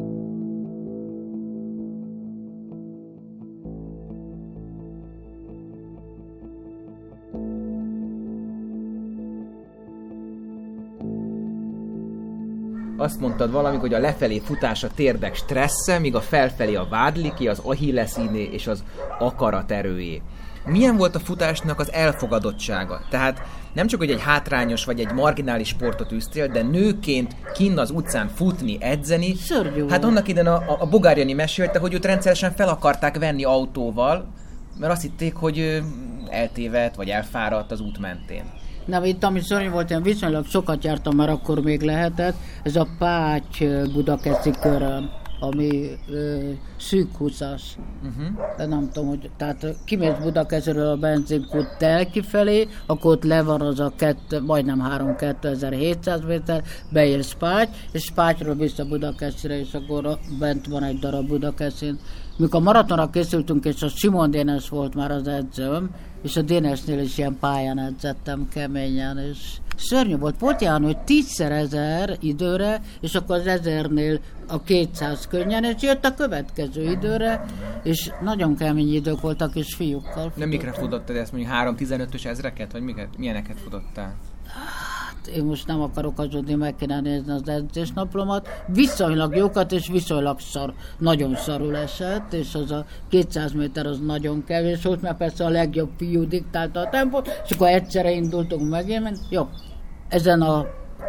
Azt mondtad valamikor, hogy a lefelé futás a térdek stressze, míg a felfelé a vádliki, az ahilleszíné és az akarat erőjé. Milyen volt a futásnak az elfogadottsága? Tehát nem csak, hogy egy hátrányos vagy egy marginális sportot űztél, de nőként kinn az utcán futni, edzeni. Szörnyű. Hát annak idején a Bogár Jani mesélte, hogy őt rendszeresen fel akarták venni autóval, mert azt hitték, hogy eltévedt vagy elfáradt az út mentén. Nem, itt ami szörnyű volt, én viszonylag sokat jártam, mert akkor még lehetett. Ez a Páty Budakeszi körön, ami szűk 20-as. De nem tudom, hogy tehát kimész Budakesziről a benzinkút Telki felé, akkor ott le van az a majdnem 2700 méter, beérsz Páty, és Pátyról vissza Budakeszire, és akkor bent van egy darab Budakeszin. Mikor a maratonra készültünk, és a Simon Dénes volt már az edzőm, és a Dénesnél is ilyen pályán edzettem keményen, és szörnyű volt. Volt ilyen, hogy 10x1000 időre, és akkor az 1000-nél a 200 könnyen, és jött a következő időre, és nagyon kemény idők voltak, és fiúkkal. Nem mikre futottad ezt, mondjuk 3-15-ös ezreket, vagy milyeneket futottál? Én most nem akarok hazudni, meg kéne nézni az edzésnaplomat. Viszonylag jókat, és viszonylag nagyon szarul esett, és az a 200 méter az nagyon kevés volt, mert persze a legjobb fiú diktálta a tempót, és akkor egyszerre indultunk megint, jó. Ezen a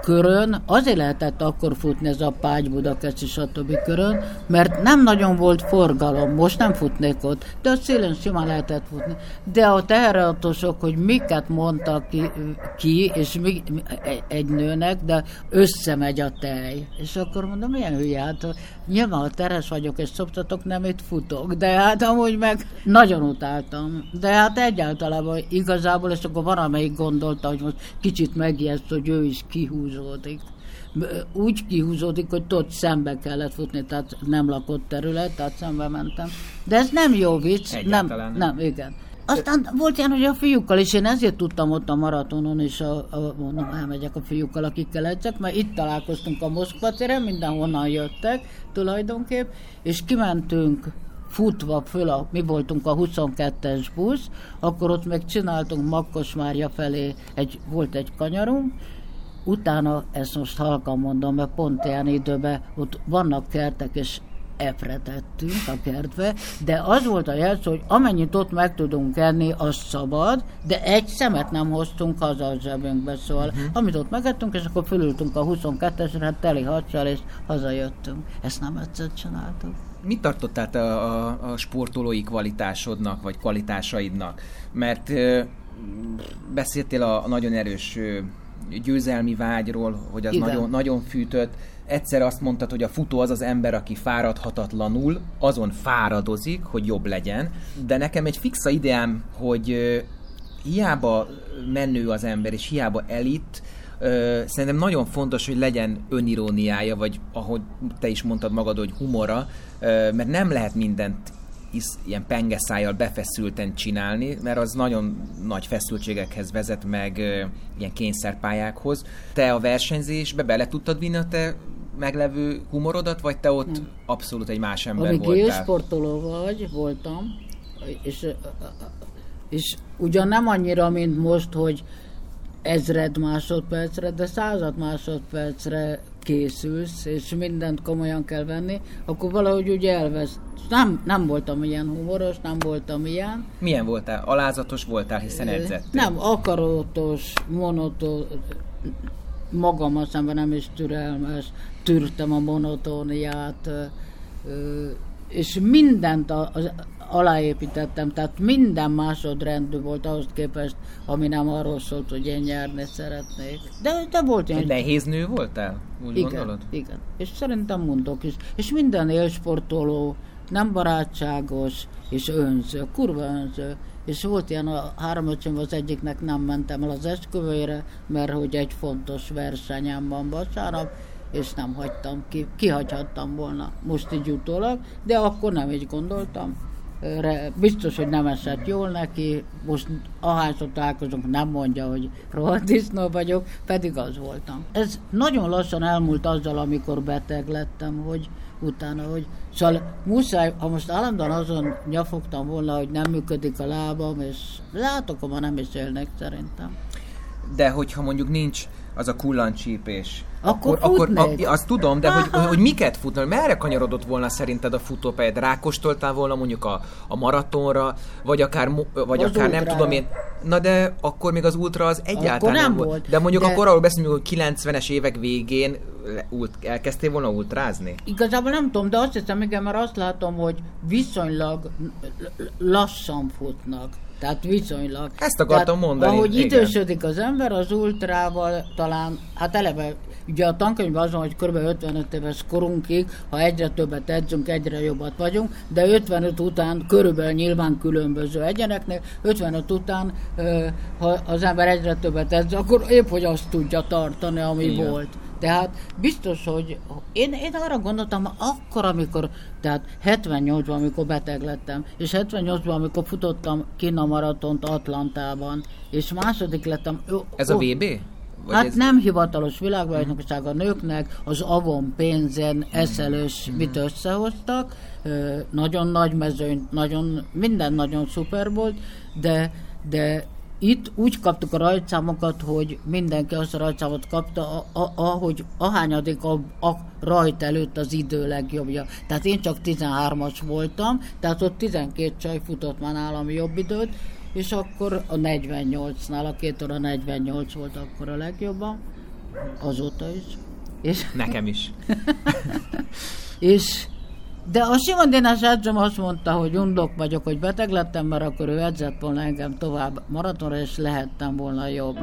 körön azért lehetett akkor futni, ez a Págy, Budakeszi, stb. Körön, mert nem nagyon volt forgalom, most nem futnék ott, de a szélen simán lehetett futni. De a teherautósok, hogy miket mondtak ki és egy nőnek, de összemegy a tej. És akkor mondom, milyen hülye, hát nyilván, ha teres vagyok és szoptatok, nem itt futok, de hát amúgy meg nagyon utáltam. De hát egyáltalában igazából, és akkor van, amelyik gondolta, hogy most kicsit megijeszt, hogy ő is kihúzódik. Úgy kihúzódik, hogy ott szembe kellett futni, tehát nem lakott terület, tehát szembe mentem. De ez nem jó vicc. Nem, igen. Aztán volt ilyen, hogy a fiúkkal is, én ezért tudtam ott a maratonon is, mondom, elmegyek a fiúkkal, akikkel edzek, mert itt találkoztunk a Moszkva téren, mindenhonnan jöttek tulajdonképp, és kimentünk futva föl, mi voltunk a 22-es busz, akkor ott meg csináltunk Makkosmárja felé, volt egy kanyarunk, utána, ezt most halkan mondom, mert pont ilyen időben ott vannak kertek, és epretettünk a kertbe, de az volt a jelző, hogy amennyit ott meg tudunk enni, az szabad, de egy szemet nem hoztunk haza a zsebünkbe, szóval amit ott megettünk, és akkor fölültünk a 22-esre, hát teli hadsal, és hazajöttünk. Ezt nem egyszer csináltuk. Mit tartottál te a sportolói kvalitásodnak, vagy kvalitásaidnak? Mert beszéltél a nagyon erős győzelmi vágyról, hogy az nagyon, nagyon fűtött. Egyszer azt mondtad, hogy a futó az az ember, aki fáradhatatlanul azon fáradozik, hogy jobb legyen, de nekem egy fixa ideám, hogy hiába menő az ember, és hiába elit, szerintem nagyon fontos, hogy legyen öniróniája, vagy ahogy te is mondtad magad, hogy humora, mert nem lehet mindent ilyen pengeszájjal befeszülten csinálni, mert az nagyon nagy feszültségekhez vezet, meg ilyen kényszerpályákhoz. Te a versenyzésbe bele tudtad vinni a te meglevő humorodat, vagy te ott abszolút egy más ember voltál? Amíg élsportoló voltam, és ugyan nem annyira, mint most, hogy 1000 másodpercre, de 100 másodpercre készülsz, és mindent komolyan kell venni, akkor valahogy úgy elvesz. Nem voltam ilyen humoros, nem voltam ilyen. Milyen voltál? Alázatos voltál, hiszen edzettél? Nem, akarótos, monoton, magammal szemben nem is türelmes, tűrtem a monotóniát, és mindent aláépítettem, tehát minden másodrendű volt ahhoz képest, ami nem arról szólt, hogy én nyerni szeretnék. De volt ilyen... Nehéz nő voltál? Úgy igen, gondolod? Igen, és szerintem mondok is. És minden élsportoló nem barátságos, és önző, kurva önző. És volt ilyen a 3 öcsém, az egyiknek nem mentem el az esküvőjére, mert hogy egy fontos versenyem van vasárnap, és nem hagytam ki. Kihagyhattam volna most így utólag, de akkor nem így gondoltam. Biztos, hogy nem esett jól neki, most ahányszor találkozunk, nem mondja, hogy rohadt disznó vagyok, pedig az voltam. Ez nagyon lassan elmúlt azzal, amikor beteg lettem, hogy utána, hogy szóval muszáj, ha most állandóan azon nyafogtam volna, hogy nem működik a lábam, és látok, ma nem is élnek szerintem. De hogyha mondjuk nincs az a kullancsípés, akkor azt tudom, de hogy miket futnál, merre kanyarodott volna szerinted a futópályád? Rákóstoltál volna mondjuk a maratonra, vagy akár nem tudom én. Na de akkor még az ultra az egyáltalán nem volt. De mondjuk akkor arról beszélünk, hogy 90-es évek végén elkezdtél volna ultrázni? Igazából nem tudom, de azt hiszem, igen, mert azt látom, hogy viszonylag lassan futnak. Tehát viszonylag. Ezt akartam mondani. Ahogy idősödik az ember, az ultrával talán, hát eleve, ugye a tankönyvben azon, hogy kb. 55 éves korunkig, ha egyre többet edzünk, egyre jobbat vagyunk, de 55 után körülbelül nyilván különböző egyeneknél, 55 után, ha az ember egyre többet edz, akkor épp hogy azt tudja tartani, ami igen. Volt. Tehát biztos, hogy én arra gondoltam, akkor, amikor, tehát 78-ban, amikor beteg lettem, és 78-ban, amikor futottam kinn a maratont Atlantában, és második lettem. Ez a VB? Hát ez... nem hivatalos világbajnokság a nőknek, az Avon pénzen eszelős mit összehoztak, nagyon nagy mezőny, minden nagyon szuper volt, de itt úgy kaptuk a rajtszámokat, hogy mindenki azt a rajtszámot kapta, ahogy ahányadik a rajt előtt az idő legjobbja. Tehát én csak 13-as voltam, tehát ott 12 csaj futott már nálam jobb időt, és akkor a 48-nál, a 2 óra 48 volt akkor a legjobban. Azóta is. És nekem is. De a Simon Dénes edzőm azt mondta, hogy undok vagyok, hogy beteg lettem, mert akkor ő edzett volna engem tovább maratonra, és lehettem volna jobb.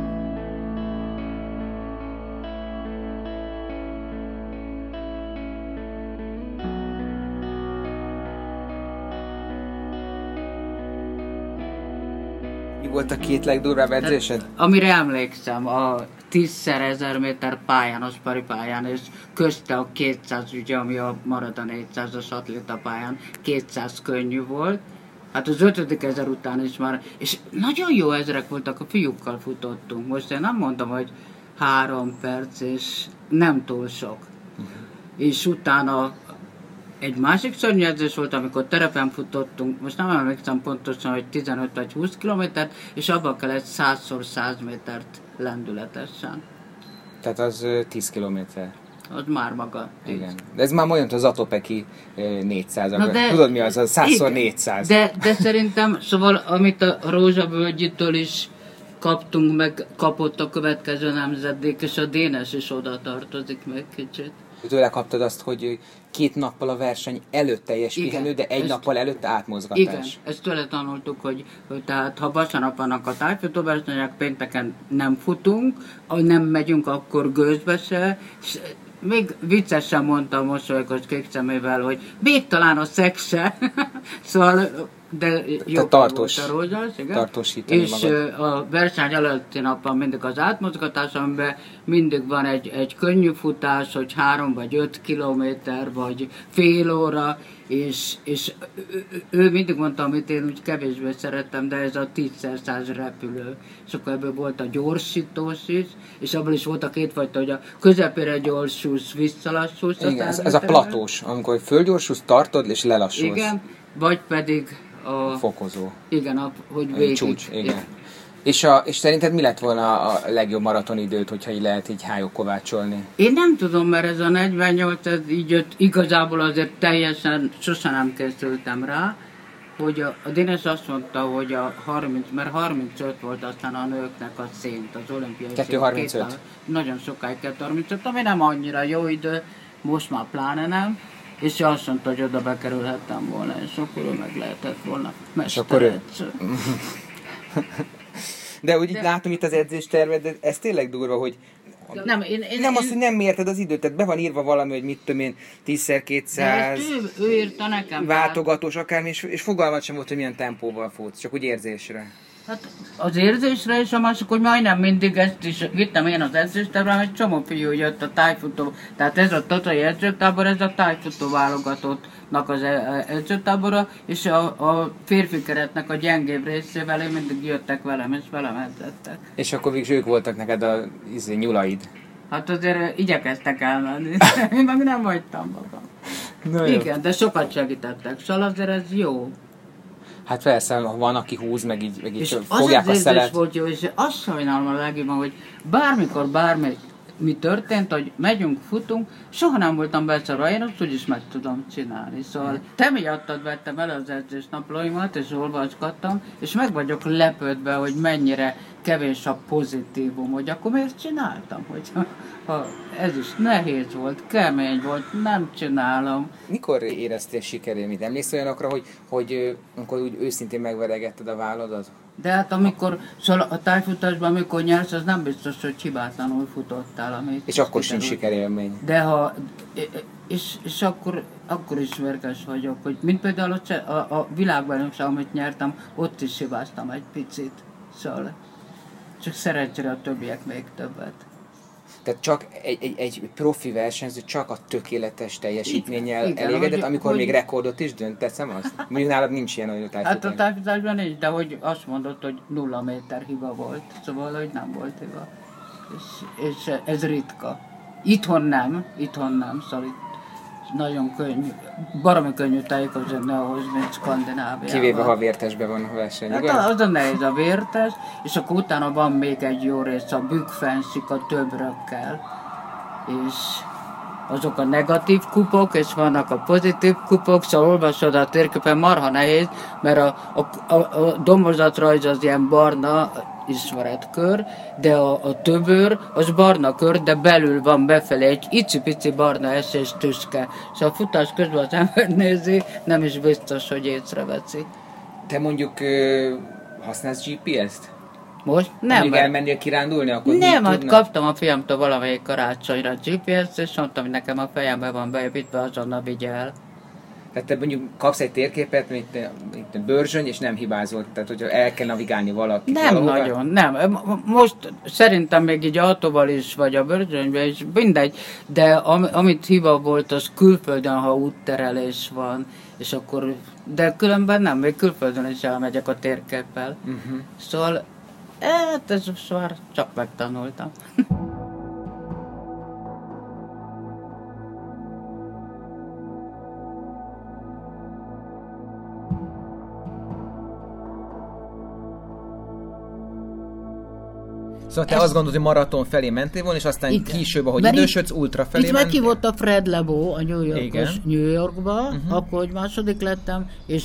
Mi volt a két legdurvább edzésed? Amire emlékszem, a 10x1000 méter pályán, a spari pályán, és közte a 200, ugye, ami marad a 400-as atléta pályán, 200 könnyű volt. Hát az 5. ezer után is már, és nagyon jó ezrek voltak, a fiúkkal futottunk. Most én nem mondom, hogy 3 perc, és nem túl sok. És utána egy másik szörnyű edzés volt, amikor terepen futottunk, most nem emlékszem pontosan, hogy 15 vagy 20 kilométert, és abban kellett 100x100 métert lendületesen. Tehát az 10 kilométer. Az már maga. Igen. De ez már olyan, az Atopeki 400. Tudod mi az? A 100x400. De szerintem, szóval amit a Rózsavölgyitől is kaptunk, meg kapott a következő nemzedék, és a Dénes is oda tartozik meg kicsit. Tőle kaptad azt, hogy 2 nappal a verseny előtt teljes pihenő, de egy nappal előtt átmozgatás. Igen, ezt tőle tanultuk, hogy tehát ha vasárnap vannak a tájfutó versenyek, pénteken nem futunk, ha nem megyünk, akkor gőzbe se. Még viccesen mondtam mosolygos kék szemével, hogy még talán a szex se. Szóval, de jó tartós, volt a rózsas, igen. Tartósítani és magad. a verseny előtti napban mindig az átmozgatás, amiben mindig van egy könnyű futás, hogy 3 vagy 5 kilométer, vagy fél óra, és ő mindig mondta, amit én úgy kevésbé szerettem, de ez a 10x100 repülő. És akkor ebből volt a gyorsítós is, és abból is volt a kétfajta, hogy a közepére gyorsulsz, visszalassulsz. Igen, ez a platós, amikor fölgyorsulsz, tartod és lelassulsz. Igen, vagy pedig a fokozó. Igen, hogy végig. Csúcs, igen. És szerinted mi lett volna a legjobb maratonidőt, hogyha így lehet így hájok kovácsolni? Én nem tudom, mert ez a 48, ez így jött, igazából azért teljesen, sosem nem készültem rá, hogy a Dénes azt mondta, hogy a 30, mert 35 volt aztán a nőknek a szint, az olimpiai szint. 2:35. Nagyon sokáig 2:35, ami nem annyira jó idő, most már pláne nem. És azt mondta, hogy oda bekerülhettem volna, és akkor ő meg lehetett volna mesteredző. De úgy így látom itt az edzésterved, de ez tényleg durva, hogy nem azt, hogy nem mérted az időt, tehát be van írva valami, hogy mit tudom én, 10x200, ő írta nekem. váltogatós akármi, és fogalmat sem volt, hogy milyen tempóval futsz, csak úgy érzésre. Hát az érzésre és a másik, hogy majdnem mindig ezt is vittem én az edzőtáborra, egy csomó fiú jött a tájfutó, tehát ez a tatai edzőtábor, ez a tájfutó válogatottnak az edzőtábora, és a férfi keretnek a gyengébb részével mindig jöttek velem, és velem edzettek. És akkor végül ők voltak neked a nyulaid? Hát azért igyekeztek elmenni, én meg nem hagytam magam. Igen, de sokat segítettek, szóval azért ez jó. Hát persze, van, aki húz, meg így és fogják a szelet. És volt jó, és azt sajnálom a legjobban, hogy bármikor, mi történt, hogy megyünk, futunk, soha nem voltam beszarva, én azt úgyis meg tudom csinálni. Szóval te miattad vettem el az edzésnaplóimat, és olvasgattam, és meg vagyok lepődve, hogy mennyire kevés a pozitívum, hogy akkor miért csináltam, hogy ha ez is nehéz volt, kemény volt, nem csinálom. Mikor éreztél sikerélményt? Emlékszel olyanokra, hogy amikor úgy őszintén megveregetted a válladat? De hát amikor, szóval a tájfutásban, amikor nyersz, az nem biztos, hogy hibátlanul futottál. Amit és akkor sincs sikerélmény. De ha, és akkor is mérges vagyok, hogy mint például a világbajnokság, amit nyertem, ott is hibáztam egy picit. Szóval csak szerencsére a többiek még többet. Tehát csak egy profi versenyző csak a tökéletes teljesítménnyel elégedett, amikor még rekordot is dönt, teszem azt? Mondjuk nálad nincs ilyen olyan tájfutás. Hát a tájfutásban nincs, de hogy azt mondott, hogy 0 méter hiba volt. Szóval, hogy nem volt hiba. És ez ritka. Itthon nem, szóval itt nagyon könnyű, baromi könnyű tájékozódni ahhoz, mint Skandináviában. Kivéve, ha vértesben van a verseny, hát az a nehéz a vértes, és akkor utána van még egy jó rész, a bükkfensik a többrökkel. És azok a negatív kupok, és vannak a pozitív kupok, szóval olvasod a térképen, marha nehéz, mert a dombozatrajz az ilyen barna, ismeretkör, de a töbőr az barna kör, de belül van befelé egy icipici barna esés tüske. És a futás közben az ember nézi, nem is biztos, hogy észreveszi. Te mondjuk használsz GPS-t? Most nem. Amíg elmennél kirándulni, akkor nem, hát kaptam a fiamtól valamelyik karácsonyra GPS-t, és mondtam, hogy nekem a fejembe van beépítve, azonnal vigye el. Tehát te mondjuk kapsz egy térképet, mint Börzsöny, és nem hibázol, tehát hogyha el kell navigálni valakit nem valahova. Nagyon, nem. Most szerintem még így autóval is, vagy a Börzsönyben is, mindegy, de amit hiba volt, az külföldön, ha útterelés van, és akkor, de különben nem, még külföldön is elmegyek a térképpel. Szóval, ez már csak megtanultam. Szóval te azt gondolod, hogy maraton felé mentél volna, és aztán igen. Később, ahogy idősödsz, ultra felé mentél? Itt meghívott a Fred Lebo a New Yorkba, akkor, hogy második lettem,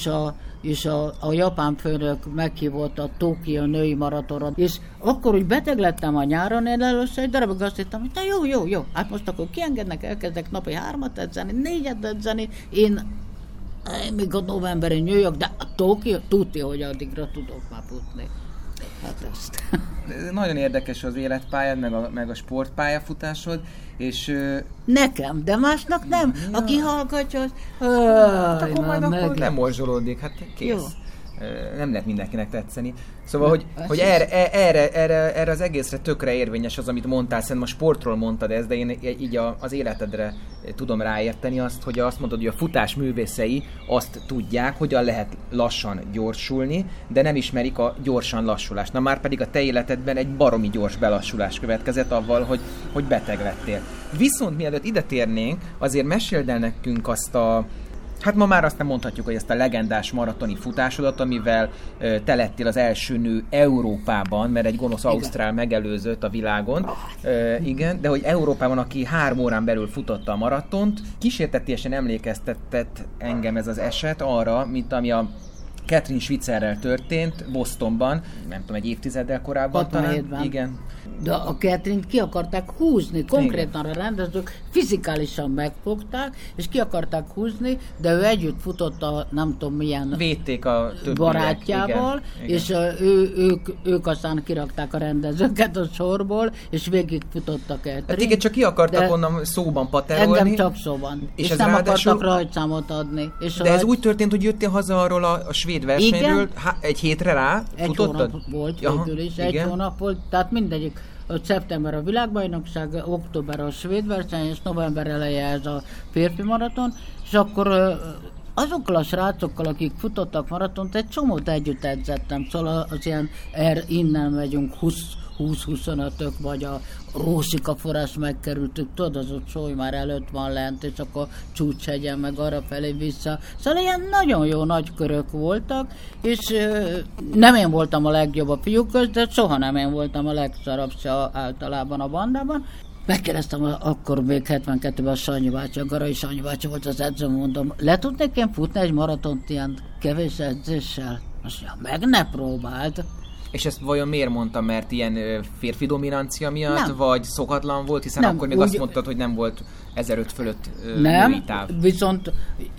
és a japán főnök meghívott a Tokió női maratonra, és akkor, hogy beteg lettem a nyáron, én először egy darabig azt hittem, hogy jó, hát most akkor kiengednek, elkezdek napi 3 edzeni, 4 edzeni, én még a novemberi New York, de a Tokió, tudja, hogy addigra tudok már futni. Hát ezt. Nagyon érdekes az életpályád, meg a sportpályafutásod, és... Nekem, de másnak nem. Ja. Aki hallgatja, az... akkor majd akkor nem morzsolódik, hát kész. Jó. Nem lehet mindenkinek tetszeni. Szóval, hogy erre az egészre tökre érvényes az, amit mondtál, szerintem a sportról mondtad ezt, de én így az életedre tudom ráérteni azt, hogy azt mondod, hogy a futás művészei azt tudják, hogyan lehet lassan gyorsulni, de nem ismerik a gyorsan lassulást. Na már pedig a te életedben egy baromi gyors belassulás következett avval, hogy beteg lettél. Viszont mielőtt ide térnénk, azért meséld el nekünk azt a hát ma már azt nem mondhatjuk, hogy ezt a legendás maratoni futásodat, amivel te lettél az első nő Európában, mert egy gonosz ausztrál megelőzött a világon, igen, de hogy Európában, aki 3 órán belül futotta a maratont, kísértetiesen emlékeztetett engem ez az eset arra, mint ami a Catherine Schwitzerrel történt Bostonban, nem tudom, egy évtizeddel korábban talán. Igen. De a Catherine-t ki akarták húzni, konkrétan a rendezők fizikálisan megfogták, és ki akarták húzni, de ő együtt futott a nem tudom milyen védték a barátjával, igen. És ők aztán kirakták a rendezőket a sorból, és végig futottak Catherine. Hát igen, csak ki akartak onnan szóban paterolni. Engem csak szóban. És nem akartak rajtszámot adni. És de ez úgy történt, hogy jöttél haza arról a svéd versenyről, egy hétre rá futottad? Egy hónap volt végül is, egy hónap volt, tehát mindegyik. Szeptember a világbajnokság, október a svéd verseny, és november eleje ez a férfi maraton, és akkor azokkal a srácokkal, akik futottak maratont, egy csomót együtt edzettem, szóval az ilyen innen megyünk 20-25-ök, vagy a Rósika forrás megkerültük, tudod, az ott Sóly már előtt van lent, és akkor Csúcshegyen, meg arra felé vissza. Szóval ilyen nagyon jó nagy körök voltak, és nem én voltam a legjobb a fiúk közt, de soha nem én voltam a legszarabb se általában a bandában. Megkérdeztem akkor még 72-ben a Sanyi bácsi, a Garai Sanyi bácsi volt az edző, mondom, le tudnék én futni egy maratont ilyen kevés edzéssel? Azt mondja, meg ne próbáld. És ezt vajon miért mondtam, mert ilyen férfi dominancia miatt, nem. Vagy szokatlan volt, hiszen nem, akkor még azt mondtad, hogy nem volt 1005 fölött nem, táv. Viszont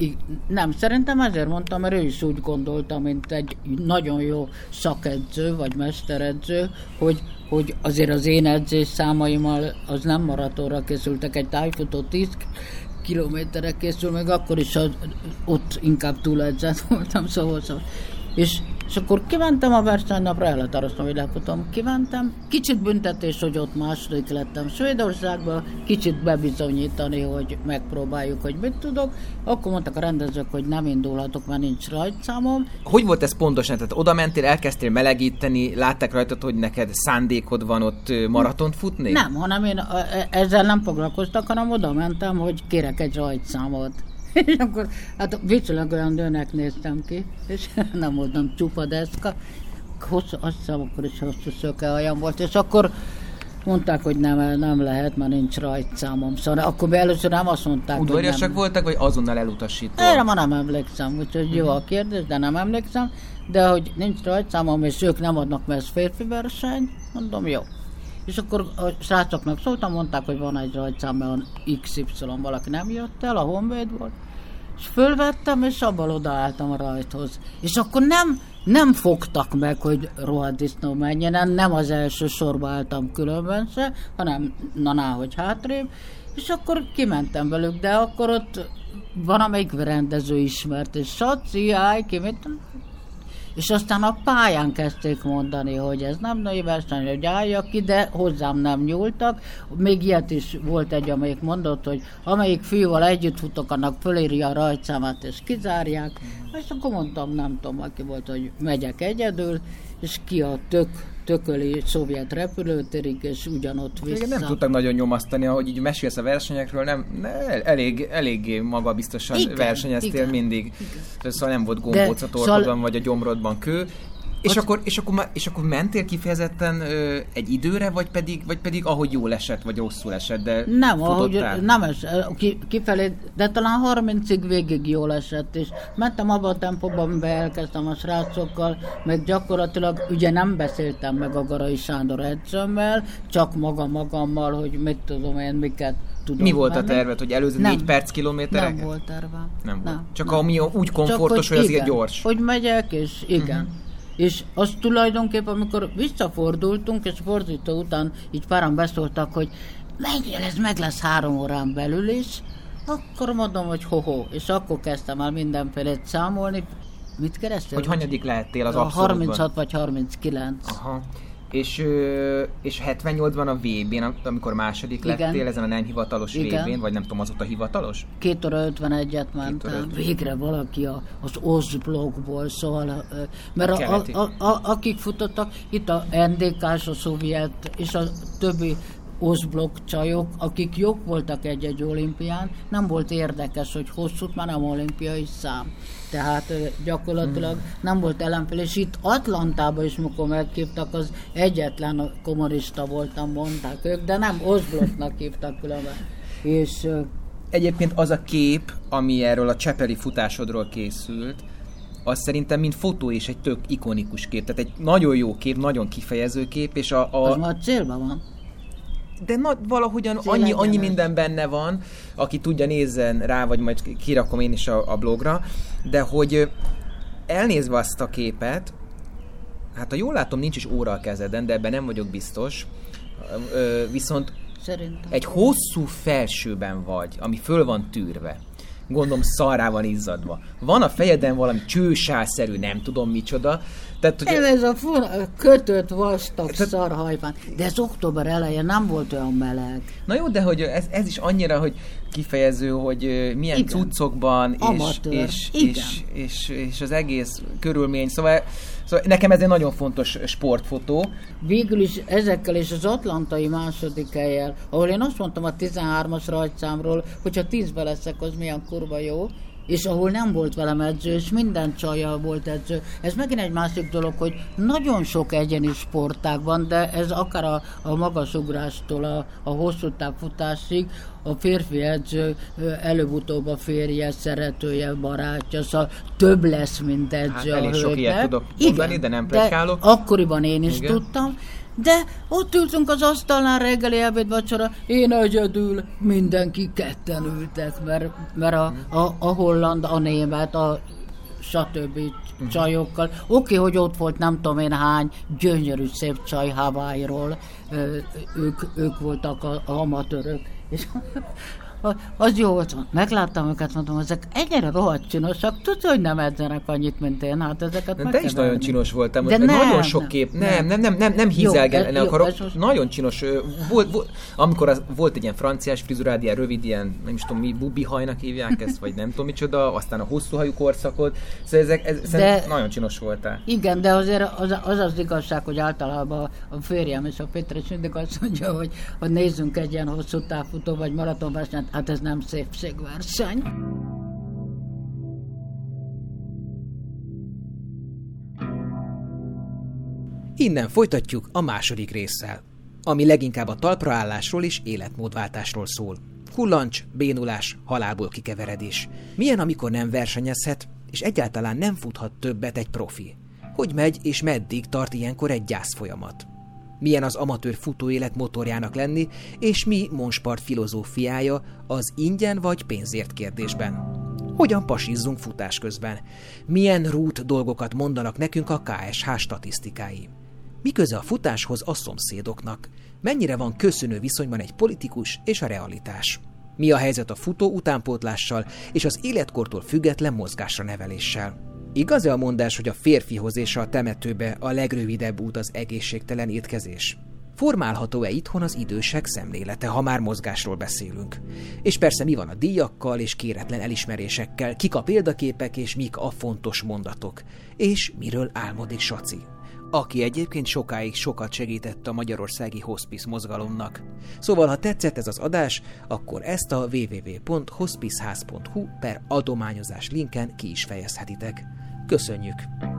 nem, szerintem ezért mondtam, mert ő is úgy gondolta, mint egy nagyon jó szakedző, vagy mesteredző, hogy azért az én edzés számaimmal az nem maratonra készültek, egy tájfutó 10 kilométerre készül, meg akkor is ott inkább túledzett voltam, szóval. És akkor kimentem a versenynapra, elhatároztam, hogy lefutom. Kimentem, kicsit büntetés, hogy ott második lettem Svédországba, kicsit bebizonyítani, hogy megpróbáljuk, hogy mit tudok. Akkor mondtak a rendezők, hogy nem indulhatok, mert nincs rajtszámom. Hogy volt ez pontosan? Tehát oda mentél, elkezdtél melegíteni, látták rajtad, hogy neked szándékod van ott maratont futni? Nem, hanem én ezzel nem foglalkoztak, hanem oda mentem, hogy kérek egy rajtszámot. És akkor, hát viccőleg olyan nőnek néztem ki, és nem voltam csupa deszka, azt hiszem akkor is hosszú szőke hajam volt, és akkor mondták, hogy nem lehet, mert nincs rajtszámom. Szóval akkor először nem azt mondták, udvariasak hogy nem. voltak, vagy azonnal elutasítva? Erre ma nem emlékszem, úgyhogy jó a kérdés, de nem emlékszem. De hogy nincs rajtszámom, és ők nem adnak, mert ez férfi verseny, mondom, jó. És akkor a srácoknak szóltam, mondták, hogy van egy rajtszám, mert XY valaki nem jött el, a Honvédból. És fölvettem, és abban odaálltam a rajthoz. És akkor nem fogtak meg, hogy rohadt disznó menjen, nem az első sorba álltam különben se, hanem hogy hátrébb. És akkor kimentem velük, de akkor ott van, amelyik rendező ismert, és Saci, állj ki, mit? És aztán a pályán kezdték mondani, hogy ez nem női verseny, hogy álljak ki, de hozzám nem nyúltak. Még ilyet is volt egy, amelyik mondott, hogy amelyik fiúval együtt futok, annak fölírja a rajtszámát, és kizárják. És akkor mondtam, nem tudom, aki volt, hogy megyek egyedül, és ki a tököli szovjet repülőtérig, és ugyanott vissza. Nem tudtak nagyon nyomasztani, ahogy így mesélsz a versenyekről, eléggé magabiztosan versenyeztél mindig. Igen. Szóval nem volt gombóc a torkodban, vagy a gyomrodban kő. És akkor mentél kifejezetten egy időre, vagy pedig ahogy jól esett, vagy rosszul esett, de nem, futottál? Ahogy nem kifelé, de talán 30-ig végig jól esett, és mentem abban a tempóban, amiben elkezdtem a srácokkal, meg gyakorlatilag ugye nem beszéltem meg a Garai Sándor edzőmmel, csak magammal, hogy mit tudom én, miket tudom. Mi volt a terved, hogy előző 4 perc kilométereket? Nem volt tervem. Nem volt. Csak ami úgy komfortos, hogy azért gyors. Hogy megyek, és igen. Uh-huh. És azt tulajdonképpen, amikor visszafordultunk, és fordító után így páran beszóltak, hogy menjél, ez meg lesz 3 órán belül is, akkor mondom, hogy ho-ho. És akkor kezdtem el mindenfélét számolni. Mit kerestél? Hogy hanyadik lehettél az abszolútban? 36 vagy 39. Aha. És 78-ban a VB-n, amikor második lettél, ezen a nem hivatalos VB-n, vagy nem tudom, azóta hivatalos? 2 óra 51-et mentem. Végre valaki az Oszblogból, szóval, mert akik futottak, itt a NDK-s, a szovjet és a többi Oszblok csajok, akik jók voltak egy-egy olimpián, nem volt érdekes, hogy hosszút, már nem olimpiai szám. Tehát gyakorlatilag nem volt ellenfél, és itt Atlantában is, mikor meghívtak, az egyetlen kommunista voltam, mondták ők, de nem Oszbloknak hívtak különben. És egyébként az a kép, ami erről a csepeli futásodról készült, az szerintem mint fotó is egy tök ikonikus kép. Tehát egy nagyon jó kép, nagyon kifejező kép, és az már célban van. De valahogyan annyi minden benne van, aki tudja, nézzen rá, vagy majd kirakom én is a blogra, de hogy elnézve azt a képet, hát ha jól látom, nincs is óra a kezeden, de ebben nem vagyok biztos, viszont szerintem egy hosszú felsőben vagy, ami föl van tűrve. Gondolom szarrá van izzadva. Van a fejeden valami csősálszerű, nem tudom micsoda. Tehát, hogy ez a kötött vastag szarhajpán. De ez október elején nem volt olyan meleg. Na jó, de hogy ez is annyira, hogy kifejező, hogy milyen cuccokban, és az egész körülmény. Szóval nekem ez egy nagyon fontos sportfotó. Végül is ezekkel és az atlantai második hellyel, ahol én azt mondtam a 13-as rajtszámról, hogyha 10-be leszek, az milyen kurva jó, és ahol nem volt velem edző, és minden csajjal volt edző. Ez megint egy másik dolog, hogy nagyon sok egyéni sportág van, de ez akár a magasugrástól a hosszú távfutásig, a férfi edző előbb-utóbb a férje, szeretője, barátja, szóval több lesz, mint edző a hölgynek. Elég sok ilyet tudok mondani, de nem plegykálok. Akkoriban én is tudtam, de ott ültünk az asztalnál reggeli, ebéd, vacsora, én egyedül, mindenki ketten ültek, mert a holland, a német, a stb. Csajokkal. Oké, hogy ott volt nem tudom én hány gyönyörű szép csaj Hawaii-ról, ők voltak a amatőrök. És az jó volt. Megláttam őket, mondom, ezek ennyire rohadt csinosak, tudod, hogy nem edzenek annyit, mint én, hát ezeket meg te is nagyon csinos voltál, most nagyon sok kép, nem hízelgelni akarok, nagyon csinos, amikor volt egy ilyen franciás frizurád, ilyen rövid, ilyen, nem is tudom mi, bubihajnak hívják ezt, vagy nem tudom micsoda, aztán a hosszú hajú korszakod, szóval ezek nagyon csinos voltál. Igen, de azért az igazság, hogy általában a férjem és a Péter is mindig azt mondja, hogy nézzünk egy ilyen hosszú távfutó vagy maratonversenyt, hát ez nem szépségverseny. Innen folytatjuk a második résszel. ami leginkább a talpraállásról és életmódváltásról szól. Kullancs, bénulás, halálból kikeveredés. Milyen, amikor nem versenyezhet, és egyáltalán nem futhat többet egy profi? Hogy megy és meddig tart ilyenkor egy gyászfolyamat? Milyen az amatőr futóélet motorjának lenni, és mi Monspart filozófiája az ingyen vagy pénzért kérdésben? Hogyan pasizzunk futás közben? Milyen rút dolgokat mondanak nekünk a KSH statisztikái? Mi köze a futáshoz a szomszédoknak? Mennyire van köszönő viszonyban egy politikus és a realitás? Mi a helyzet a futó utánpótlással és az életkortól független mozgásra neveléssel? Igaz-e a mondás, hogy a férfihoz és a temetőbe a legrövidebb út az egészségtelen étkezés? Formálható-e itthon az idősek szemlélete, ha már mozgásról beszélünk? És persze mi van a díjakkal és kéretlen elismerésekkel, kik a példaképek és mik a fontos mondatok? És miről álmodik Saci? Aki egyébként sokáig sokat segített a magyarországi hospice mozgalomnak. Szóval, ha tetszett ez az adás, akkor ezt a www.hospiceház.hu/adományozás linken ki is fejezhetitek. Köszönjük!